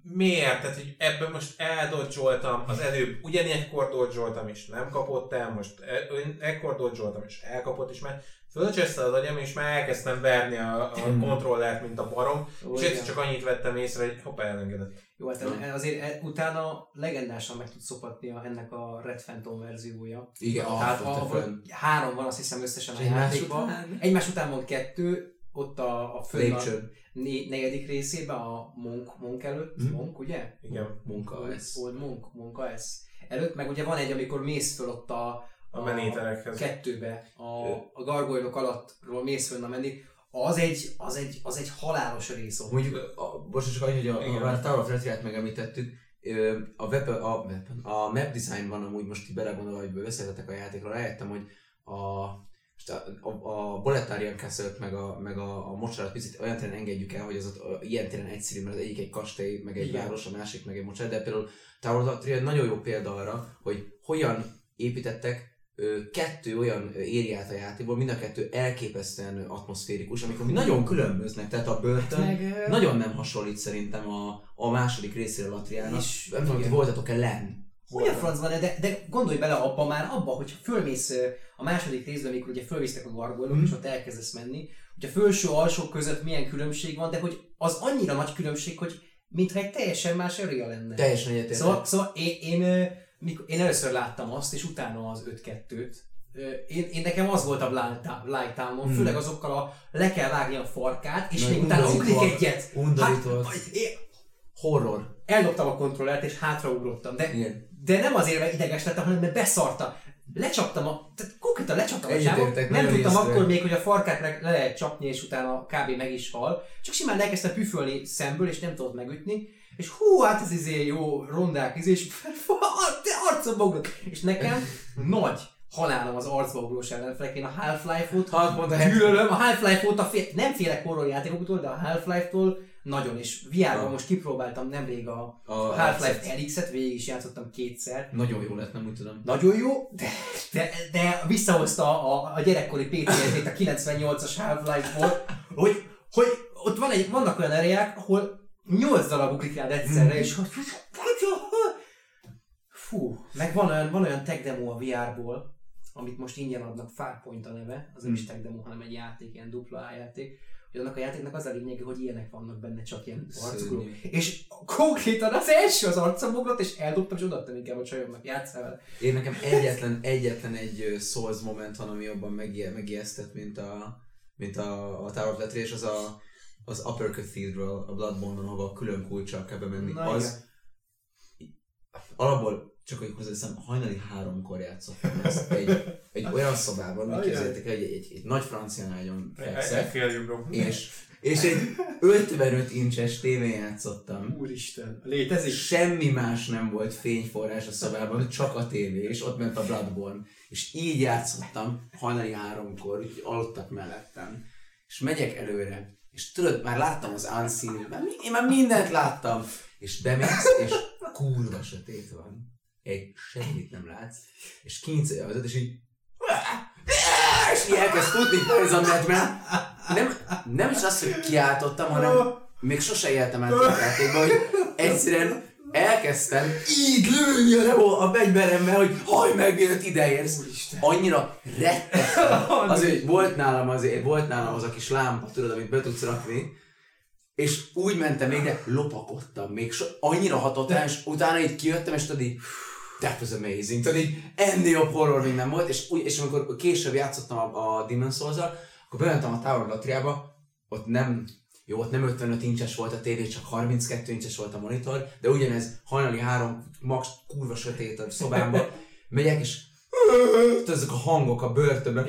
miért? Tehát, hogy ebben most eldodge-oltam, az előbb ugyanilyekkor dodge-oltam, és nem kapott el, most ekkor dodge-oltam, és elkapott is, mert fölcseszte az agyam, és már elkezdtem verni a kontrollert, mint a barom, és egyszer csak annyit vettem észre, hogy hoppá, elengedett. Jó, hát azért utána legendásan meg tud szopatni ennek a Red Phantom verziója. Igen, tehát 3 van azt hiszem összesen a játékban. Egymás után van 2, ott a fönn a 4. részében, a Monk előtt, Monk, ugye? Igen. Monka S. Előtt, meg ugye van egy, amikor mész föl ott a menéterekhez. 2-be, a gargoylok alattról mész föl a menni. Az egy halálos rész. Mondjuk, bocsánat, csak annyi, hogy a Tower of Retriát megemlítettük, a map designban amúgy most így belegondolva, hogy beszéltetek a játékról, rájöttem, hogy a Boletarian Castle-t meg a mocsarat picit olyan téren engedjük el, hogy az ott ilyen téren egyszerű, mert az egyik egy kastély, meg egy város, a másik meg egy mocsár, de például Tower of Retriá nagyon jó példa arra, hogy hogyan építettek 2 olyan ériát a játékból, mind a 2 elképesztően atmoszférikus, amikor nagyon különböznek, tehát a börtön nagyon nem hasonlít szerintem a második részére Latriának. Nem tudom, hogy voltatok-e lenn? Hogy a francban, de gondolj bele abba, hogyha fölmész a második részben, amikor ugye fölvisztek a gargoylok, és ott elkezdesz menni, hogy a felső-alsó között milyen különbség van, de hogy az annyira nagy különbség, hogy mintha egy teljesen más area lenne. Teljesen egyetértek. Szóval én először láttam azt, és utána az 5-2-t. Én nekem az volt a Blight Town-on, főleg azokkal le kell vágni a farkát, és még utána ugrik egyet. Undorító. Horror. Eldobtam a kontrollert, és hátraugrottam, de nem azért, mert ideges lettem, hanem mert beszarta. Tehát konkrétan lecsaptam a csávot, nem tudtam akkor még, hogy a farkát le lehet csapni, és utána kb. Meg is hal. Csak simán elkezdtem püfölni szemből, és nem tudott megütni. És hát ez jó rondák, és arcomba ugrott. És nekem nagy halálom az arcba ugrós ellenfelek. Én a Half-Life-ot gyűlölöm. A Half-Life óta nem félek horror játékoktól, de a Half-Life-tól nagyon, és VR-ban most kipróbáltam nemrég a Half-Life RX-et, végig is játszottam 2-szer. Nagyon jó lett, nem úgy tudom. Nagyon jó, de visszahozta a gyerekkori PTSD-t a 98-as Half-Life-ból, hogy ott vannak olyan areák, ahol 8 darab ugrik rád egyszerre, és meg van olyan tech demo a VR-ból, amit most ingyen adnak, Farpoint a neve, az nem is tech demo, hanem egy játék, ilyen dupla A játék, hogy annak a játéknak az a lényege, hogy ilyenek vannak benne, csak ilyen arcugró. És konkrétan az első az arcom ugrott, és eldobtam, és odaadtam inkább a csajomnak, játsszál vele. Én nekem egyetlen egy Souls moment van, ami jobban megijesztett, mint a Tower of Retriá, és az Upper Cathedral, a Bloodborne-on, ahol külön kulccsal kell bemenni. Alapból csak hogy hozzáteszem, hajnali 3-kor játszottam ezt egy olyan szobában, hogy képzeljétek el, hogy egy nagy francia ágyon fekszek, és egy 55 incses tévén játszottam. Úristen, létezik? Semmi más nem volt fényforrás a szobában, csak a tévé, és ott ment a Bloodborne. És így játszottam hajnali 3-kor, úgyhogy aludtak mellettem. És megyek előre, és tudod, már láttam az Unseen, én már mindent láttam. És bemész, és kurva sötét van. Semmit nem látsz, és kinyitsz az és így és így elkezd futni ez a medben. Nem is azt, hogy kiáltottam, hanem még sose éltem át a játékban, hogy egyszerűen elkezdtem így lőni a fegyveremmel, hogy haj meg, mielőtt ideérsz. Annyira rettegtem. Azért volt nálam az a kis lámpa, tudod, amit be tudsz rakni. És úgy mentem még, de lopakodtam még. Annyira hatott rá, és utána így kijöttem, és tudod így, that was amazing. Tudod így, ennél jobb horror még nem volt. És amikor később játszottam a Demon's Souls-al, akkor bementem a Tower of Retriába, ott nem 55 incses volt a tévé, csak 32 incses volt a monitor, de ugyanez hajnali 3, max kurva sötét a szobámba. Megyek, és tudod, ezek a hangok a börtönben.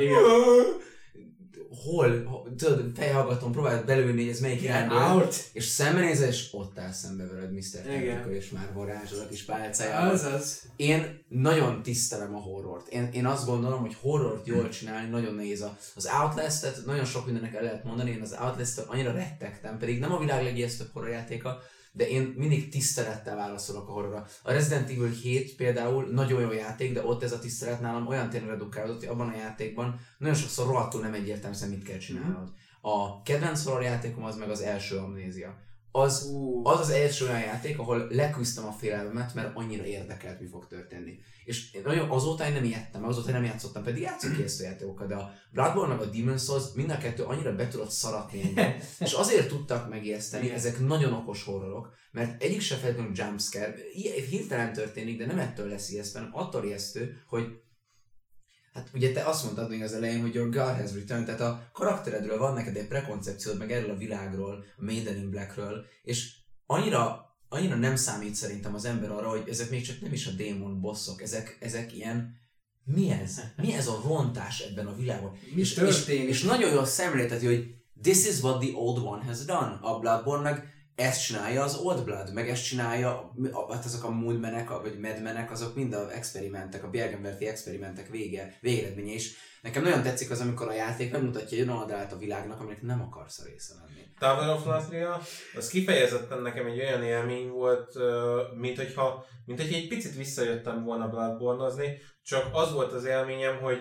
Tudod, fejhallgatom, próbáld belőni, hogy ez melyik irányból, és szembenézel, és ott áll szembe veled Mr. Tentacle, és már varázsol a kis pálcájával. Én nagyon tisztelem a horrort. Én azt gondolom, hogy horrort jól csinálni nagyon nehéz. Az Outlast-et nagyon sok mindennek el lehet mondani, én az Outlast-től annyira rettegtem, pedig nem a világ legijesztőbb horrorjátéka, de én mindig tisztelettel válaszolok a horrorra. A Resident Evil 7 például nagyon jó játék, de ott ez a tisztelet nálam olyan tényleg redukálódott, hogy abban a játékban nagyon sokszor rohadtul nem egyértelmű, mit kell csinálnod. A kedvenc horror játékom az meg az első Amnézia. az első olyan játék, ahol leküzdtem a félelmemet, mert annyira érdekelt, mi fog történni. És nagyon azóta én nem ijedtem, azóta nem játszottam, pedig játszok készítő játékokat, de a Bloodborne meg a Demon's Souls mind a kettő annyira be tudott szaratni engem, és azért tudtak megijeszteni, ezek nagyon okos horrorok, mert egyik se feltétlenül jumpscare, hirtelen történik, de nem ettől lesz ijesztő, hanem attól ijesztő, hogy hát ugye te azt mondtad még az elején, hogy your God has returned, tehát a karakteredről van neked egy prekoncepciód, meg erről a világról, a Maiden in Blackről, és annyira nem számít szerintem az ember arra, hogy ezek még csak nem is a démon bosszok, ezek ilyen, mi ez? Mi ez a rontás ebben a világban? És nagyon jól szemlélteti, hogy this is what the old one has done. A Bloodborne meg ezt csinálja az Old Blood, meg ezt csinálja, hát azok a Moodmenek, vagy Madmenek, azok mind a experimentek, a Bjergenwerthi experimentek végeredménye is. Nekem nagyon tetszik az, amikor a játék megmutatja egy olyan oldalát a világnak, aminek nem akarsz a része lenni. Tower of Latria, az kifejezetten nekem egy olyan élmény volt, mint hogy egy picit visszajöttem volna Bloodborne-ozni, csak az volt az élményem, hogy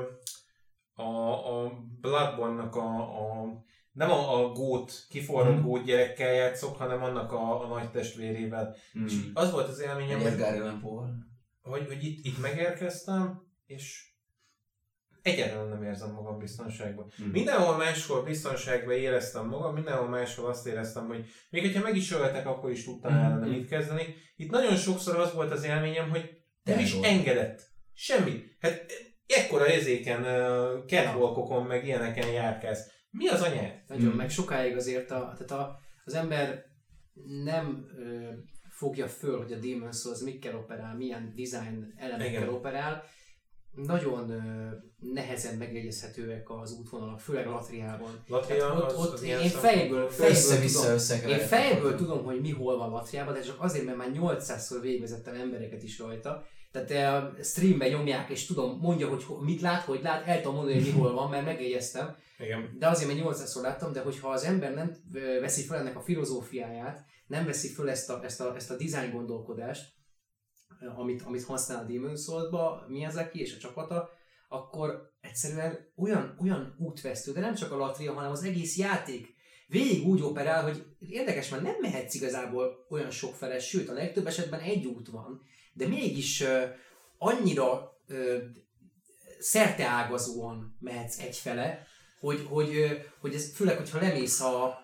a Bloodborne-nak nem a gót, kiforrott gót gyerekkel játszok, hanem annak a nagy testvérével. És az volt az élményem, hogy itt megérkeztem, és egyáltalán nem érzem magam biztonságban. Mindenhol máshol biztonságban éreztem magam, mindenhol máshol azt éreztem, hogy még hogyha meg is öltek, akkor is tudtam ellene mit kezdeni. Itt nagyon sokszor az volt az élményem, hogy nem is engedett. Semmit. Hát ekkora ezéken, catwalkokon, meg ilyeneken járkálsz. Mi az anyád? Nagyon, meg sokáig azért az ember nem fogja föl, hogy a Demon's Souls mikkel operál, milyen design elemekkel operál. Nagyon nehezen megjegyezhetőek az útvonalak, főleg Latriában. Latria én fejből tudom, hogy mi hol van Latriában, de csak azért, mert már 800-szor végigvezettem embereket is rajta. Tehát a streamben nyomják, és tudom, mondja, hogy mit lát, hogy lát, el tudom mondani, hogy mi hol van, mert megjegyeztem. Igen. De azért, mert 800-szor láttam, de hogyha az ember nem veszi fel ennek a filozófiáját, nem veszi fel ezt a design gondolkodást, amit használ a Demon's Souls-ba Miyazaki és a csapata, akkor egyszerűen olyan útvesztő, de nem csak a Latria, hanem az egész játék végig úgy operál, hogy érdekes, mert nem mehetsz igazából olyan sokfele, sőt a legtöbb esetben egy út van, de mégis annyira szerteágazóan mehetsz egyfele, hogy ez főleg, hogyha lemész a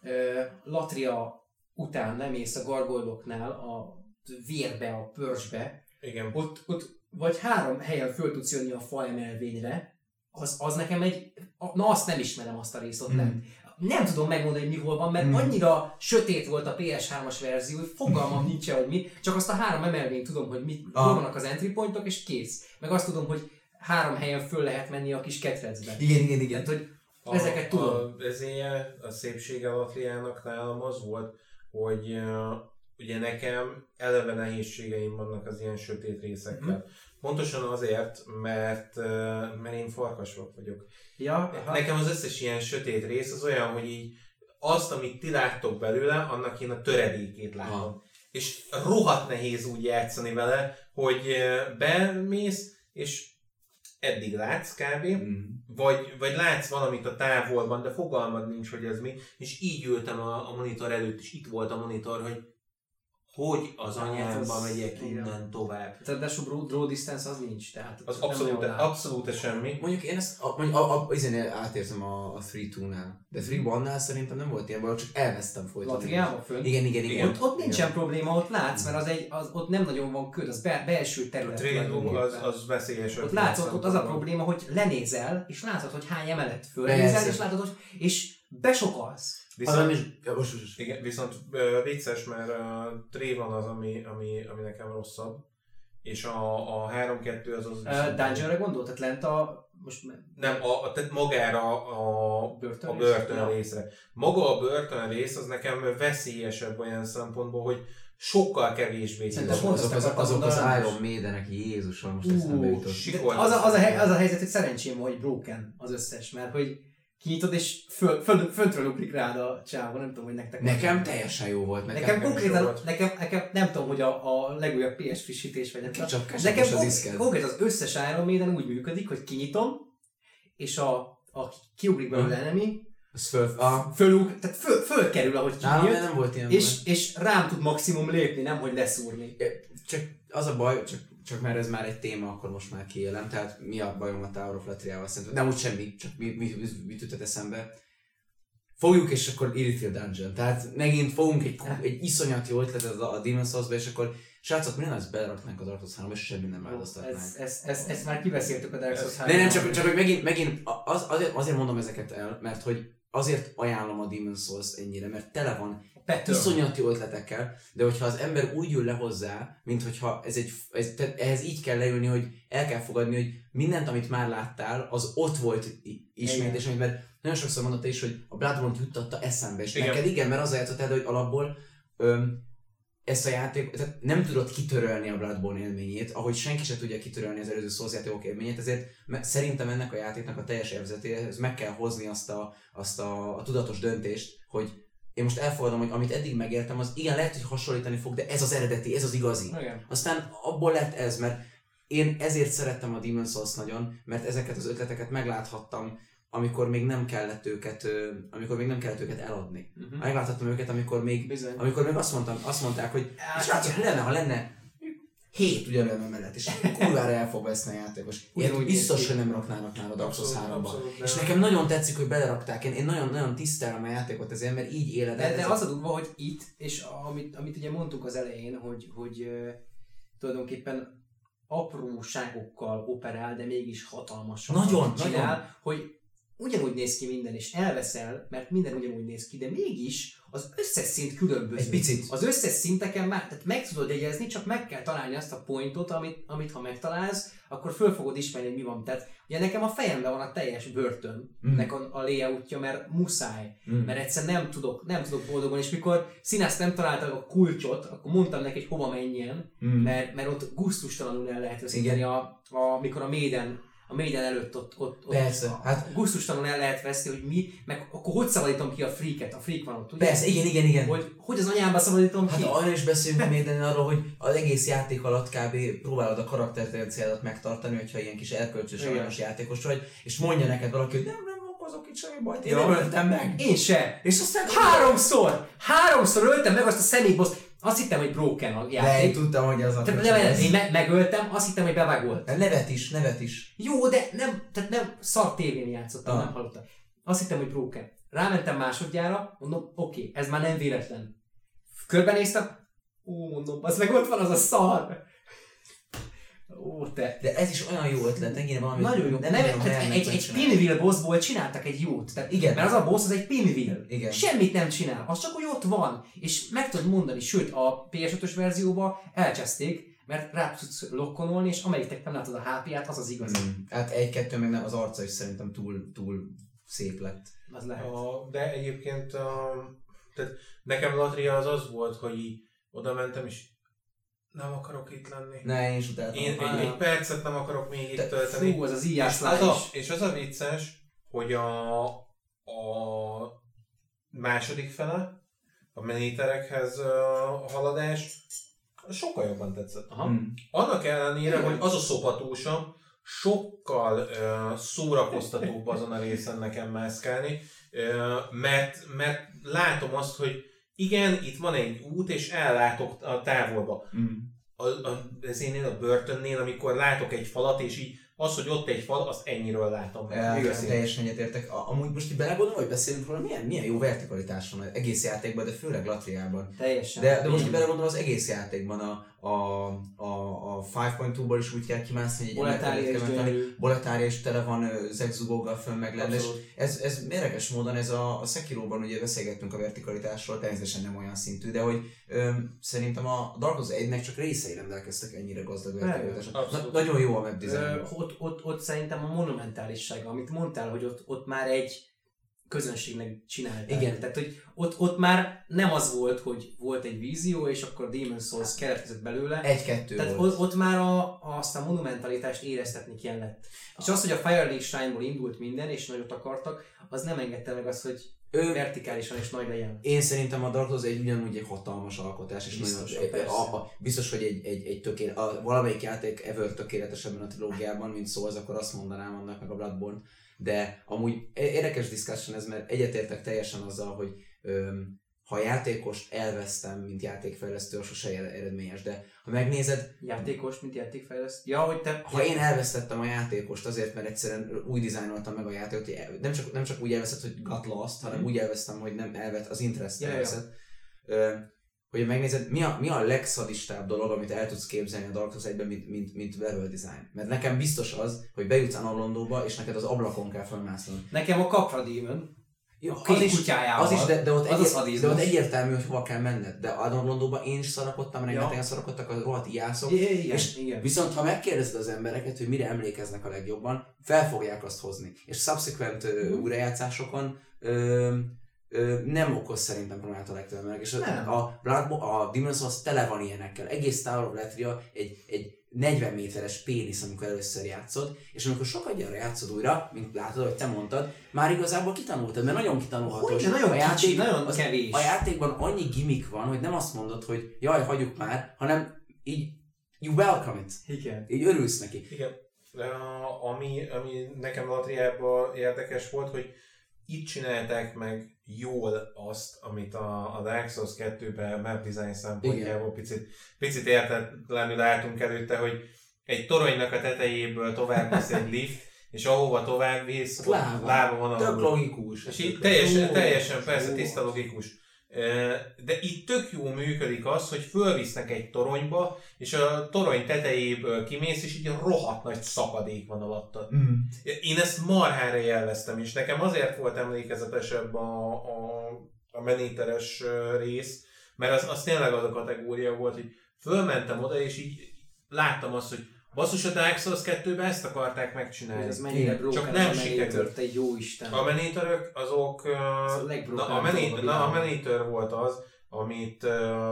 Latria után, lemész a gargoyloknál a vérbe, a pörzsbe, igen. Ott vagy 3 helyen föl tudsz jönni a fa emelvényre, az nekem azt nem ismerem azt a részt ott lent. Nem tudom megmondani, hogy mi hol van, mert annyira sötét volt a PS3-as verzió, hogy fogalmam nincsen, hogy mi, csak azt a 3 emelvényt tudom, hogy hol vannak az entry pointok, és kész. Meg azt tudom, hogy 3 helyen föl lehet menni a kis ketrecbe. Igen. Tehát, hogy ezeket tudom. A szépsége a Latriának nálam az volt, hogy ugye nekem eleve nehézségeim vannak az ilyen sötét részekkel. Pontosan azért, mert én farkasvak vagyok. Ja, nekem az összes ilyen sötét rész az olyan, hogy így azt, amit ti láttok belőle, annak én a töredékét látom. És rohadt nehéz úgy játszani vele, hogy bemész, és eddig látsz kb. Vagy látsz valamit a távolban, de fogalmad nincs, hogy ez mi. És így ültem a monitor előtt, és itt volt a monitor, hogy az anyámba megyek innen tovább. Tehát de draw distance az nincs, tehát az abszolút semmi. Mondjuk én ezt átérzem a 3-2-nál, de 3-1-nál szerintem nem volt ilyen baj, csak elvesztem folyton. Latriában föl? Igen. Ott nincsen probléma, ott látsz, mert ott nem nagyon van köd, az belső terület. A training az veszélyes. Ott látsz, ott az a probléma, hogy lenézel, és látod, hogy hány emelet fölnézel, és látod, hogy besokalsz. Viszont vicces, mert a Trayvon az, ami nekem rosszabb, és a 3-2 az Dungeonre gondolt? Tehát lent tehát magára a börtön részre. Maga a börtön rész az nekem veszélyesebb olyan szempontból, hogy sokkal kevésbé. Azok az Iron Maidenek, Jézusom, most eszembe jutott. Az a helyzet, hogy szerencsém, hogy broken az összes, mert hogy kinyitod és föntről ugrik rád a csávó, nem tudom, hogy nektek... Nekem teljesen jó volt. Nekem konkrétan, nekem nem tudom, hogy a legújabb PS frissítés vagy nem. Nekem konkrétan az összes Iron Maiden úgy működik, hogy kinyitom, és a kiugrik belőle enemy, tehát fölkerül, ahogy kinyílt, nem volt ilyen és rám tud maximum lépni, nem hogy leszúrni. Csak az a baj, csak mert ez már egy téma, akkor most már kiélem, tehát mi a bajom a Tower of Latriával szerintem? Nem úgy semmi, csak mit ütött eszembe. Fogjuk, és akkor Irithyll Dungeon. Tehát megint fogunk egy iszonyat jó ötletet a Demon's Souls-ba, és akkor srácok, minden az beleraknánk a Dark Souls 3-ba, és semmi nem változtatnánk. Ezt már kibeszéltük a Dark Souls 3-ban. Nem, csak hogy megint azért mondom ezeket el, mert hogy azért ajánlom a Demon's Souls ennyire, mert tele van iszonyat jó ötletekkel, de hogyha az ember úgy ül le hozzá, mint hogyha ehhez így kell leülni, hogy el kell fogadni, hogy mindent, amit már láttál, az ott volt ismét, és mert nagyon sokszor mondotta is, hogy a Bloodborne-t juttatta eszembe, és neked igen, mert az a játszott el, hogy alapból ezt a játék, tehát nem tudod kitörölni a Bloodborne élményét, ahogy senki sem tudja kitörölni az előző Souls játékok élményét, ezért szerintem ennek a játéknak a teljes élvezetéhez meg kell hozni azt a tudatos döntést, hogy én most elfogadom, hogy amit eddig megértem, az igen, lehet, hogy hasonlítani fog, de ez az eredeti, ez az igazi. Igen. Aztán abból lett ez, mert én ezért szerettem a Demon's Souls nagyon, mert ezeket az ötleteket megláthattam, amikor még nem kellett őket eladni. Megláthattam őket, amikor még azt mondták, hogy srácok, ha lenne 7 ugyanolyan mellett, és kurvára el fog veszni a játékos. Ilyet biztos, hogy nem raknának már a Dark Souls 3-ba. És nekem nagyon tetszik, hogy belerakták. Én nagyon tisztelem a játékot ezért, mert így éled el. De az a durva, hogy itt, és amit ugye mondtuk az elején, hogy tulajdonképpen apróságokkal operál, de mégis hatalmasan csinál, hogy ugyanúgy néz ki minden, és elveszel, mert minden ugyanúgy néz ki, de mégis az összes szint különböző. Egy picit. Az összes szinteken már, tehát meg tudod jegyezni, csak meg kell találni azt a pointot, amit ha megtalálsz, akkor föl fogod ismerni, hogy mi van. Tehát ugye nekem a fejemben van a teljes börtönnek a layoutja, mert muszáj. Mert egyszerűen nem tudok boldogulni, és mikor színász nem találtak a kulcsot, akkor mondtam neki, hogy hova menjen, mert ott gusztustalanul el lehet veszíteni, amikor a Maiden előtt ott persze, hát gusztustalanul el lehet veszni, hogy mi, meg akkor hogy szabadítom ki a freaket? A freak van ott, ugye? Persze, igen. Hogy az anyámba szabadítom ki? Hát arra is beszélünk a Maiden arról, hogy az egész játék alatt kb. Próbálod a karaktertrenciádat megtartani, hogyha ilyen kis erkölcsös aranyos játékos vagy, és mondja neked valaki, hogy nem okozok itt semmi bajt, én nem öltem meg. Én se. És aztán háromszor öltem meg azt a személybost. Azt hittem, hogy broken a játék. De én tudtam, hogy az a én megöltem, azt hittem, hogy bevágolt. Nevet is. Jó, de nem szar tévén játszottam, nem hallottam. Azt hittem, hogy broken. Rámentem másodjára, mondom, oké, ez már nem véletlen. Körbenéztem, mondom, az meg ott van az a szar. De ez is olyan jó ötlet, ennyire valami... Nagyon jó, de egy pinwheel bossból csináltak egy jót. Tehát igen, mert az a boss az egy pinwheel. Igen. Semmit nem csinál, az csak úgy ott van. És meg tudod mondani, sőt a PS5-ös verzióban elcseszték, mert rá tudsz lokkolni, és amelyiknek nem látod a HP-ját, az az igazi. Hát 1-2 meg nem, az arca is szerintem túl szép lett. Az lehet. De egyébként tehát nekem Latria az volt, hogy oda mentem, és nem akarok itt lenni. Ne, én is utáltam. Én egy percet nem akarok még itt tölteni. Fú, az az íjászlás is. És az a vicces, hogy a második fele, a menéterekhez haladás, sokkal jobban tetszett. Annak ellenére, hogy az a szopatósabb, sokkal szórakoztatóbb azon a részen nekem mászkálni, mert látom azt, hogy igen, itt van egy út, és ellátok a távolba. Ezénél a börtönnél, amikor látok egy falat, és így az, hogy ott egy fal, azt ennyiről látom. Teljesen egyetértek. Amúgy most így belegondolom, hogy beszélünk róla, milyen jó vertikalitás van az egész játékban, de főleg Latriában. Teljesen. De most így belegondolom, az egész játékban a 5.2-ból is úgy kell kimászni, hogy Boletária is tele van zegzugókkal fönn meg lenne. Ez mérges módon, ez a Sekiroban ugye beszélgettünk a vertikalitásról, természetesen nem olyan szintű, de hogy szerintem a Dark Souls 1-nek csak részei rendelkeztek ennyire gazdag vertikalitásra. Nagyon jó a webdesign. Ott szerintem a monumentálissága, amit mondtál, hogy ott már egy közönségnek csinálták. Igen. Tehát, hogy ott már nem az volt, hogy volt egy vízió, és akkor Demon's Souls keletkezett belőle. 1-2 Tehát volt. Ott már azt a monumentalitást éreztetni kellett. És az, hogy a Firelink Shrine-ból indult minden, és nagyot akartak, az nem engedte meg azt, hogy vertikálisan és nagy legyen. Én szerintem a Dark Souls ugyanúgy egy hatalmas alkotás, és biztos, hogy egy valamelyik játék ever tökéletes ebben a trilógiában, mint Souls, akkor azt mondanám annak meg a Bloodborne. De amúgy érdekes discussion ez, mert egyetértek teljesen azzal, hogy ha a játékost elvesztem, mint játékfejlesztő, az sose eredményes, de ha megnézed... Játékos, mint játékfejlesztő? Ja, hogy te... Ha én elvesztettem a játékost azért, mert egyszerűen úgy dizájnoltam meg a játékot, nem csak úgy elveszett, hogy got lost, hanem úgy elvesztem, hogy nem elvett, az interest elveszett. Hogy megnézed, mi a legszadistább dolog, amit el tudsz képzelni a Dark Souls 1-ben, mint level design. Mert nekem biztos az, hogy bejutsz Anorlondóba, és neked az ablakon kell felmásznod. Nekem a Capra Demon. Ja, Az is, de ott egyértelmű, hogy hova kell menned. De Anorlondóban én is szarakodtam, rengetegen szarakodtak a rohadt ijászok. Igen. Viszont ha megkérdezed az embereket, hogy mire emlékeznek a legjobban, fel fogják azt hozni. És subsequent újrajátszásokon nem okoz szerintem problémát a legtöbb emberek. És a Demon's Souls tele van ilyenekkel. Egész Tower of Latria egy 40 méteres pénisz, amikor először játszod, és amikor sokadjára játszod újra, mint látod, hogy te mondtad, már igazából kitanultad, mert nagyon kitanulhatós. Nagyon kicsi, nagyon kevés. A játékban annyi gimmick van, hogy nem azt mondod, hogy jaj, hagyjuk már, hanem így you welcome it. Igen. Így örülsz neki. Igen. Ami nekem Latriában érdekes volt, hogy itt csinálták meg jól azt, amit a Dark Souls 2-ben map design szempontjából picit értetlenül álltunk előtte, hogy egy toronynak a tetejéből tovább visz egy lift, és ahova tovább visz, lába van alul. Tök logikus. És így teljesen persze tiszta logikus. De itt tök jó működik az, hogy fölvisznek egy toronyba, és a torony tetejéből kimész, és így rohadt nagy szakadék van alattad. Én ezt marhára jelveztem, és nekem azért volt emlékezetesebb a menéteres rész, mert az tényleg az a kategória volt, hogy fölmentem oda, és így láttam azt, hogy basszus, a Dark Souls 2-ben ezt akarták megcsinálni. Ez mennyire csak nem sikerült. Egy jó Isten. A menítörök azok... a menítör volt az, amit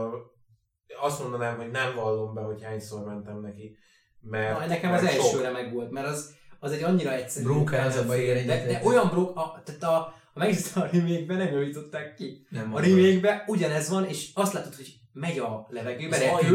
azt mondanám, hogy nem vallom be, hogy hányszor mentem neki. Mert nekem az elsőre meg volt, mert az egy annyira egyszerű. Broker az a baj, de olyan tehát a megnéztem a remake-ben, nem javították ki. A remake-ben ugyanez van, és azt látod, hogy megy a levegőbe,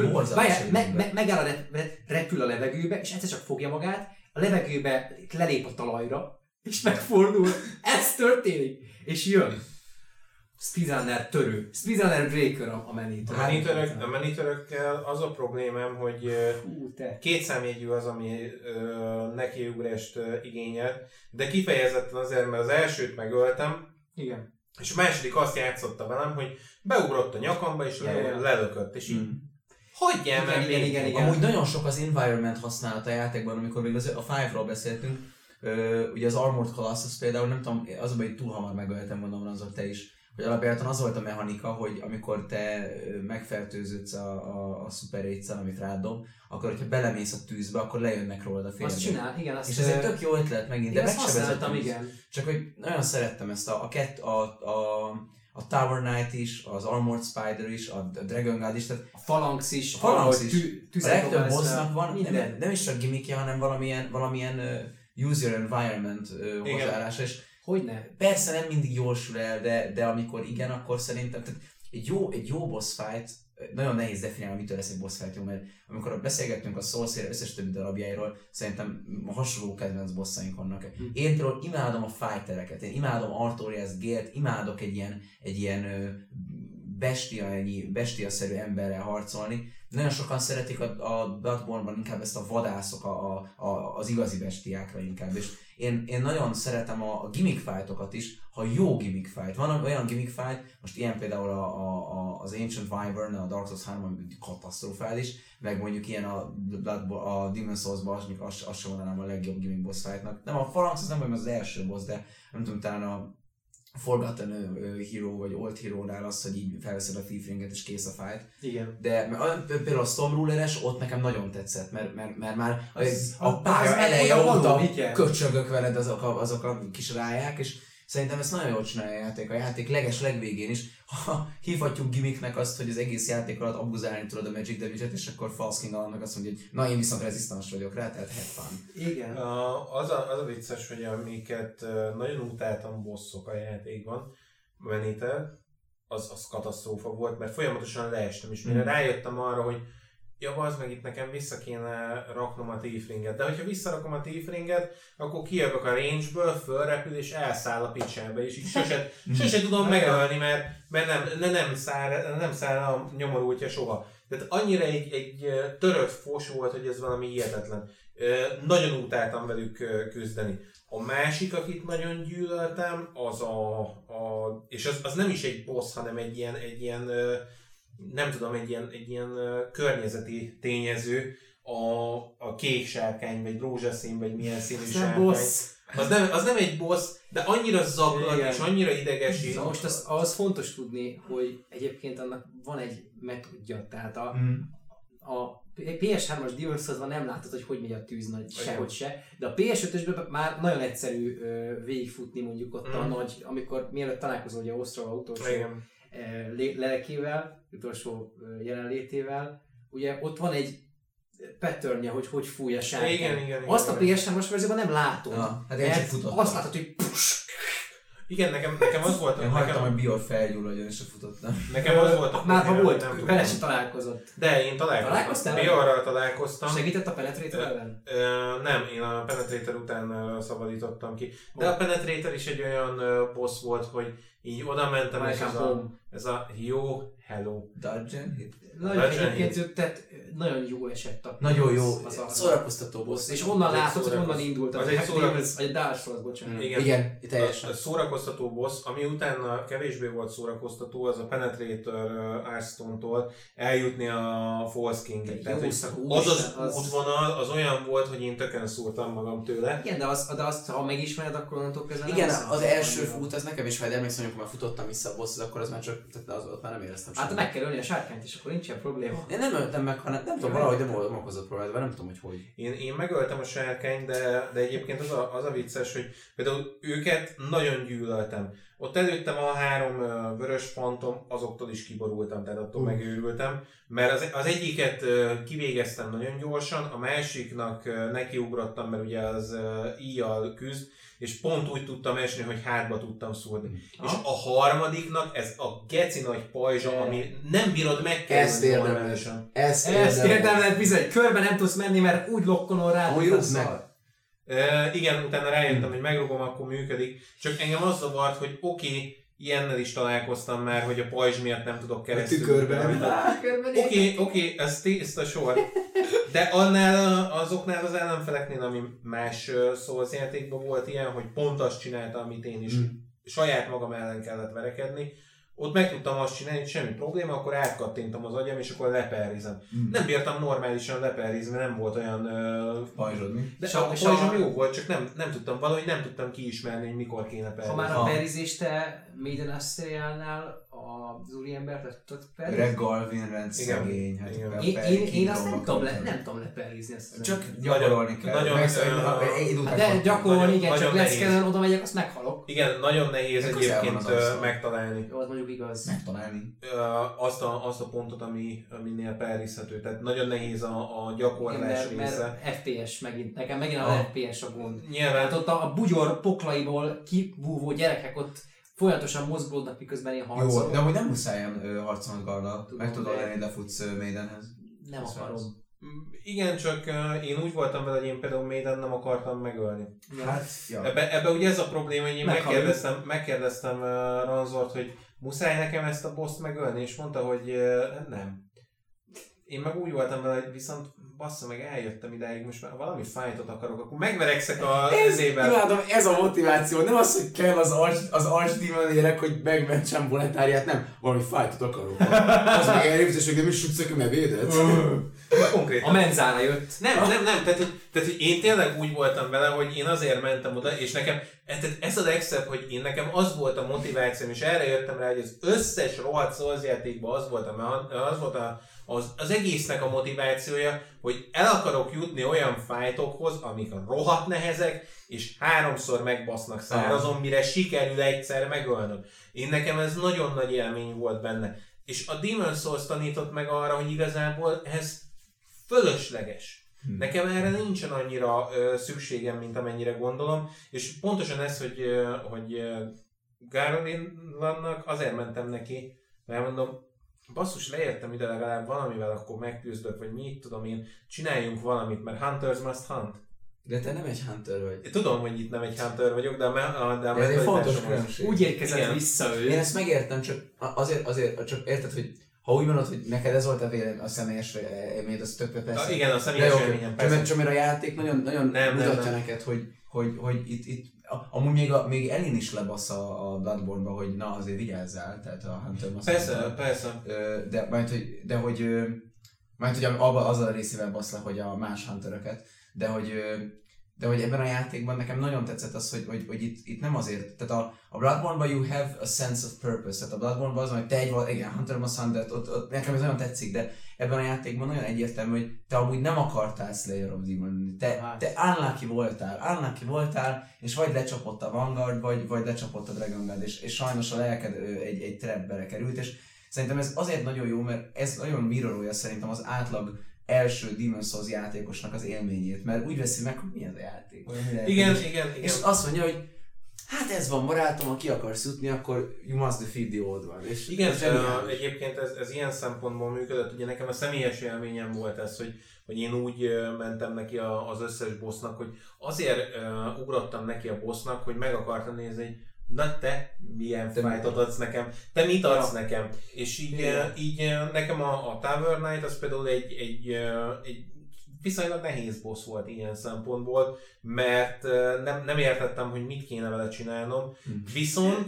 repül a levegőbe, és egyszer csak fogja magát, a levegőbe lelép a talajra, és megfordul. Ez történik, és jön. Speedrunner törő. Speedrunner breaker a menítör. A menítörökkel az a problémám, hogy két számjegyű az, ami nekiugrást igényel, de kifejezetten azért, mert az elsőt megöltem, igen. És a második azt játszotta velem, hogy beugrott a nyakamba és lelökött, és így hagyjál meg. Igen. Amúgy nagyon sok az environment használat a játékban, amikor még a Five-ról beszéltünk, ugye az Armored Colossus például, nem tudom, az hogy túl hamar megöltem, mondom, azok te is, hogy alapjáraton az volt a mechanika, hogy amikor te megfertőződsz a Super 8-szel, amit rád dob, akkor hogyha belemész a tűzbe, akkor lejönnek rólad a félbe. Azt csinál, igen. És ez egy tök jó ötlet megint, de megsebezett igen. Csak hogy nagyon szerettem ezt a Tower Knight is, az Armored Spider is, a Dragon God is, tehát a Phalanx is, a legtöbb bossnak van, nem is csak gimmickje, hanem valamilyen user environment hozzáállása, és hogyne? Persze nem mindig jósul el, de amikor igen, akkor szerintem egy jó boss fight, nagyon nehéz definiálni, mitől lesz egy boss fight jó, mert amikor beszélgettünk a Souls összes többi darabjairól, szerintem hasonló kedvenc bossaink vannak. Én például imádom a fightereket, én imádom Artorias Gale-t, imádok egy ilyen bestiaszerű emberrel harcolni. Nagyon sokan szeretik a Bloodborne-ban inkább ezt a vadászok, az igazi bestiákra inkább, és én nagyon szeretem a gimmick fightokat is, ha jó gimmick fight. Van olyan gimmick fight, most ilyen például az Ancient Wyvern, a Dark Souls 3, ami katasztrofális, meg mondjuk ilyen a Demon's Souls-ban, azt sem mondanám a legjobb gimmick boss fightnak. Nem, a Phalanx az nem vagy az első boss, de nem tudom, talán a Forgotten Hero vagy Old Hero-nál az, hogy így felveszed a Thief Ringet és kész a fight. Igen. De például a Storm Ruler-es ott nekem nagyon tetszett, mert már a pálya eleje óta köcsögök veled azok a kis ráják, és szerintem ezt nagyon jól csinálja a játék legvégén is. Ha hívhatjuk gimmicknek azt, hogy az egész játék alatt abuzálni tudod a Magic Damage-et, és akkor False King annak azt mondja, hogy na én viszont rezisztans vagyok rá, tehát have fun. Igen. Az a vicces, hogy amiket nagyon utáltam bosszok a játékban, Meniter, az katasztrófa volt, mert folyamatosan leestem, és mire rájöttem arra, hogy ja, az meg itt nekem vissza kéne raknom a Tieflinget. De hogyha visszarakom a Tieflinget, akkor kijövök a range-ből, fölrepül és elszáll a picsába, és így sose tudom megölni, mert nem száll a nyomorultja soha. Tehát annyira egy törött fos volt, hogy ez valami hihetetlen. Nagyon utáltam velük küzdeni. A másik, akit nagyon gyűlöltem, az és az nem is egy boss, hanem egy ilyen nem tudom, egy ilyen környezeti tényező, a kék sárkány, vagy rózsaszín, vagy milyen színű sárkány. Az nem egy boss, de annyira zaklat és annyira idegesít. Na most az fontos tudni, hogy egyébként annak van egy metódja, tehát a PS3-as Demon's Souls-ban nem látod, hogy megy a tűz nagy, sehogy se, de a PS5-ösben már nagyon egyszerű végigfutni mondjuk ott a nagy, amikor mielőtt találkozol ugye Ostrava utolsó lelkével, utolsó jelenlétével, ugye ott van egy patternje, hogy fúj a sárkány. Igen. Azt a PS3-as verzióban nem látom. Hát én sem futottam. Azt látod, hogy igen, nekem az volt. Én hagytam, hogy Bior felgyulladjon, és se futottam. Nekem az volt. Már ha volt, vele se találkozott. De én találkoztam. Biorral találkoztam. Segített a Penetrator ellen? Nem, én a Penetrator után szabadítottam ki. De a Penetrator is egy olyan boss volt, hogy így oda mentem, és ez a jó, hello. Dungeon Hit. Nagyon egyébként, tehát nagyon jó esett a nagyon jó, szórakoztató boss. És onnan látod, hogy onnan indult az egy Dark Souls, bocsánat. Igen, teljesen. A szórakoztató boss, ami utána kevésbé volt szórakoztató, az a Penetrator Hearthstone-tól eljutni a False King-ig. Tehát, az útvonal az olyan volt, hogy én tökön szúrtam magam tőle. Igen, de azt ha megismered, akkor onnantól kezdve igen, az első fut, az nekem is, ha emlékszem, amikor már futottam vissza a bosshoz, akkor az már csak, tehát ott már nem éreztem semmit. Hát meg kell ölni a sárkányt, és akkor nincsen probléma. Én nem öltem meg, hanem nem tudom, valahogy nem okozott problémát, de nem tudom, hogy. Én megöltem a sárkányt, de egyébként az a vicces, hogy például őket nagyon gyűlöltem. Ott előttem a 3 vörös fantom, azoktól is kiborultam, tehát attól megőrültem, mert az egyiket kivégeztem nagyon gyorsan, a másiknak nekiugrottam, mert ugye az íjjal küzd, és pont úgy tudtam esni, hogy hátba tudtam szúrni. És a harmadiknak ez a geci nagy pajzsa, ami nem bírod megkerülni normálisan. Ezt érdemled bizony, körbe nem tudsz menni, mert úgy lokkolol rá, hogy igen, utána rájöttem, hogy megrugom, akkor működik. Csak engem az zavart, hogy ilyennel is találkoztam már, hogy a pajzs miatt nem tudok keresztül. Tükörben. Oké, ez tiszta sor. De azoknál az ellenfeleknél, ami más Souls játékban volt ilyen, hogy pont azt csinálta, amit én is saját magam ellen kellett verekedni, ott meg tudtam azt csinálni, hogy semmi probléma, akkor átkattintom az agyam, és akkor leperrizem. Nem bírtam normálisan leperrizni, nem volt olyan pajzsod, mi? De a pajzsom jó volt, csak nem tudtam, valahogy nem tudtam kiismerni, hogy mikor kéne perrizni. Ha már a perrizést te Maiden Asteriálnál az úriembert tudtad perrizni? Greg Galvin rend szegény. Én azt nem tudom leperrizni. Csak gyakorolni kell. De gyakorolni, igen, csak leszkelen oda megyek, azt meghalok. Igen, nagyon nehéz egyébként megtalálni. Jó, az mondjuk igaz. Megtalálni. Azt a pontot, aminél perrizhető. Tehát nagyon nehéz a gyakorlás része. Mert FPS megint, nekem megint a FPS a gond. Nyilván. Hát ott a bugyor poklaiból kibúvó gyerekek ott folyamatosan mozgódnak, miközben én harcolok. Jó, de amúgy nem muszáj harcolnod garddal. Meg tudod lenni, de futsz Maidenhez. Nem akarom. Igen, csak én úgy voltam vele, hogy én például Maiden nem akartam megölni. Hát, ja. Ebbe ugye ez a probléma, hogy én megkérdeztem Ranzort, hogy muszáj nekem ezt a boss megölni, és mondta, hogy nem. Én meg úgy voltam vele, hogy viszont bassza meg, eljöttem idáig, most már valami fightot akarok, akkor megverekszek a zével. Imádom, ez a motiváció, nem az, hogy kell az arcdímonérek, hogy megmentsem Boletáriát, nem, valami fightot akarok. Az meg eljövetés, hogy nem is sütsz nekem ebédet. Konkrétan. A menzára jött. Nem, tehát hogy én tényleg úgy voltam vele, hogy én azért mentem oda, és nekem, ez a legszebb, hogy én nekem az volt a motivációm, és erre jöttem rá, hogy az összes rohadt Souls játékban az volt az egésznek a motivációja, hogy el akarok jutni olyan fightokhoz, amik a rohadt nehezek, és 3-szor megbasznak szárazon, mire sikerül egyszer megölnöm. Én nekem ez nagyon nagy élmény volt benne. És a Demon's Souls tanított meg arra, hogy igazából ez fölösleges. Nekem erre nincsen annyira szükségem, mint amennyire gondolom, és pontosan ez, hogy Garland-nak azért mentem neki, mert mondom, basszus, leértem ide legalább valamivel, akkor megküzdök, vagy mit tudom én, csináljunk valamit, mert Hunters must hunt. De te nem egy hunter vagy. Én tudom, hogy itt nem egy hunter vagyok, de a ez egy fontos különbség. Úgy érkezett vissza ő. Én ezt megértem, csak azért csak érted, hogy ha úgy mondod, hogy neked ez volt a személyes élményed, az tökre persze. Igen, a személyes élményem persze. Csak mert a játék nagyon mutatja neked, hogy itt amúgy még Elin is lebasz a Bloodborne-ba, hogy na azért vigyázzál, tehát a Hunter Massacre. Persze. De hogy abban azzal a részével basz le, hogy a más hunteröket, de hogy ebben a játékban nekem nagyon tetszett az, hogy itt nem azért, tehát a Bloodborne-ban you have a sense of purpose, tehát a Bloodborne-ban az, hogy te igen, Hunter Must Hunt, de ott nekem ez nagyon tetszik, de ebben a játékban nagyon egyértelmű, hogy te amúgy nem akartál Slayer of Demon, te unlucky voltál, és vagy lecsapott a Vanguard, vagy lecsapott a Dragon Guard, és sajnos a lelked egy trapbe került, és szerintem ez azért nagyon jó, mert ez nagyon mirrorolja szerintem az átlag első Demon's Souls játékosnak az élményét, mert úgy veszi meg, hogy mi ez a játék. Igen. És azt mondja, hogy hát ez van barátom, ha ki akarsz jutni, akkor you must defeat the old one. És igen, egyébként ez ilyen szempontból működött, ugye nekem a személyes élményem volt ez, hogy én úgy mentem neki az összes bossnak, hogy azért ugrottam neki a bossnak, hogy meg akartam nézni, hogy na te milyen fightot adsz nekem, te mit adsz nekem. És így nekem a Tower Knight az például egy viszonylag nehéz boss volt ilyen szempontból, mert nem értettem, hogy mit kéne vele csinálnom, viszont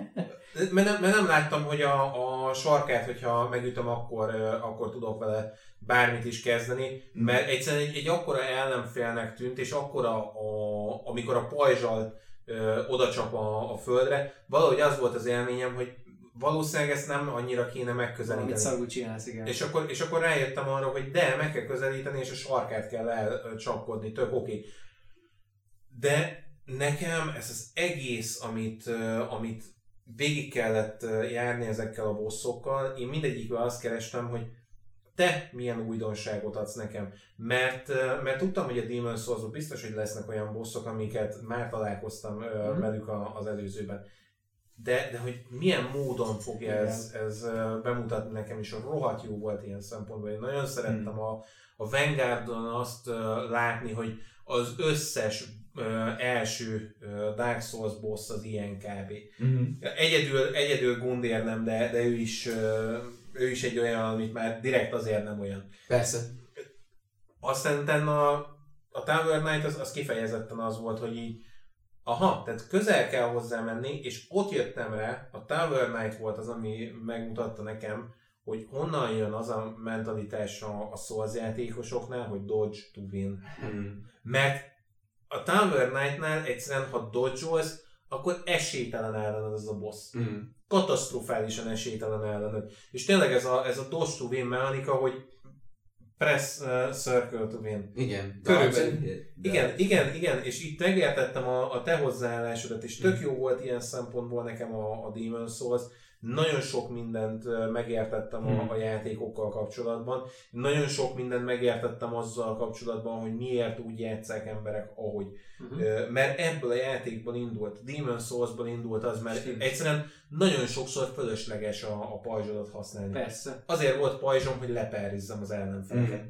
mert nem láttam, hogy a sarkát, hogyha megütöm, akkor tudok vele bármit is kezdeni, mert egyszerűen egy akkora ellenfélnek tűnt, és akkora amikor a pajzsal oda csap a földre, valahogy az volt az élményem, hogy valószínűleg ezt nem annyira kéne megközelíteni. Amit szarul csinálsz, igen. És akkor rájöttem arra, hogy de, meg kell közelíteni, és a sarkát kell elcsapkodni, tök oké. De nekem ez az egész, amit végig kellett járni ezekkel a bosszokkal, én mindegyikben azt kerestem, hogy te milyen újdonságot adsz nekem. Mert tudtam, hogy a Demon's Souls-ban biztos, hogy lesznek olyan bosszok, amiket már találkoztam velük az előzőben. De hogy milyen módon fogja ez bemutatni nekem is, rohadt jó volt ilyen szempontból. Én nagyon szerettem a Vanguardon azt látni, hogy az összes első Dark Souls boss az ilyen kb. Egyedül Gundyr nem, de ő is egy olyan, amit már direkt azért nem olyan. Persze. Aztán a Tower Knight az kifejezetten az volt, hogy így tehát közel kell hozzá menni, és ott jöttem rá, a Tower Knight volt az, ami megmutatta nekem, hogy honnan jön az a mentalitás a Souls játékosoknál, hogy dodge to win. Mert a Tower Knight-nál egyszerűen, ha dodge-olsz, akkor esélytelen ellened az a boss. Katasztrofálisan esélytelen ellened. És tényleg ez a dodge to win mechanika, hogy press circle to win. Igen. Körülbelül. Igen, és itt megértettem a te hozzáállásodat, és tök jó volt ilyen szempontból nekem a Demon's Souls. Nagyon sok mindent megértettem a játékokkal kapcsolatban. Nagyon sok mindent megértettem azzal kapcsolatban, hogy miért úgy játsszák emberek, ahogy. Mert ebből a játékból indult, Demon's Souls-ból indult az, mert egyszerűen nagyon sokszor fölösleges a pajzsodat használni. Persze. Azért volt pajzsom, hogy leperrizzem az ellenfeleket.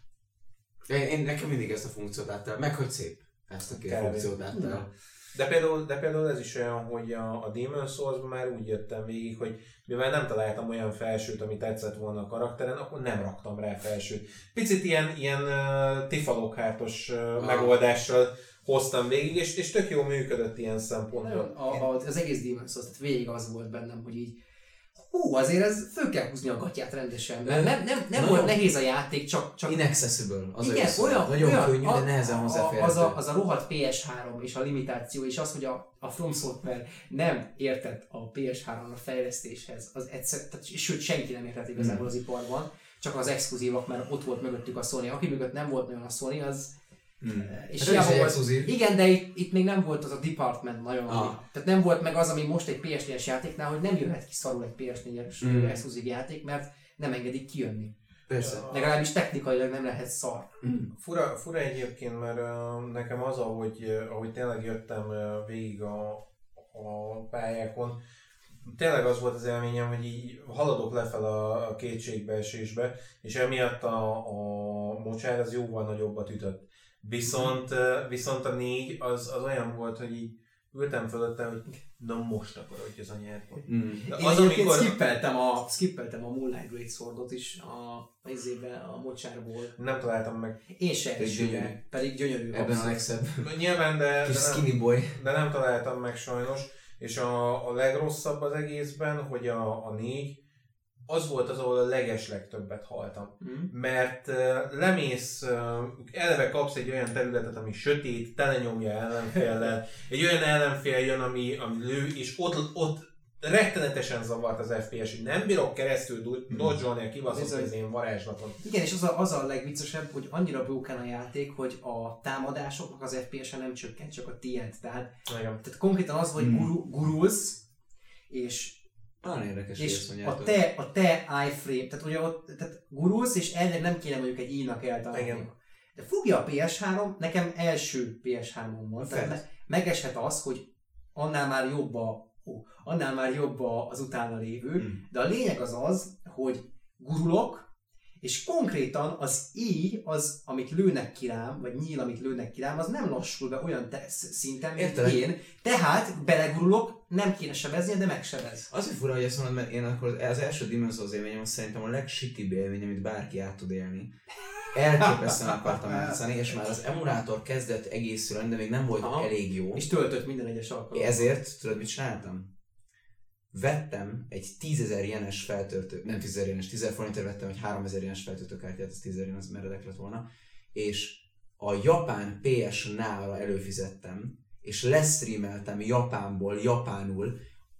Nekem mindig ezt a funkciót láttam, meg hogy szép ezt a két funkciót láttam. De például ez is olyan, hogy a Demon's Souls-ban már úgy jöttem végig, hogy mivel nem találtam olyan felsőt, ami tetszett volna a karakteren, akkor nem raktam rá felsőt. Picit ilyen Tifa Lockhart-os megoldással hoztam végig, és tök jól működött ilyen szempontból. Az egész Demon's Souls, tehát végig az volt bennem, hogy így azért ez föl kell húzni a gatyát rendesen, mert nem volt nehéz a játék, csak inaccessible. Az igen, olyan könnyű, de nehezen hozzáférhető. Az a rohadt PS3 és a limitáció, és az, hogy a From Software nem értett a PS3-on a fejlesztéshez, az egyszer, sőt senki nem értett igazából az iparban, csak az exkluzívak, mert ott volt mögöttük a Sony. Aki mögött nem volt nagyon a Sony, az és volt, igen, de itt még nem volt az a department nagyon. Tehát nem volt meg az, ami most egy PS4-es játéknál, hogy nem jöhet ki szarul egy PS4-es exkluzív játék, mert nem engedik kijönni. Persze. Legalábbis technikailag nem lehet szar. Fura egyébként, mert nekem az, ahogy tényleg jöttem végig a pályákon, tényleg az volt az élményem, hogy így haladok lefelé a kétségbeesésbe, és emiatt a mocsár az jóval nagyobbat ütött. Viszont a 4 az olyan volt, hogy így ültem fölötte, hogy na most akarodj az anyádból. Az, amikor skippeltem a Moonlight Greatswordot is a mocsárból. Nem találtam meg. Én se elsőre, pedig gyönyörű. Ebben a legszebb. Nyilván, de skinny boy. De nem találtam meg sajnos. És a legrosszabb az egészben, hogy a 4 az volt az, ahol a legtöbbet haltam. Mert lemész, eleve kapsz egy olyan területet, ami sötét, telenyomja ellenféllel, egy olyan ellenfél jön, ami lő, és ott rettenetesen zavart az FPS, hogy nem bírok keresztül dodge-olni a kibaszott az én varázslaton. Igen, és az a legviccesebb, hogy annyira broken a játék, hogy a támadásoknak az FPS-e nem csökkent, csak a tiéd. Tehát konkrétan az, hogy gurulsz, és nagyon érdekes, és a te iframe, tehát ugye ott gurulsz, és elvileg nem kéne mondjuk egy i-nak eltalálni. De fogja a PS3, nekem első PS3-on van, tehát megeshet az, hogy annál már jobb az utána lévő, de a lényeg az, hogy gurulok, és konkrétan az íj, az, amit lőnek ki rám, vagy nyíl, amit lőnek ki rám, az nem lassul be olyan szinten, mint én. Tehát belegurulok, nem kéne sebeznie, de megsebez. Azért fura, hogy ezt mondod, mert én akkor az első Demon's Souls élményem az szerintem a legsittibb élmény, amit bárki át tud élni. Elképesztően akartam játszani, és már az emulátor kezdett egészülni, de még nem volt elég jó. És töltött minden egyes alkalommal. Ezért, tudod mit csináltam? Vettem egy 10.000 jenes feltöltő, nem 10.000 jenes, 10.000 forintért vettem egy 3.000 jenes feltöltőkártyát, ez 10.000 jen, az meredek lett volna, és a japán PS Now-ra előfizettem, és lesztreameltem Japánból, japánul,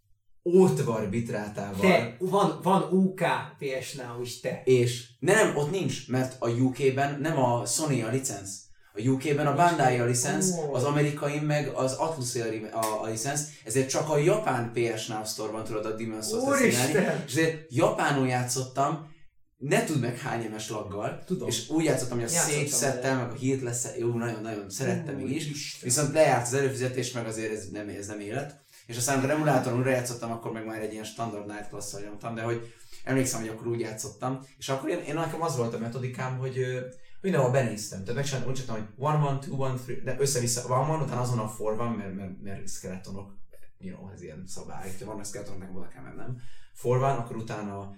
ótvar bitrátával. Te, van UK PS Now is, te. És nem, ott nincs, mert a UK-ben nem a Sony a licenc. A UK-ben a Bandai a licensz, az amerikai meg az Atlus a licensz, ezért csak a japán PS Now Store-ban tudod a Demon's Souls-t használni. És ezért japánul játszottam, ne tudd meg hány MS laggal, tudom. És úgy játszottam, hogy a szétszettem, meg a hírt lesz, jó, nagyon-nagyon szerettem még is, viszont lejárt az előfizetés, meg azért ez nem élet. És aztán a emulátoron újra játszottam, akkor meg már egy ilyen standard night class-szal nyomtam, de hogy emlékszem, hogy akkor úgy játszottam, és akkor én nekem az volt a metodikám, hogy mindenhol benéztem, tehát megcsináltam, úgy csináltam, hogy 1, 1, 2, 1, 3, de össze-vissza van, utána azon a 4 van, mert skeletonok, ez ilyen szabály, ha vannak skeletonok, nekem oda kell mennem. 4 van, akkor utána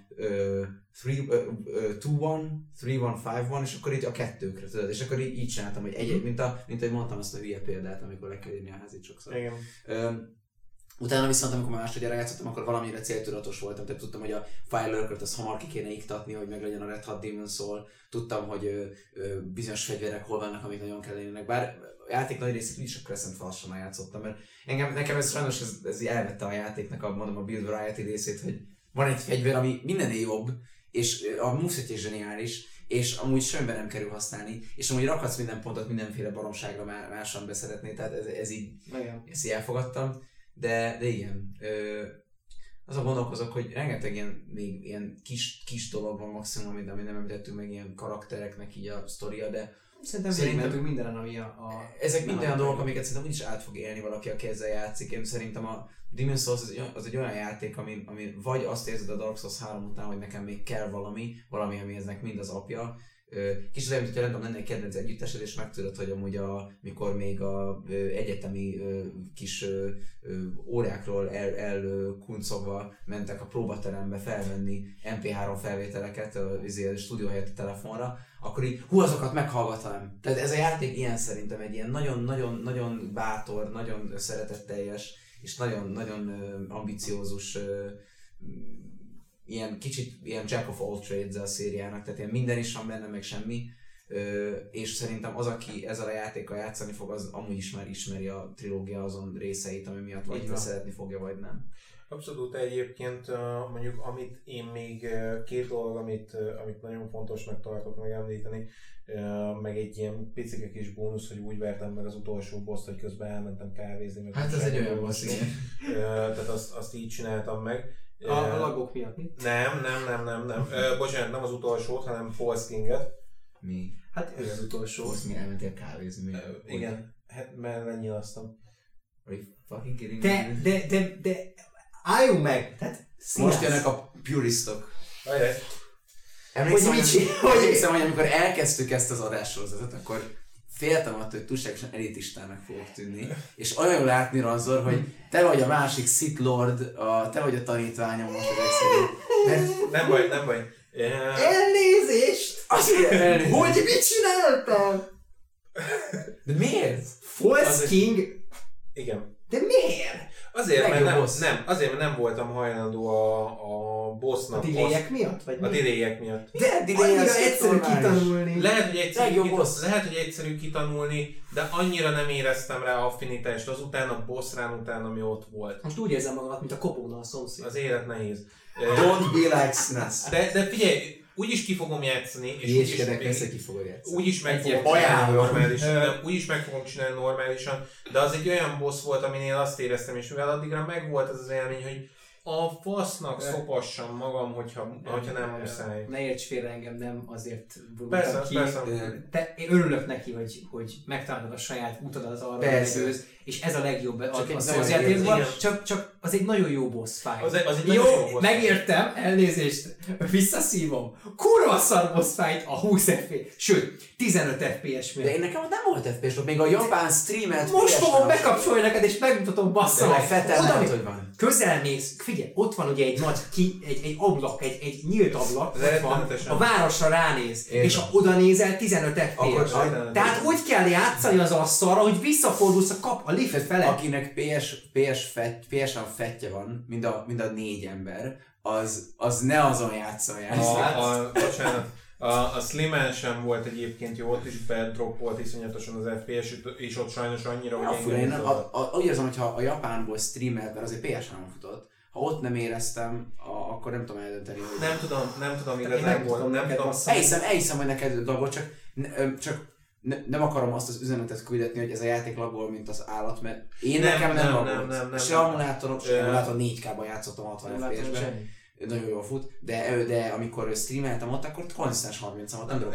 2, 1, 3, 1, 5, 1, és akkor így a kettőkre, tudod, és akkor így csináltam, hogy mint ahogy mondtam azt a hülye példát, amikor le kell írni a házit sokszor. Igen. Utána viszont, amikor már másodjára játszottam, akkor valamire céltudatos voltam, tehát tudtam, hogy a Fire Lurkert azt hamar ki kéne iktatni, hogy meglegyen a Red Hot Demon's Soul, tudtam, hogy bizonyos fegyverek hol vannak, amik nagyon kell lennének, bár a játék nagy részét úgyis a Crescent Falsonnal játszottam, mert nekem ez sajnos ez elvette a játéknak a build variety részét, hogy van egy fegyver, ami mindennél jobb, és a movesetje is zseniális, és amúgy semmiben nem kerül használni, és amúgy rakhatsz minden pontot mindenféle baromságra másan beszeretné, tehát ezt így elfogadtam. De igen, azon gondolkozok, hogy rengeteg ilyen kis dolog van maximum, amit nem említettünk meg, ilyen karaktereknek így a sztoria, de szerintem mindenen, ami ezek mind olyan dolgok, amiket szerintem úgyis át fog élni valaki, aki ezzel játszik. Én szerintem a Demon's Souls az egy olyan játék, ami vagy azt érzed a Dark Souls 3 után, hogy nekem még kell valami, ami eznek mind az apja. Kicsit olyan, hogyha nem lenne egy kedvenc együttesed, és megtudod, hogy amúgy mikor még a egyetemi kis órákról elkuncogva mentek a próbaterembe felvenni MP3 felvételeket a stúdió helyett a telefonra, akkor így azokat meghallgattam. Tehát ez a játék ilyen szerintem egy ilyen nagyon bátor, nagyon szeretetteljes és nagyon ambiciózus ilyen kicsit ilyen jack of all trades a szériának, tehát ilyen minden is van benne, meg semmi, és szerintem az, aki ezzel a játékkal játszani fog, az amúgy is már ismeri a trilógia azon részeit, ami miatt vagy szeretni fogja, vagy nem. Abszolút. Egyébként mondjuk, amit én még két dolog, amit nagyon fontosnak tartok megemlíteni, meg egy ilyen picike kis bónusz, hogy úgy vertem meg az utolsó boss, hogy közben elmentem kávézni. Meg hát ez egy olyan boss, igen. Tehát azt így csináltam meg. A lagok miatt, mit? Nem. Bocsánat, nem az utolsót, hanem False Kinget. Mi? Hát ő az utolsó. False, mi elmentél kávézni? Igen, hát mert lenyilaztam. Are you fucking kidding me? De álljunk meg! Tehát Most jönnek a puristok. Ajaj. Emlékszem, hogy amikor elkezdtük ezt az adássorozatot, akkor féltem attól, hogy túlságosan elitistának fogok tűnni. És olyan látni, Ranzor, hogy te vagy a másik Sith Lord, te vagy a tanítványom most ezek szerint. Nem baj. Elnézést! Hogy mit csináltam? De miért? False King? Igen. De miért? Azért, mert nem voltam hajlandó a bossnak. A delayek miatt? Vagy a delayek miatt. De annyira egyszerű kitanulni. Lehet, hogy egyszerű kitanulni, de annyira nem éreztem rá affinitást azután, a boss rán után, ami ott volt. Most úgy érzem magamat, mint a kopóna a szomszéd. Az élet nehéz. Don't be like Snas. De figyelj, úgyis ki fogom játszani, és ki fogod játszani. úgyis meg fogom csinálni normálisan, úgyis meg fogom csinálni normálisan, de az egy olyan boss volt, aminél azt éreztem, és mivel addigra megvolt az élmény, hogy a fasznak szopassam magam, hogyha nem muszáj. Ne érts félre, engem nem azért persze, ki. Persze. Én örülök neki, hogy megtaláltad a saját utadat arra, hogy megőz, és ez a legjobb a szózjátékban, csak az egy nagyon jó boss fight. Az egy jó, nagyon jó boss megértem, elnézést, visszaszívom. Kurva szar boss fight a 20 FPS, sőt, 15 FPS miatt. De én nekem nem volt FPS, még a japán streamet most fogom bekapcsolni neked, és megmutatom, bassza meg. Hogy van. Közelmész, figyelj, ott van ugye egy nagy, egy ablak, egy nyílt ablak, ott van, a városra ránéz, és ha oda nézel, 15 FPS. Tehát úgy kell játszani az asztalra, hogy visszafordulsz a lift fele. Akinek PS-en fettje van, mind a 4 ember, az ne azon játszol. Bocsánat. A Slimen sem volt egyébként jó, ott is bedroppolt iszonyatosan az FPS, és ott sajnos annyira, hogy úgy érzem, hogyha a japánból streamelt, mert azért PS-en futott, ha ott nem éreztem, akkor nem tudom eldönteni, hogy... Nem tudom igazából, nem tudom. Elhiszem, hogy neked dolgot, csak nem akarom azt az üzenetet küldetni, hogy ez a játék lagol, mint az állat, mert én nekem nem lagolt. Se emulátor 4K-ban játszottam 60 FPS-ben. Nagyon jól fut, de amikor streameltem ott, akkor konzisztens 30-amat nem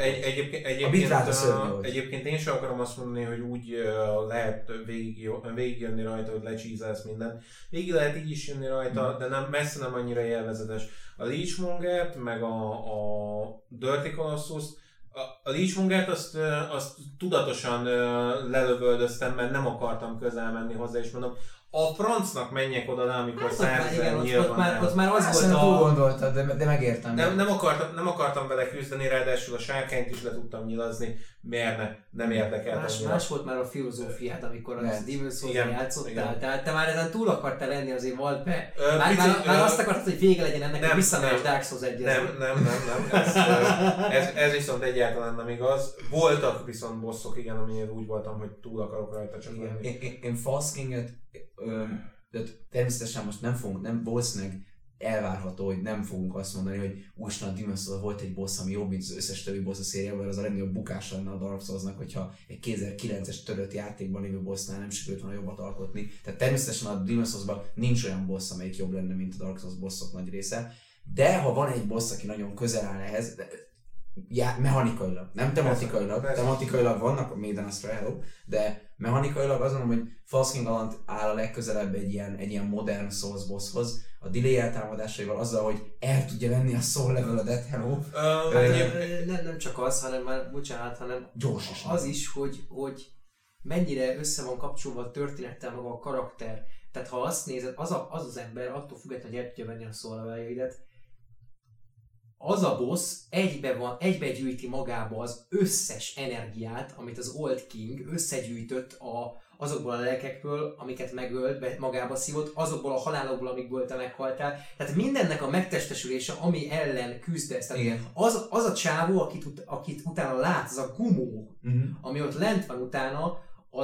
droppoltam. Egyébként én sem akarom azt mondani, hogy úgy lehet végigjönni rajta, hogy lecsízelsz mindent. Végig lehet így is jönni rajta, de messze nem annyira élvezetes. A Leechmongert, meg a Dirty Colossus, a Leechmongert azt tudatosan lelövöldöztem, mert nem akartam közel menni hozzá, és mondom, a francnak menjek oda le, amikor 100 000 nyilván. Ott már az volt túl gondoltad, de megértem. Nem akartam vele küzdeni, ráadásul a sárkányt is le tudtam nyilazni, miért ne? Nem érdekelt. Más volt már a filozófiád, amikor a Demon's Souls-on játszottál, tehát te már ezen túl akartál lenni, azért volt be. Már azt akartad, hogy vége legyen ennek, hogy visszamegy Dark Souls 1-hez. Nem. Ez viszont egyáltalán nem igaz. Voltak viszont bosszok, igen, aminél úgy voltam, hogy túl akarok rajta csak lenni. Én False Kinget de természetesen most nem valószínűleg elvárható, hogy nem fogunk azt mondani, hogy úristen, a Demon's Souls volt egy boss, ami jobb, mint az összes többi boss a szériában, az a legnagyobb bukás lenne a Dark Souls-nak, hogyha egy 2009-es törött játékban lévő bossnál nem sikerült volna jobbat alkotni. Tehát természetesen a Demon's Souls-ban nincs olyan boss, amelyik jobb lenne, mint a Dark Souls bossok nagy része, de ha van egy boss, aki nagyon közel áll ehhez, mechanikailag, nem tematikailag vannak a Maiden of Strahl, de mechanikailag azt mondom, hogy False King Galant áll a legközelebb egy ilyen modern Souls bosshoz, a delay eltámadásaival, azzal, hogy el tudja venni a soul level a Death Hello. Nem csak az, hanem már, bocsánat, hanem gyors is az is, hogy mennyire össze van kapcsolva a történettel maga a karakter. Tehát ha azt nézed, az ember attól függetlenül, hogy el tudja venni a soul leveljeidet, az a boss egybe gyűjti magába az összes energiát, amit az Old King összegyűjtött azokból a lelkekből, amiket megölt, magába szívott, azokból a halálokból, amikből te meghaltál. Tehát mindennek a megtestesülése, ami ellen küzdesz. Tehát az a csávó, akit utána látsz, az a gumó, ami ott lent van utána,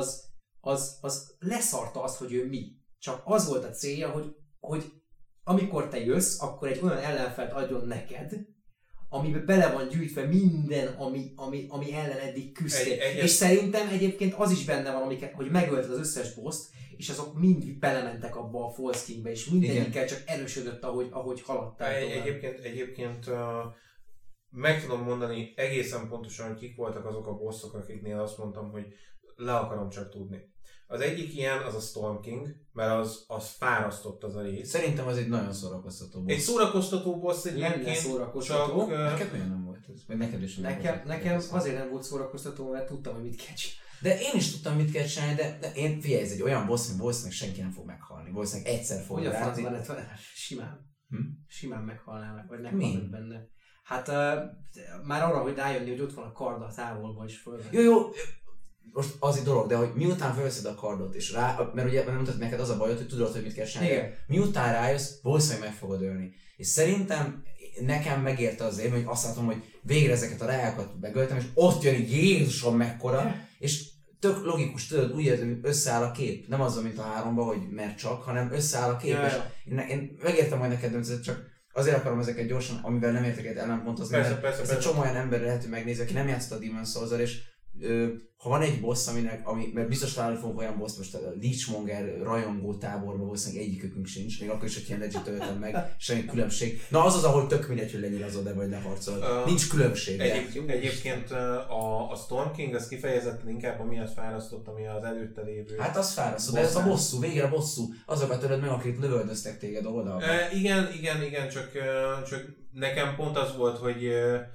az leszarta azt, hogy ő mi. Csak az volt a célja, hogy amikor te jössz, akkor egy olyan ellenfelt adjon neked, amiben bele van gyűjtve minden, ami ellen eddig küzdtél. És szerintem egyébként az is benne van, hogy megölted az összes bosst, és azok mind belementek abba a False Kingbe, és mindegyikkel csak erősödött, ahogy haladtál. Egyébként meg tudom mondani egészen pontosan, hogy kik voltak azok a bosszok, akiknél azt mondtam, hogy le akarom csak tudni. Az egyik ilyen az a Storm King, mert az fárasztott az a rész. Szerintem az egy nagyon szórakoztató boss. Egy szórakoztató boss Lenne szórakoztató. Neked miért nem volt ez? Vagy neked is Nekem azért nem volt szórakoztató, mert tudtam, hogy mit kell csinálni. De én is tudtam, mit kell csinálni, de én figyelj, ez egy olyan boss, ami valószínűleg senki nem fog meghalni. Valószínűleg egyszer fog Hogy a rázni. francban lett simán. Simán meghalnál, vagy Mi? benne. Hát már arra, hogy rájönni, hogy ott van a kard a távolba is föl. Jó, most az egy dolog, de hogy miután felveszed a kardot, és mert ugye nem mondtad neked az a bajod, hogy tudod, hogy mit kell csinálni. Igen. Miután rájössz, valószínűleg meg fogod ölni. És szerintem nekem megérte az év, hogy azt látom, hogy végre ezeket a rájákat megöltem, és ott jön Jézusom mekkora, és tök logikus, tudod, úgy értem, hogy összeáll a kép. Nem azzal, mint a 3-ban, hogy mert csak, hanem összeáll a kép. Ja, és ja. én megértem, hogy neked döntözött, csak azért akarom ezeket gyorsan, amivel nem értek egy ellenpontozni, mert ez egy csomó olyan ember lehet, hogy megnézi, aki nem játszott a Demon's Souls-al, és ha van egy boss, mert biztos találni fogunk olyan boss, most a Leechmonger rajongó táborban valószínűleg egyikükünk sincs, még akkor is, hogy ilyen legit öltem meg, semmi különbség. Na az, ahol tök mindegy, hogy lenyilazod-e vagy leharcolod. Nincs különbség. Egyébként a Storm King az kifejezetten inkább amiatt fárasztott, ami az előtte lévő. Hát az fárasztott, de ez a bosszú, végre a bosszú. Azokat töröd meg, akik lövöldöztek téged oldalba. Igen, csak nekem pont az volt, hogy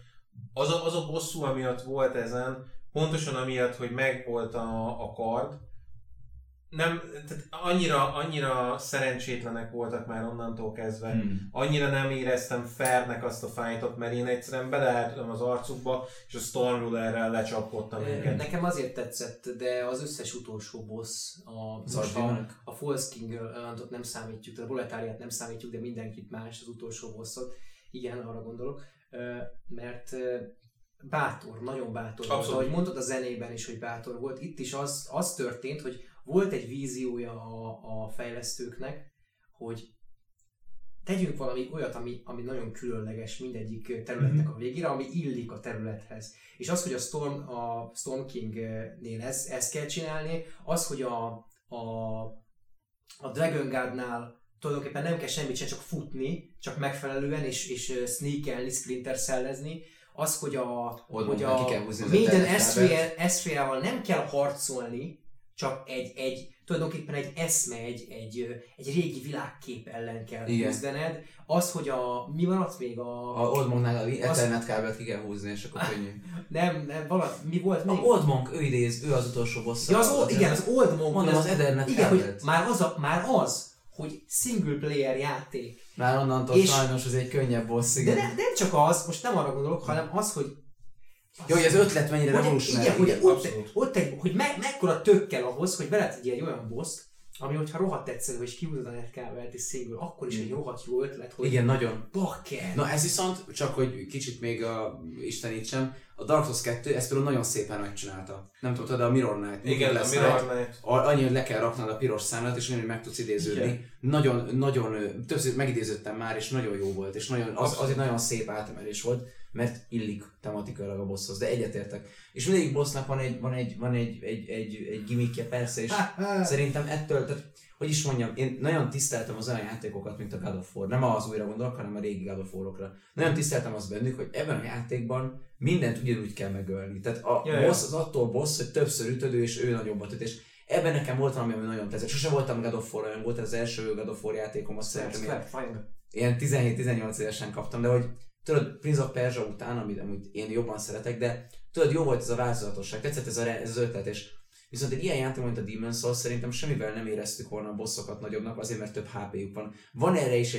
az a bosszú, amiatt volt ezen, pontosan amiatt, hogy megvolt a kard, nem, tehát annyira szerencsétlenek voltak már onnantól kezdve, annyira nem éreztem fairnek azt a fightot, mert én egyszerűen beleálltam az arcukba, és a Stormrullerrel lecsapkodtam őket. Nekem azért tetszett, de az összes utolsó boss, a False King-ot nem számítjuk, tehát a Proletáriát nem számítjuk, de mindenkit más, az utolsó bossot, igen, arra gondolok, mert bátor, nagyon bátor volt. Ahogy mondtad a zenében is, hogy bátor volt, itt is az történt, hogy volt egy víziója a fejlesztőknek, hogy tegyünk valami olyat, ami nagyon különleges mindegyik területnek a végére, ami illik a területhez. És az, hogy a Storm King-nél ezt kell csinálni, az, hogy a Dragon Guard-nál tulajdonképpen nem kell semmit sem, csak futni, csak megfelelően, és sneakelni, splinterszellezni, az, hogy minden Esriával nem kell harcolni, csak tulajdonképpen egy eszme, egy régi világkép ellen kell küzdened. Az, hogy mi maradt még a Old Monknál a Ethernet kábelt ki kell húzni, és akkor könnyű. Nem, mi volt még? A Old Monk, ő az utolsó boss. Ja, az Old Monk. Mondom, az Ethernet kábelt. Már az, hogy single player játék. Már onnantól sajnos az egy könnyebb boss, igen. De nem csak az, most nem arra gondolok, hanem az, hogy jó, hogy az ötlet mennyire revolutionális. Hogy mekkora tök kell ahhoz, hogy beletegyél egy olyan boszt, ami hogyha rohadt egyszerű, hogy kihúzod a netkábelt és single, akkor is egy rohadt jó ötlet, hogy igen, nagyon. Bakker. Na ez viszont, csak hogy kicsit még istenítsem, a Dark Souls 2 ezt például nagyon szépen megcsinálta. Nem tudtad, de a Mirror Knight. Igen, a Mirror Knight. Annyi, hogy le kell raknod a piros számlát, és ugyanúgy meg tudsz idéződni. Nagyon, többször megidéződtem már, és nagyon jó volt, és az egy nagyon szép átemelés volt, mert illik tematikailag a bosshoz, de egyetértek. És mindegyik bossnak van egy gimmickje persze, és szerintem ettől, tehát, hogy is mondjam, én nagyon tiszteltem az olyan játékokat, mint a God of War. Nem az újra gondolok, hanem a régi God of War-okra. Nagyon tiszteltem azt bennük, hogy ebben a játékban mindent ugyanúgy kell megölni. Tehát a boss az attól boss, hogy többször ütöd, és ő nagyobbat üt. És ebben nekem volt valami, ami nagyon tetszett. Sose voltam God of War, olyan volt az első God of War játékom, azt szerintem ilyen 17-18 évesen kaptam, de hogy tudod, Prince of Persia után, amit én jobban szeretek, de tudod, jó volt ez a változatosság, tetszett ez az ötlet, és viszont egy ilyen játék, mint a Demon's Souls, szerintem semmivel nem éreztük volna a bossokat nagyobbnak, azért mert több HP-juk van. Van erre is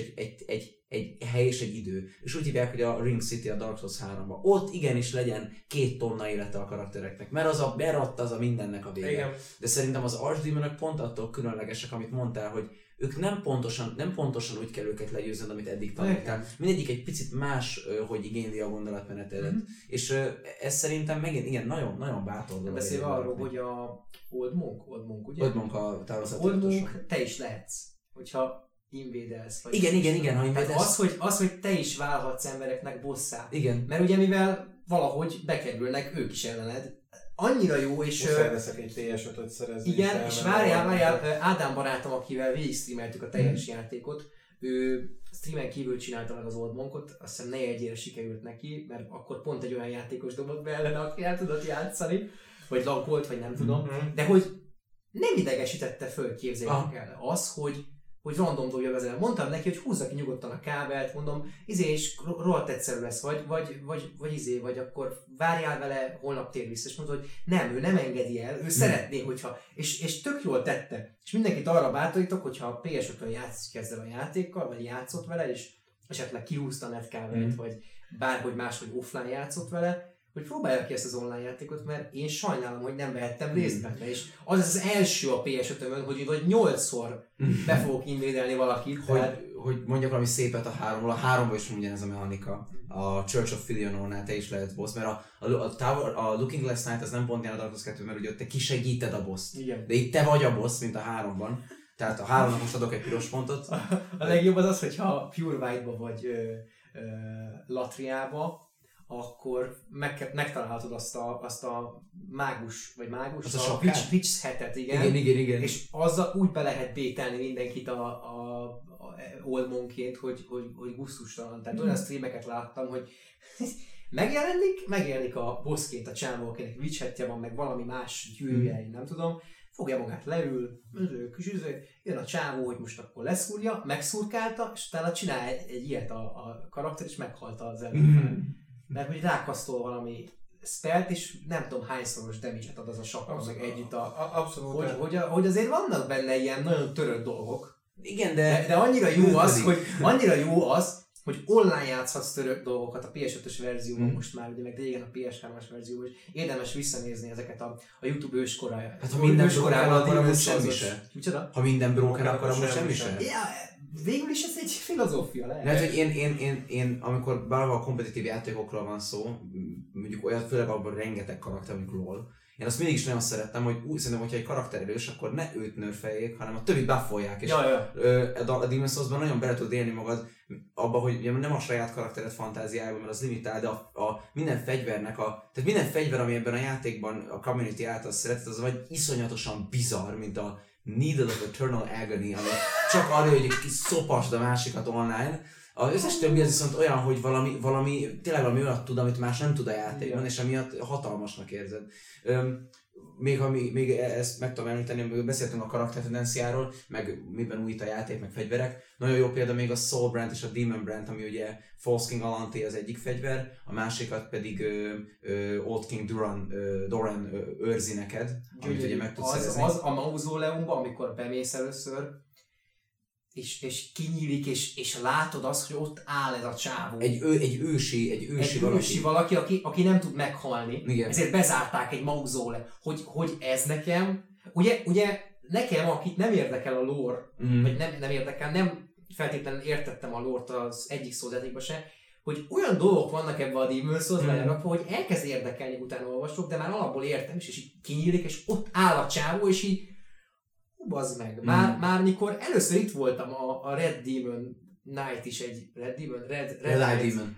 egy hely és egy idő, és úgy hívják, hogy a Ring City a Dark Souls 3-ban. Ott igenis legyen 2 tonna élete a karaktereknek, mert az a mindennek a vége. Igen. De szerintem az Archdémonok pont attól különlegesek, amit mondtál, hogy ők nem pontosan úgy kell őket legyőzned, amit eddig tanultál. Mindegyik egy picit más, hogy igényli a gondolatmenetedet. És ez szerintem megint igen, nagyon bátor dolog. Beszélve arról, hogy a Old Monk, ugye? Old Monk a távozat. Old Monk te is lehetsz, hogyha invédelsz. Igen, ha invédelsz. Az, hogy te is válhatsz embereknek bosszá. Igen. Mert ugye mivel valahogy bekerülnek ők is ellened, annyira jó, és... Muszáj leszek egy TS5-öt szerezni. Igen, és várjál, Ádám barátom, akivel végig streameltük a teljes játékot, ő streamen kívül csinálta meg az Old Monkot, azt hiszem 4-1-ére sikerült neki, mert akkor pont egy olyan játékos dobott be ellene, aki el tudott játszani. vagy lagolt, vagy nem tudom, de hogy nem idegesítette föl, képzeljétek el az, hogy random dobja vezet. Mondtam neki, hogy húzza ki nyugodtan a kábelt, mondom, és rohadt egyszerű lesz, vagy akkor várjál vele, holnap tér vissza, és mondta, hogy nem, ő nem engedi el, ő szeretné, hogyha, és tök jól tette. És mindenkit arra bátorítok, hogyha a PS5-ön kezd el a játékkal, vagy játszott vele, és esetleg kihúzta a netkábelt, vagy bárhogy máshogy offline játszott vele, hogy próbálja ki ezt az online játékot, mert én sajnálom, hogy nem vehettem részt benne, és az az első a PS5-ömön, hogy vagy 8-szor be fogok invédelni valakit. Hogy mondjak valami szépet a 3-ból, a 3-ból is ugyanez a mechanika. A Church of Filianornál te is lehetsz boss, mert a Looking Glass Knight az nem pont ilyen a Dark Souls 2, mert ugye ott te kisegíted a boss-t. Igen. De itt te vagy a boss, mint a 3-ban. Tehát a 3-nak most adok egy piros pontot. A legjobb az, hogyha Pure White-ba vagy Latriába, akkor megtalálhatod azt a mágus, a Witch hetet, igen. Igen. És azzal úgy be lehet bételni mindenkit a oldmonként, hogy gusztustalan. Tehát olyan streameket láttam, hogy megjelenik a bossként a csávó, akinek Witch hetje van, meg valami más gyűrűje, nem tudom, fogja magát, leül, jön a csávó, hogy most akkor leszúrja, megszurkálta, és utána csinál egy ilyet a karakter, és meghalta az ellenfel. Mert hogy rákasztol valami spelt, és nem tudom hányszoros damage-et ad az a sakka, meg együtt abszolút. Hogy azért vannak benne ilyen nagyon törött dolgok. Igen, de annyira jó az, hogy online játszhatsz törött dolgokat a PS5-ös verzióban most már, ugye meg régen a PS3-as verzióban, és érdemes visszanézni ezeket a YouTube őskoráját. Hát ha minden broker, akkor amúgy semmi se. Micsoda? Ha minden broker, akkor amúgy semmi se. Végül is ez egy filozófia lehet. Mert hogy én amikor bárhol a kompetitív játékokról van szó, mondjuk olyan, főleg abban rengeteg karakter, mondjuk LOL, én azt mindig is nagyon szerettem, hogy szerintem, hogyha egy karakter erős, akkor ne őt nerfeljék, hanem a többit buffolják. És a Demon's Souls-ban nagyon bele tud élni magad abba, hogy nem a saját karaktered fantáziájában, mert az limitál, de a minden fegyvernek, tehát minden fegyver, ami ebben a játékban a community által szeretett, az vagy iszonyatosan bizarr, mint a Needle of Eternal Agony, ami csak arra, hogy szopasd a másikat online. Az összes többi az viszont olyan, hogy tényleg valami olyat tud, amit más nem tud a játékban, és emiatt hatalmasnak érzed. Még ezt meg tudom említeni, beszéltünk a karaktertendenciáról, meg miben újít a játék, meg fegyverek. Nagyon jó példa még a Soul Brand és a Demon Brand, ami ugye False King Alanti az egyik fegyver, a másikat pedig Old King Doran őrzi neked, amit ugye meg tudsz szerezni. Az a mauzóleumban, amikor bemész először, és kinyílik, és látod azt, hogy ott áll ez a csávó. Egy ősi valaki, aki nem tud meghalni. Igen. Ezért bezárták egy mauzóle. Hogy ez nekem, ugye nekem, akit nem érdekel a lore, vagy nem érdekel, nem feltétlenül értettem a lore-t az egyik szózatékban se, hogy olyan dolgok vannak ebben a Demon's Souls-ban, hogy elkezd érdekelni, utána olvasok, de már alapból értem is, és így kinyílik, és ott áll a csávó, és így bazd meg. Már mikor először itt voltam a Red Demon Knight is egy... Red Eye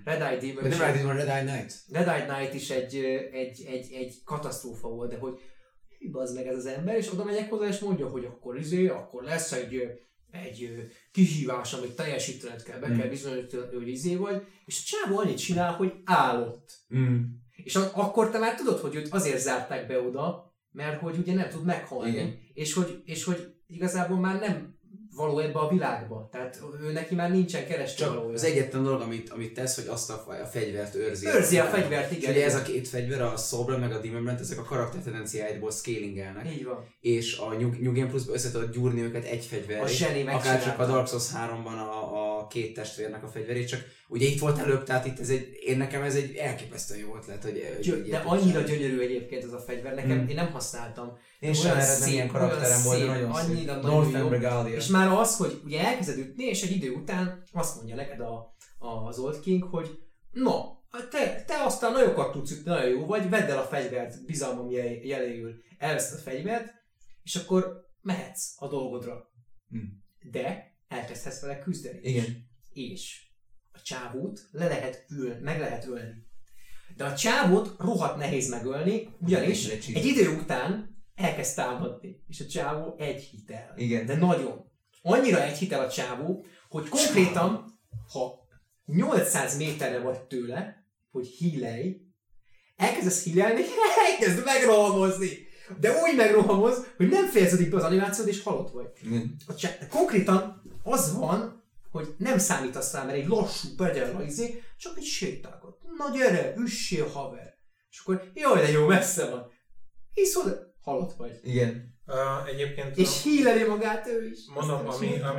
Knight is egy katasztrófa volt, de hogy bazd meg ez az ember, és oda megyek hozzá, és mondja, hogy akkor lesz egy kihívás, amit teljesítened kell, be kell bizonyítani, hogy vagy, és a csávó annyit csinál, hogy állott. És akkor te már tudod, hogy őt azért zárták be oda, mert hogy ugye nem tud meghalni, és hogy igazából már nem való ebbe a világba, tehát ő neki már nincsen keresni valója. Az egyetlen dolog, amit tesz, hogy azt a fegyvert őrzi. Őrzi a fegyvert, igen. És ugye ez a két fegyver, a Soul meg a Demon Brand, ezek a karaktertendenciáidból scalingelnek. Így van. És a New Game Plus-ban össze tudod gyúrni őket egy fegyverré. Akár csak a Dark Souls 3-ban a két testvérnek a fegyverét, csak ugye itt volt előbb, tehát itt nekem ez egy elképesztően jó ötlet, hogy de annyira gyönyörű egyébként ez a fegyver, nekem én nem használtam. Én sem eredem ilyen karakterem volt, de nagyon szép. Northern Regalia. És már az, hogy ugye elkezded ütni, és egy idő után azt mondja neked az Old King, hogy te aztán nagyokat tudsz ütni, nagyon jó vagy, vedd el a fegyvert, bizalmam jeléül, elveszed a fegyvert, és akkor mehetsz a dolgodra. De elkezdhetsz vele küzdeni. Igen. És a csávót meg lehet ölni. De a csávót rohadt nehéz megölni, ugyanis egy idő után elkezd támadni, és a csávó egy hitel. Igen. De nagyon. Annyira egy hitel a csávó, hogy konkrétan, ha 800 méterre vagy tőle, hogy hílelj, elkezdesz hílelni, elkezd megrohamozni. De úgy megrohamoz, hogy nem fejeződik be az animációd, és halott vagy. Konkrétan az van, hogy nem számítasz rá, mert egy lassú pedel csak egy sétálgat. Na gyere, üssél haver. És akkor, jaj, de jó, messze van. Hiszod, halott vagy. Igen. Egyébként... És híleli magát ő is. Mondom,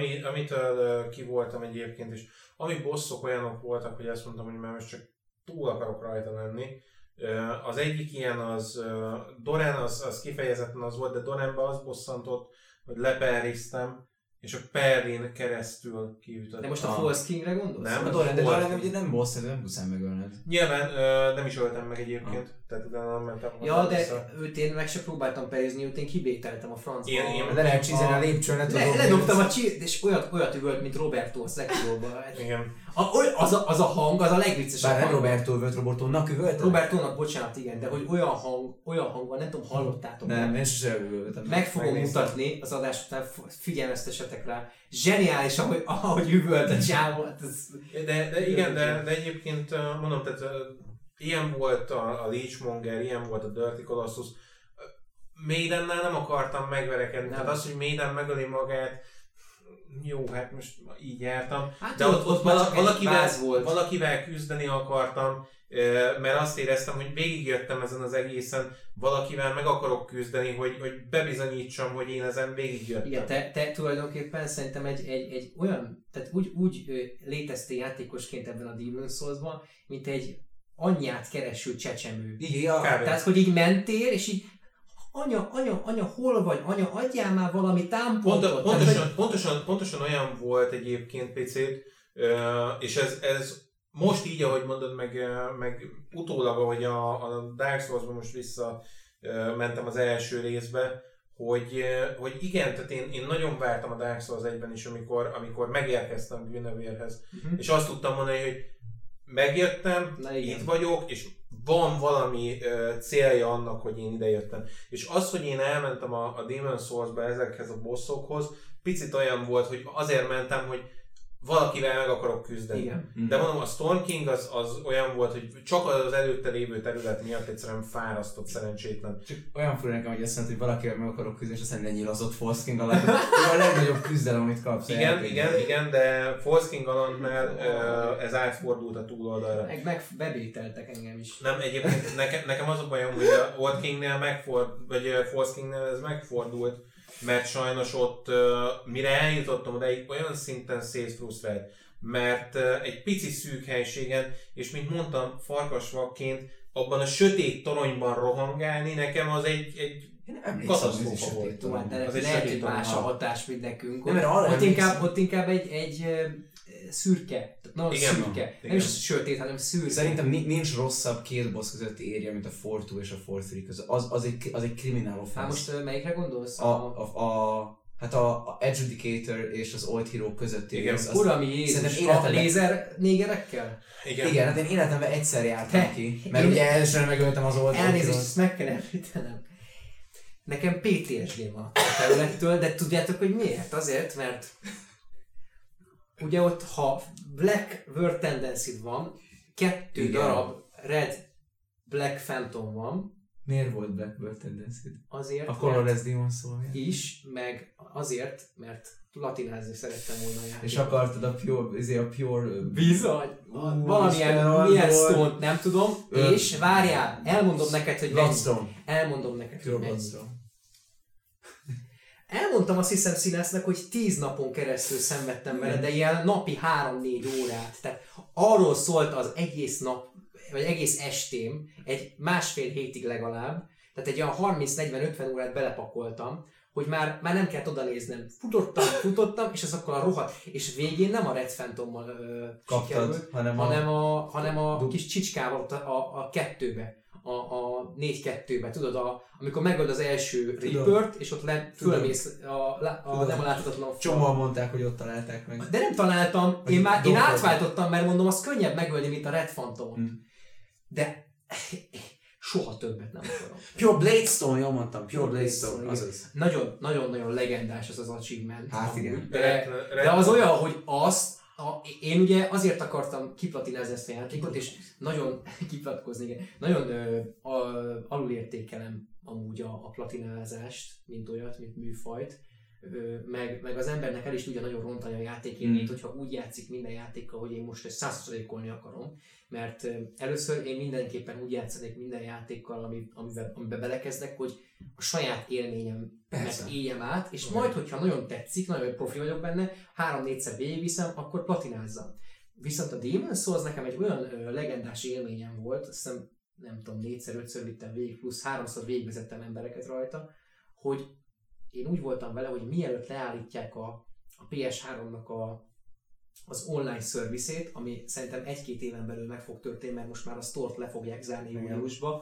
amitől ki voltam egyébként, és ami bosszok olyanok voltak, hogy azt mondtam, hogy már most csak túl akarok rajta lenni. Az egyik ilyen az Doran, az kifejezetten az volt, de Doranban az bosszantott, hogy leperriztem, és a Perrin keresztül kiütöttem. De most a False Kingre gondolsz? Nem, A Doran ugye nem boss, de nem muszáj megölned. Nyilván nem is öltem meg egyébként, tehát utána nem mentem. Ja, de őt én meg se próbáltam perizni, őt én kibételtem a francba. De lehet csízelni a lépcsőn, ledobtam a és olyat üvölt, mint Roberto a Sekiro-ba. Igen. Az a hang, az a legviccesebb. Bár nem Roberto üvölt, Robertónak üvölt? Robertónak, bocsánat, igen, de hogy olyan hang van, nem tudom, hallottátok. Nem, én sosem üvöltem. Meg fogom mutatni az adás után, figyelmeztessetek rá. Zseniális, ahogy üvölt a csávó. De igen, de egyébként mondom, tehát ilyen volt a Leechmonger, ilyen volt a Dirty Colossus. Maidennel nem akartam megverekedni, tehát az, hogy Maiden megöli magát, jó, hát most így jártam, hát de ott valakivel küzdeni akartam, mert azt éreztem, hogy végigjöttem ezen az egészen, valakivel meg akarok küzdeni, hogy bebizonyítsam, hogy én ezen végigjöttem. Igen, te tulajdonképpen szerintem egy olyan, tehát úgy léteztél játékosként ebben a Demon's Souls-ban, mint egy anyját kereső csecsemő. Igen, tehát, hogy így mentél, és így anya, hol vagy? Anya, adjál már valami támpontot. Pontosan olyan volt egyébként picit, és ez most így, ahogy mondod, meg utólag, ahogy a Dark Souls-ban most visszamentem az első részbe, hogy igen, tehát én nagyon vártam a Dark Souls 1-ben is, amikor megérkeztem Guineverehez, és azt tudtam mondani, hogy megjöttem, itt vagyok, és van valami célja annak, hogy én idejöttem. És az, hogy én elmentem a Demon's Souls-ba ezekhez a bosszokhoz, picit olyan volt, hogy azért mentem, hogy valakivel meg akarok küzdeni. Igen. De mondom, a Storm King az olyan volt, hogy csak az előtte lévő terület miatt egyszerűen fárasztott, szerencsétlen. Csak olyan fura nekem, hogy azt mondta, hogy valakivel meg akarok küzdeni, és aztán lenyilazott False King alatt. a legnagyobb küzdelem, amit kapsz. Igen, de False King alattnál ez átfordult a túloldalra. Meg bebételtek engem is. Nem, egyébként nekem az a bajom, hogy a Old Kingnél vagy False Kingnél ez megfordult, mert sajnos ott, mire eljutottam odáig, olyan szinten szétfrusztrált, mert egy pici szűk helységen, és mint mondtam, farkasvakként abban a sötét toronyban rohangálni, nekem az egy katasztrófa volt. De lehet, hogy más a hatás, mint nekünk. Ott inkább egy szürke. Nagyon szürke. Nem is az sötét, hanem szürke. Szerintem nincs rosszabb két boss közötti érje, mint a 4-2 és a 4-3 között. Az egy criminal offense. Hát most melyikre gondolsz? Hát a Adjudicator és az Old Hero közötti rész. Uram Jézus, a lézer négerekkel? Igen, hát én életemben egyszer jártam ki. Mert ugye elsőre megöltem az Old Hero-t. Elnézést, ezt meg kell említenem. Nekem PTSD van a területtől, de tudjátok, hogy miért? Azért, mert ugye ott, ha Black Word Tendency van, 2 darab Red Black Phantom van. Miért volt Black Word Tendency? Azért, a Colorless Demon Soul is, meg azért, mert latinázni szerettem volna a játékot. És akartad a pure... Bizony! Valamilyen milyen stone, nem tudom, és várjál, elmondom neked, hogy Bloodstone. Elmondom neked, Pure Bloodstone. Elmondtam azt hiszem Színásznak, hogy 10 napon keresztül szenvedtem vele, de ilyen napi 3-4 órát. Tehát arról szólt az egész nap, vagy egész estém, egy 1,5 hétig legalább, tehát egy olyan 30-40-50 órát belepakoltam, hogy már nem kellett oda néznem. Futottam, és azokkal a rohadt, és végén nem a Red Phantommal sikerült, hanem a kis csicskával a 2-be. A 4-2-be, tudod, amikor megöld az első Reapert, és ott fölmész nem a láthatatlan fal. Csomóan mondták, hogy ott találták meg. De nem találtam, én átváltottam, mert mondom, az könnyebb megölni, mint a Red Phantomot. De soha többet nem akarom. Pure Bladestone, jól mondtam, Pure Bladestone, azaz. Nagyon-nagyon legendás az achievement. Hát igen. De az olyan, hogy azt Én ugye azért akartam kiplatinázni ezt a játékot, és nagyon kiplatkozni, igen. Nagyon alulértékelem amúgy a platinázást, mint olyat, mint műfajt. Meg az embernek el is tudja nagyon rontani a játékélményt, hogyha úgy játszik minden játékkal, hogy én most ezt 100%-olni akarom. Mert először én mindenképpen úgy játszanék minden játékkal, amiben belekezdek, hogy a saját élményemet éljem át, és majd, hogyha nagyon tetszik, nagyon profi vagyok benne, 3-4-szer végigviszem, akkor platinázzam. Viszont a Demon's Souls nekem egy olyan legendás élményem volt, azt hiszem, nem tudom, 4-5-ször vittem végig, plusz 3-szor végigvezettem embereket rajta, hogy én úgy voltam vele, hogy mielőtt leállítják a PS3-nak az online szervizét, ami szerintem 1-2 éven belül meg fog történni, mert most már a store-t le fogják zárni júliusba.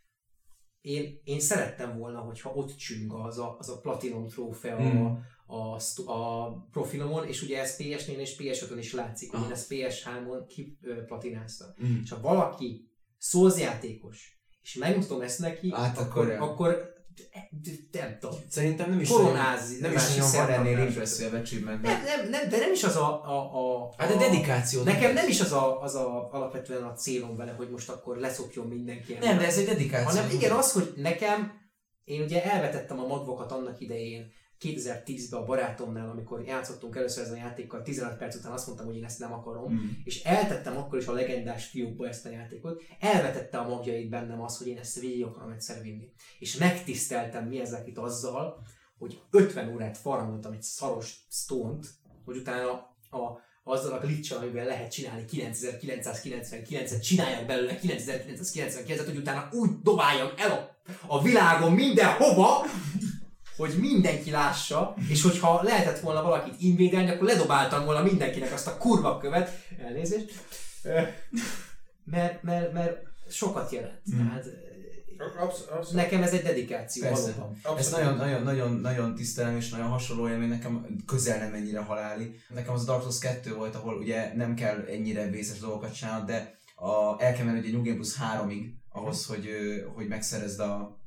Én szerettem volna, hogyha ott csüng az a Platinum trófea a profilomon, és ugye ez PS4-en és PS5-ön is látszik, hogy én ezt PS3-on kiplatináztam. És ha valaki Souls játékos, és megmutatom ezt neki, akkor nem tudom. Szerintem nem is nagyon van ennél impresszív achievement. De nem is az Hát a dedikáció. Nekem nem is az alapvetően a célom vele, hogy most akkor leszopjon mindenki. Nem, de ez egy dedikáció. Hanem igen az, hogy én ugye elvetettem a magvokat annak idején, 2010-ben a barátomnál, amikor játszottunk először ezen a játékkal, 15 perc után azt mondtam, hogy én ezt nem akarom, és eltettem akkor is a legendás fiókba ezt a játékot, elvetette a magjait bennem az, hogy én ezt végig akarom egyszer vinni. És megtiszteltem mi ezek itt azzal, hogy 50 órát farmoltam egy szaros stone-t, hogy utána azzal a glitch-sal, amivel lehet csinálni 9999-et, csináljak belőle 9999-et, hogy utána úgy dobáljam el a világon mindenhova, hogy mindenki lássa, és hogyha lehetett volna valakit invédelni, akkor ledobáltam volna mindenkinek azt a kurva követ, elnézést, mert sokat jelent. Tehát, nekem ez egy dedikáció valóban. Ez nagyon tisztelem és nagyon hasonló élmény, nekem közel nem ennyire haláli. Nekem az a Dark Souls 2 volt, ahol ugye nem kell ennyire vészes dolgokat csinálni, de el kell menni ugye New Game Plus 3-ig ahhoz, hogy megszerezd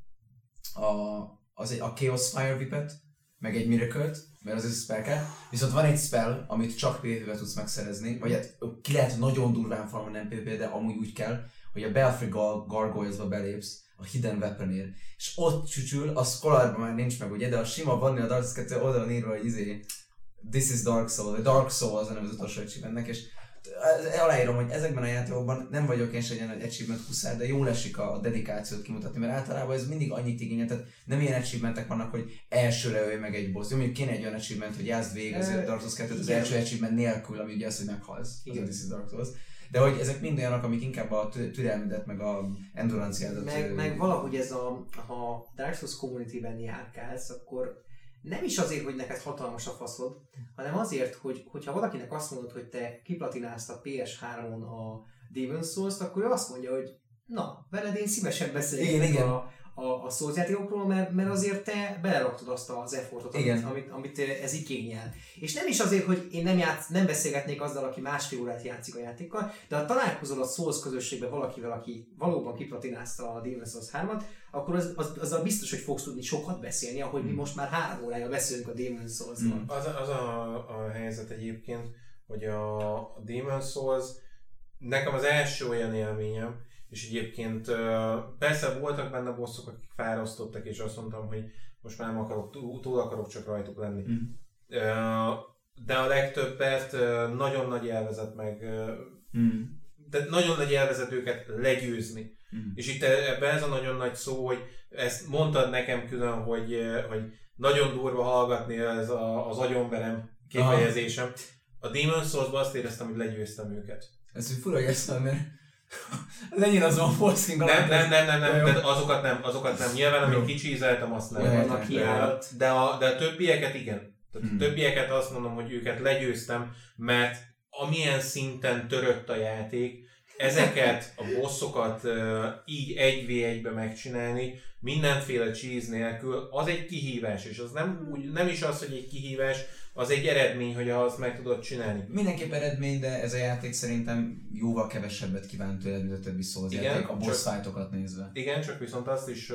a Chaos Fire Whip-et, meg egy Miracle-t, mert az is spell kell. Viszont van egy spell, amit csak PvP-be tudsz megszerezni, vagy hát ki lehet nagyon durván farmolni, nem PvP, de amúgy úgy kell, hogy a Belfry Gargoyles-ba belépsz, a Hidden Weaponért, és ott csücsül, a Scholarban már nincs meg ugye, de a sima Vanilla Dark Souls 2 oldalon írva, hogy This is Dark Soul, vagy Dark Soul az a nem az utolsó achievementnek, és aláírom, hogy ezekben a játékokban nem vagyok én se egy achievement huszár, de jól esik a dedikációt kimutatni, mert általában ez mindig annyit igényel, tehát nem ilyen achievementek vannak, hogy elsőre ölj meg egy boss. Jó, mondjuk kéne egy olyan achievement, hogy játszd végig az Dark Souls 2-t az első achievement nélkül, ami ugye az, hogy meghalsz, az a This is Dark Souls. De hogy ezek mind olyanok, amik inkább a türelmedet, meg a enduranciádat... Meg valahogy ez ha Dark Souls community-ben járkálsz, akkor nem is azért, hogy neked hatalmas a faszod, hanem azért, hogyha valakinek azt mondod, hogy te kiplatináztad PS3-on a Demon's Souls-t, akkor ő azt mondja, hogy na, veled én szívesen beszélek a Souls játékokról, mert azért te beleraktad azt az effortot, amit ez igényel. És nem is azért, hogy én nem beszélgetnék azzal, aki másfél órát játszik a játékkal, de ha találkozol a Souls közösségben valakivel, aki valóban kiplatinázta a Demon's Souls 3-at, akkor azzal biztos, hogy fogsz tudni sokat beszélni, ahogy mi most már 3 órája beszélünk a Demon's Souls-ról. Az a helyzet egyébként, hogy a Demon's Souls nekem az első olyan élményem, és egyébként persze voltak benne bosszok, akik fárasztottak, és azt mondtam, hogy most már nem akarok, túl akarok csak rajtuk lenni. De a legtöbbet nagyon nagy élvezet de nagyon nagy élvezet őket legyőzni. És itt ebben ez a nagyon nagy szó, hogy ezt mondtad nekem külön, hogy nagyon durva hallgatni az agyonverem kifejezésem. A Demon's Souls-ban azt éreztem, hogy legyőztem őket. Ez úgy fura éreztem, mert legyen azon a forcing nem, de azokat nem. Nyilván, amit kicsízeltem, azt nem. De a többieket igen. Tehát a többieket azt mondom, hogy őket legyőztem, mert amilyen szinten törött a játék, ezeket a bossokat így 1v1-be megcsinálni, mindenféle cheese nélkül, az egy kihívás, és az nem is az, hogy egy kihívás, az egy eredmény, hogy azt meg tudod csinálni. Mindenképp eredmény, de ez a játék szerintem jóval kevesebbet kíván tőled, mint a többi Souls játék, a boss fightokat nézve. Igen, csak viszont azt is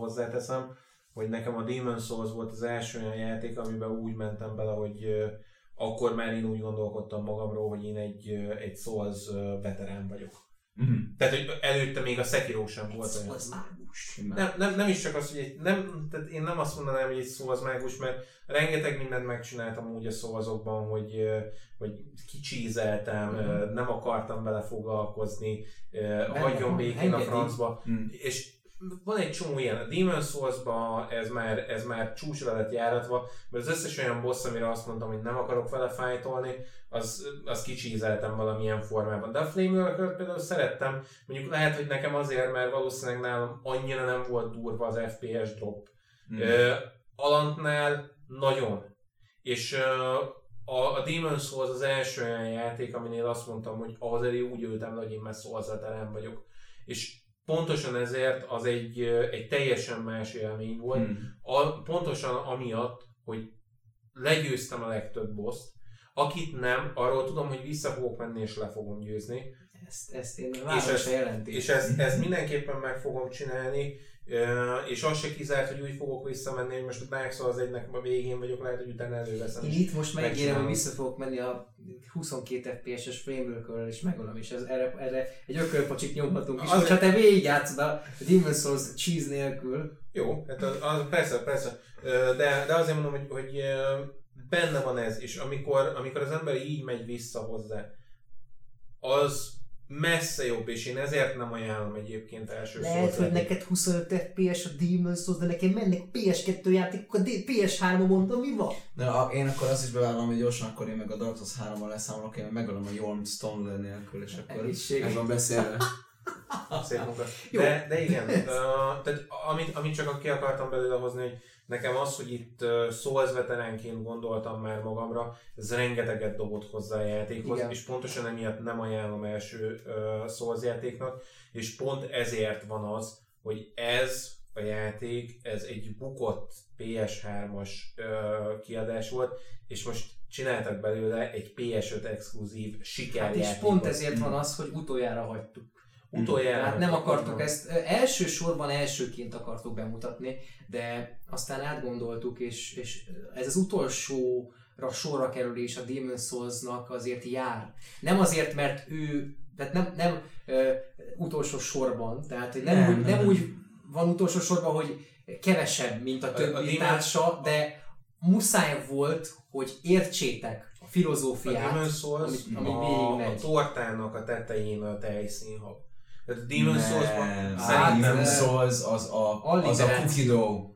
hozzáteszem, hogy nekem a Demon's Souls volt az első olyan játék, amiben úgy mentem bele, akkor már én úgy gondolkodtam magamról, hogy én egy Souls veterán vagyok. Tehát, hogy előtte még a Sekiro sem volt olyan. Souls mágus. Nem is csak az, hogy tehát én nem azt mondanám, hogy egy Souls mágus, mert rengeteg mindent megcsináltam úgy a Soulsokban, hogy kicsízeltem, nem akartam vele foglalkozni, hagyjon békén a francba. És van egy csomó ilyen, a Demon's Souls-ban ez már csúcsra lett járatva, mert az összes olyan boss, amire azt mondtam, hogy nem akarok vele fájtolni, az kicsízeltem valamilyen formában. De a Flame Lurker például szerettem, mondjuk lehet, hogy nekem azért, mert valószínűleg nálam annyira nem volt durva az FPS drop. Alantnál nagyon. És a Demon's Souls az első olyan játék, aminél azt mondtam, hogy azért úgy ültem, hogy én már Souls veterán vagyok. És pontosan ezért az egy teljesen más élmény volt. Pontosan amiatt, hogy legyőztem a legtöbb boss-t, akit nem, arról tudom, hogy vissza fogok menni és le fogom győzni. Ezt én város jelentés. És ezt mindenképpen meg fogom csinálni, és az se kizárt, hogy úgy fogok visszamenni, hogy most a Dark Souls 1-nek a végén vagyok, lehet, hogy utána előveszem. Én itt most megírom, hogy vissza fogok menni a 22 FPS-es Framework-ről és megölöm, és erre egy ökölpacsit nyomhatunk is, hogyha te végigjátszod a Demon's Souls cheese nélkül. Jó, hát persze. De azért mondom, hogy benne van ez, és amikor az ember így megy vissza hozzá, az messze jobb, és én ezért nem ajánlom egyébként első Lehet, hogy neked 25 FPS a Demon's Souls, de nekem mennek PS2 játékok, a PS3-on mondom, mi van? Na, én akkor azt is bevállalom, hogy gyorsan akkor én meg a Dark Souls 3-mal leszámolok, én megölöm a Jorm Stone nélkül, és akkor ez van beszélve. Szép munka. De igen, tehát amit csak ki akartam belőle hozni, hogy nekem az, hogy itt Souls veteránként gondoltam már magamra, ez rengeteget dobott hozzá a játékhoz, igen. És pontosan emiatt nem ajánlom első Souls játéknak, és pont ezért van az, hogy ez a játék, ez egy bukott PS3-as kiadás volt, és most csináltak belőle egy PS5 exkluzív sikerjátékot. Hát és pont ezért van az, hogy utoljára hagytuk. Hát nem akartuk ezt, elsősorban elsőként akartuk bemutatni, de aztán átgondoltuk, és ez az utolsóra sorra kerülés a Demon's Souls-nak azért jár. Nem azért, mert ő, tehát nem utolsó sorban, tehát hogy nem úgy van utolsó sorban, hogy kevesebb, mint a többi társa, de muszáj volt, hogy értsétek a filozófiát, a Demon's Souls ami végigmegy. A tortának a tetején a tejszínhab. Tehát a Demon's Souls-ban Demon's Souls az a cookie dough.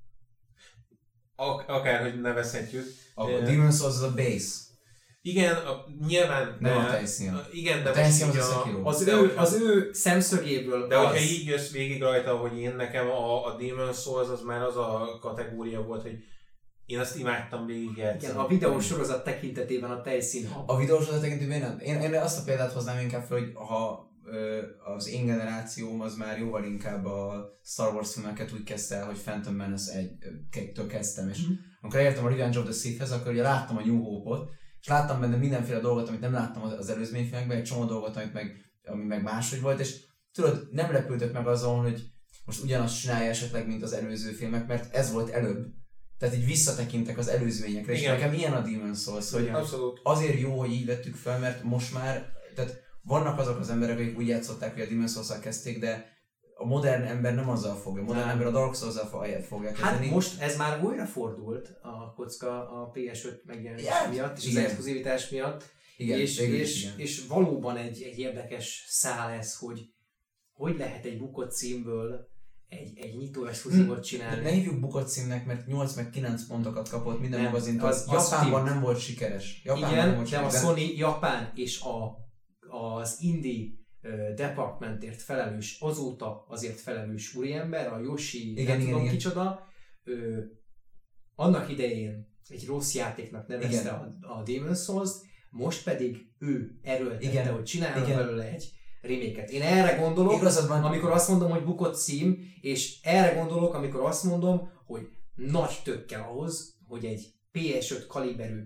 Akárhogy nevezhetjük. A Demon's Souls az a base. Igen, nyilván... Nem a tejszín. Igen, de a tejszín az a Sekiro. Az ő szemszögéből de hogyha így jössz végig rajta, hogy én nekem a Demon's Souls az már az a kategória volt, hogy én azt imádtam végigjátszani. Igen, a videósorozat tekintetében a tejszínhab. A videósorozat tekintetében nem. Én azt a példát hoznám inkább fel, hogy ha az én generációm az már jóval inkább a Star Wars filmeket úgy kezdte el, hogy Phantom Menace 1-től kezdtem, és amikor elértem a Revenge of the Sith-hez, akkor ugye láttam a New Hope-ot, és láttam benne mindenféle dolgot, amit nem láttam az előzmény filmekben, egy csomó dolgot, ami meg máshogy volt, és tudod, nem lepődök meg azon, hogy most ugyanazt csinálja esetleg, mint az előző filmek, mert ez volt előbb. Tehát így visszatekintek az előzményekre, és nekem ilyen a Demon's Souls, hogy azért jó, hogy így vettük fel, mert most már, tehát vannak azok az emberek, akik úgy játszották, hogy a Demon's Souls-szal kezdték, de a modern ember nem azzal fogja, a modern ember a Dark Souls-szal fogja kezdeni. Hát most ez már újra fordult a kocka a PS5 megjelenés miatt, és az exkluzivitás miatt, igen, és valóban egy érdekes szál ez, hogy lehet egy bukott címből egy nyitó exkluzívot csinálni. De ne hívjuk bukott címnek, mert 8 meg 9 pontokat kapott minden magazintól. Japánban nem volt sikeres. Igen, de a Sony Japán és az indie departmentért felelős, azóta azért felelős úriember, a Yoshi, nem tudom kicsoda, annak idején egy rossz játéknak nevezte a Demon's Souls-t, most pedig ő erőltette, hogy csináljon belőle egy remake-et. Én erre gondolok, amikor azt mondom, hogy bukott cím, és erre gondolok, amikor azt mondom, hogy nagy tökkel ahhoz, hogy egy PS5 kaliberű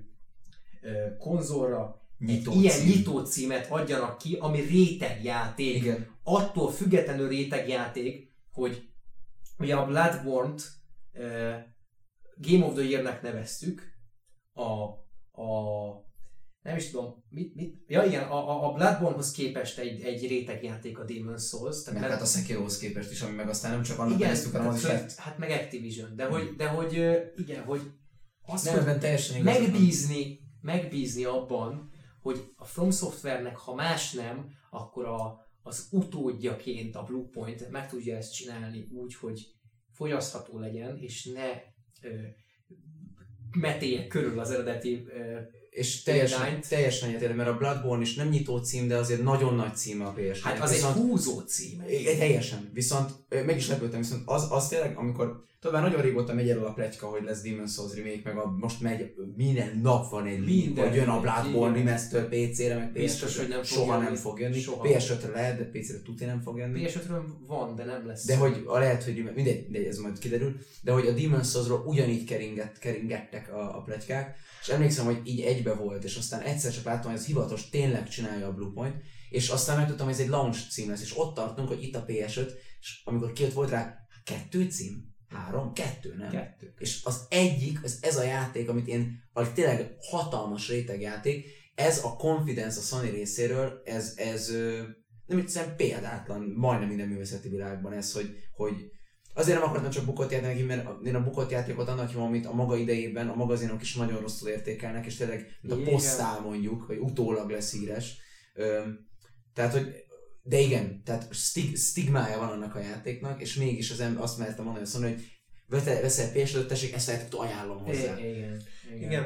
konzolra ilyen nyitó címet adjanak ki, ami rétegjáték. Igen. Attól függetlenül rétegjáték, hogy ugye a Bloodborne-t Game of the Year-nek neveztük, a nem is tudom, ja igen, a Bloodborne-hoz képest egy rétegjáték a Demon's Souls. Tehát mert hát a Sekirohoz képest is, ami meg aztán nem csak annak keresztül, hanem az is lett. Hát meg Activision, de hogy igen, hogy azt, hogy megbízni abban, hogy a From Software-nek, ha más nem, akkor az utódjaként a Bluepoint meg tudja ezt csinálni úgy, hogy fogyasztható legyen, és ne metélje körül az eredeti és teljesen egyetértek, mert a Bloodborne is nem nyitó cím, de azért nagyon nagy címe a PS4. Hát az viszont, egy húzó címe. Teljesen. Viszont meg is lepődtem, viszont az tényleg, amikor talán nagyon régóta megy elő a pletyka, hogy lesz Demon's Souls remake, meg most megy, minden nap van egy link, hogy jön a Bloodborne remaster PC-re, meg biztos, hogy nem fog jönni. PS5-re lehet, de PC-re tuti nem fog jönni. PS5-ről van, de nem lesz. De hogy lehet, hogy mindegy, ez majd kiderül, de hogy a Demon's Souls-ról ugyanígy keringettek a pletykák, és emlékszem, hogy így egybe volt, és aztán egyszer csak láttam, hogy ez hivatalos tényleg csinálja a Bluepoint, és aztán megtudtam, hogy ez egy launch cím lesz, és ott tartunk, hogy itt a PS5, és amikor kijött volt rá 2 cím, 3, 2, nem? 2. És az egyik, ez a játék, amit én, tényleg hatalmas rétegjáték, ez a confidence a Sony részéről, ez nem egyszerűen példátlan, majdnem minden művészeti világban ez, hogy azért nem akartam csak bukott játéknak, mert én a bukott játékot annak hívom, amit a maga idejében a magazinok is nagyon rosszul értékelnek, és tényleg, mint a posztál mondjuk, hogy utólag lesz híres. Tehát, hogy de igen, tehát stigmája van annak a játéknak, és mégis azt mertem mondani, hogy veszel PS5-öt, tessék, ezt lehet, ajánlom hozzá. Igen,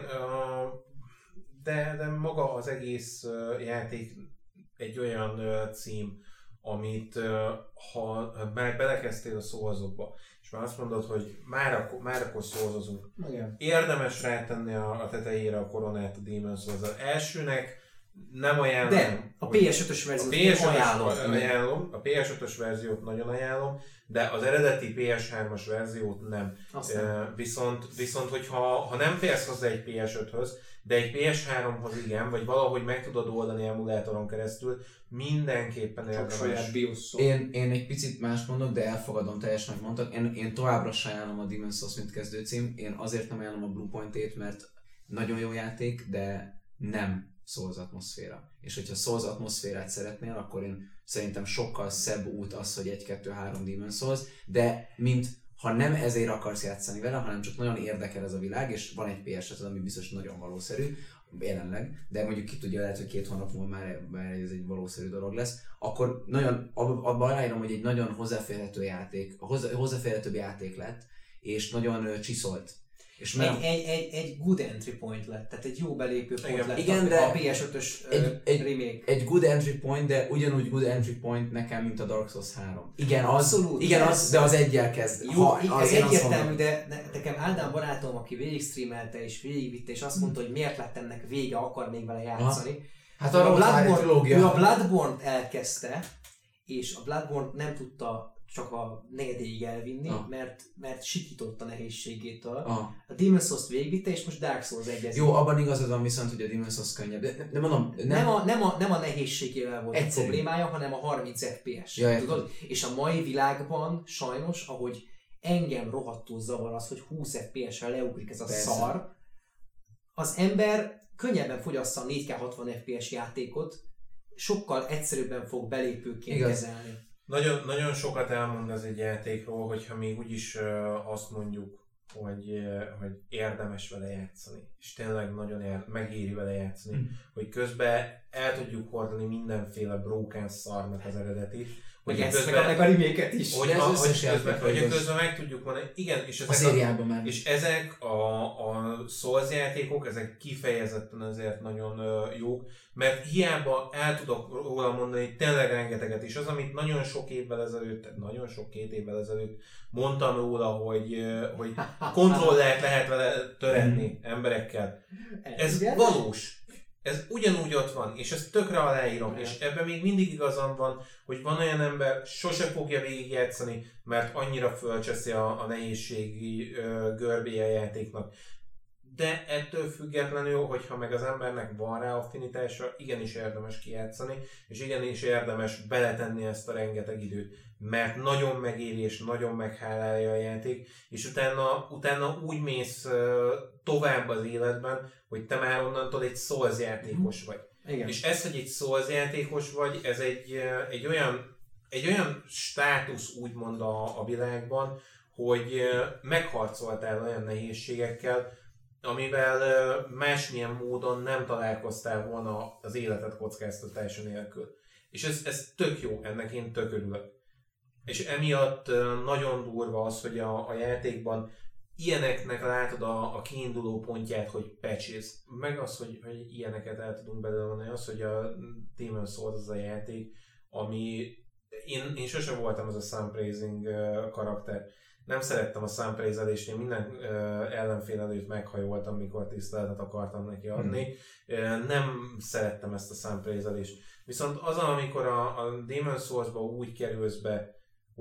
de maga az egész játék egy olyan cím, amit ha már belekezdtél a szózokba, és már azt mondod, hogy már akkor szózozunk, érdemes rátenni a tetejére a koronát a Demon's Souls. Az elsőnek nem ajánlom. De a PS5-ös verziót ajánlom. A PS5-ös verziót nagyon ajánlom, de az eredeti PS3-as verziót nem. Viszont hogyha nem férsz hozzá egy PS5-höz, de egy PS3-hoz igen, vagy valahogy meg tudod oldani emulátoron keresztül, mindenképpen érdemes. Én egy picit más mondok, de elfogadom teljesen, hogy mondtak. Én továbbra sem ajánlom a Demon's Souls, mint kezdőcím. Én azért nem ajánlom a Bluepoint-ét, mert nagyon jó játék, de nem Souls atmoszféra. És hogyha Souls atmoszférát szeretnél, akkor én szerintem sokkal szebb út az, hogy 1-2-3 Demon's Souls, de ha nem ezért akarsz játszani vele, hanem csak nagyon érdekel ez a világ, és van egy PS5, ami biztos nagyon valószerű, jelenleg, de mondjuk ki tudja, lehet, hogy 2 hónap múlva már ez egy valószerű dolog lesz, akkor nagyon, abban aláírom, hogy egy nagyon hozzáférhető játék, hozzáférhetőbb játék lett, és nagyon csiszolt. És egy good entry point lett, tehát egy jó belépő pont lett igen, a PS5-ös remake. Egy good entry point, de ugyanúgy good entry point nekem, mint a Dark Souls 3. Igen, abszolút, de az egyel kezd. Jó, ez egyértelmű, de nekem Ádám barátom, aki végigstreamelte és végigvitte, és azt mondta, hogy miért lett ennek vége, akar még vele játszani. Hát a Bloodborne-t elkezdte, és a Bloodborne nem tudta csak a negyedéig elvinni, mert sikított a nehézségétől. A Demon's Souls-t végigvitte, és most Dark Souls egyezik. Jó, abban igazad van viszont, hogy a Demon's Souls könnyebb. De mondom, nem a nehézségével volt a problémája, hanem a 30 FPS. Tudod? És a mai világban sajnos, ahogy engem rohadtul zavar az, hogy 20 FPS-rel leugrik ez a szar, az ember könnyebben fogyassza a 4K 60 FPS játékot, sokkal egyszerűbben fog belépőként kezelni. Nagyon sokat elmond ez egy játékról, hogyha még úgyis azt mondjuk, hogy érdemes vele játszani, és tényleg nagyon megéri vele játszani, hogy közben el tudjuk hordani mindenféle broken szarnak az eredetit, hogy meg a remake-et is. Hogy közben meg tudjuk mondani, igen, és ezek a Souls játékok, ezek kifejezetten azért nagyon jók, mert hiába el tudok róla mondani tényleg rengeteget is. Az, amit nagyon sok 2 évvel ezelőtt mondtam róla, hogy kontrollert lehet vele töredni emberekkel. Ez valós. Ez ugyanúgy ott van, és ezt tökre aláírom, és ebben még mindig igazam van, hogy van olyan ember, sose fogja végigjátszani, mert annyira fölcseszi a nehézségi görbéje a játéknak. de ettől függetlenül, hogyha meg az embernek van rá affinitása, igenis érdemes kijátszani, és igenis érdemes beletenni ezt a rengeteg időt, mert nagyon megéri és nagyon meghálálja a játék, és utána úgy mész tovább az életben, hogy te már onnantól egy Souls játékos vagy. Igen. És ez, hogy egy Souls játékos vagy, ez egy olyan státusz úgymond a világban, hogy megharcoltál olyan nehézségekkel, amivel másmilyen módon nem találkoztál volna az életed kockáztatása nélkül. És ez tök jó, ennek én tök örülök. És emiatt nagyon durva az, hogy a játékban ilyeneknek látod a kiinduló pontját, hogy patches. Meg az, hogy ilyeneket el tudunk belőle, az, hogy a Demon's Souls az a játék, ami... Én sosem voltam az a sunpraising karakter. Nem szerettem a sunpraiselést, én minden ellenfél előtt meghajoltam, mikor tiszteletet akartam neki adni. Nem szerettem ezt a sunpraiselést. Viszont az, amikor a Demon's Souls-ba úgy kerülsz be,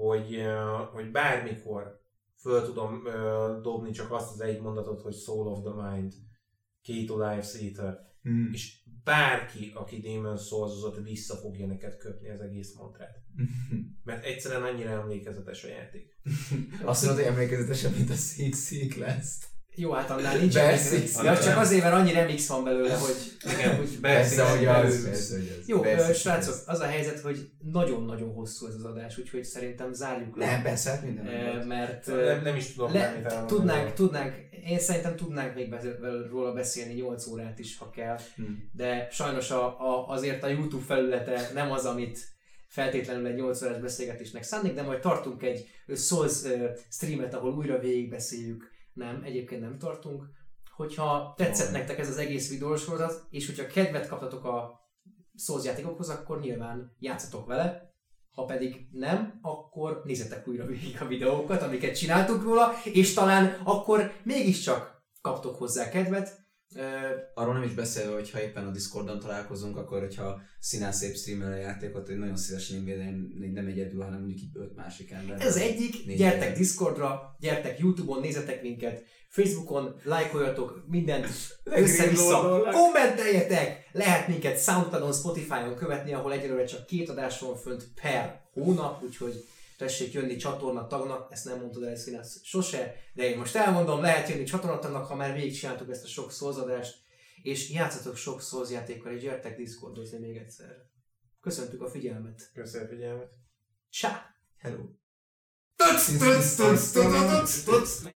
hogy bármikor föl tudom dobni csak azt az egy mondatot, hogy Soul of the Mind, Key to Life's Eater, és bárki, aki Demon's Souls-ozott, vissza fogja neked köpni az egész mantrát. Mert egyszerűen annyira emlékezetes a játék. Azt mondod, hogy emlékezetesebb, mint a Seek lesz. Jó, hát annál nincs csak azért, mert annyi remix van belőle, hogy... Igen, hogy persze, hogy az. Jó, srácok, az a helyzet, hogy nagyon-nagyon hosszú ez az adás, úgyhogy szerintem zárjuk le. Nem, persze, minden. Mert nem is tudom tudnánk, én szerintem tudnánk még róla beszélni 8 órát is, ha kell, de sajnos azért a YouTube felülete nem az, amit feltétlenül egy 8 órás beszélgetésnek szánnék, de majd tartunk egy Souls streamet, ahol újra végigbeszéljük. Nem, egyébként nem tartunk. Hogyha tetszett nektek ez az egész videósorozat, és hogyha kedvet kaptatok a Souls játékokhoz, akkor nyilván játszatok vele. Ha pedig nem, akkor nézzetek újra végig a videókat, amiket csináltunk róla, és talán akkor mégiscsak kaptok hozzá kedvet. Arról nem is beszélve, hogyha éppen a Discordon találkozunk, akkor hogyha Színál szép streamel a játékot, hogy nagyon szívesen engedni, nem egyedül, hanem mondjuk itt 5 másik ember. Ez egyik, gyertek Discordra, gyertek YouTube-on, nézzetek minket, Facebookon, lájkoljatok mindent össze-vissza, kommenteljetek! Lehet minket Soundcloudon, Spotify-on követni, ahol egyelőre csak 2 adás van fönt per hónap, úgyhogy tessék jönni csatornatagnak, ezt nem mondtad el Színász sose, de én most elmondom, lehet jönni csatornatagnak, ha már végigcsináltuk ezt a sok Souls-adást, és játszatok sok Souls játékkal, és gyertek Discordozni még egyszer. Köszöntük a figyelmet. Köszönöm a figyelmet. Csá! Hello! Tuc!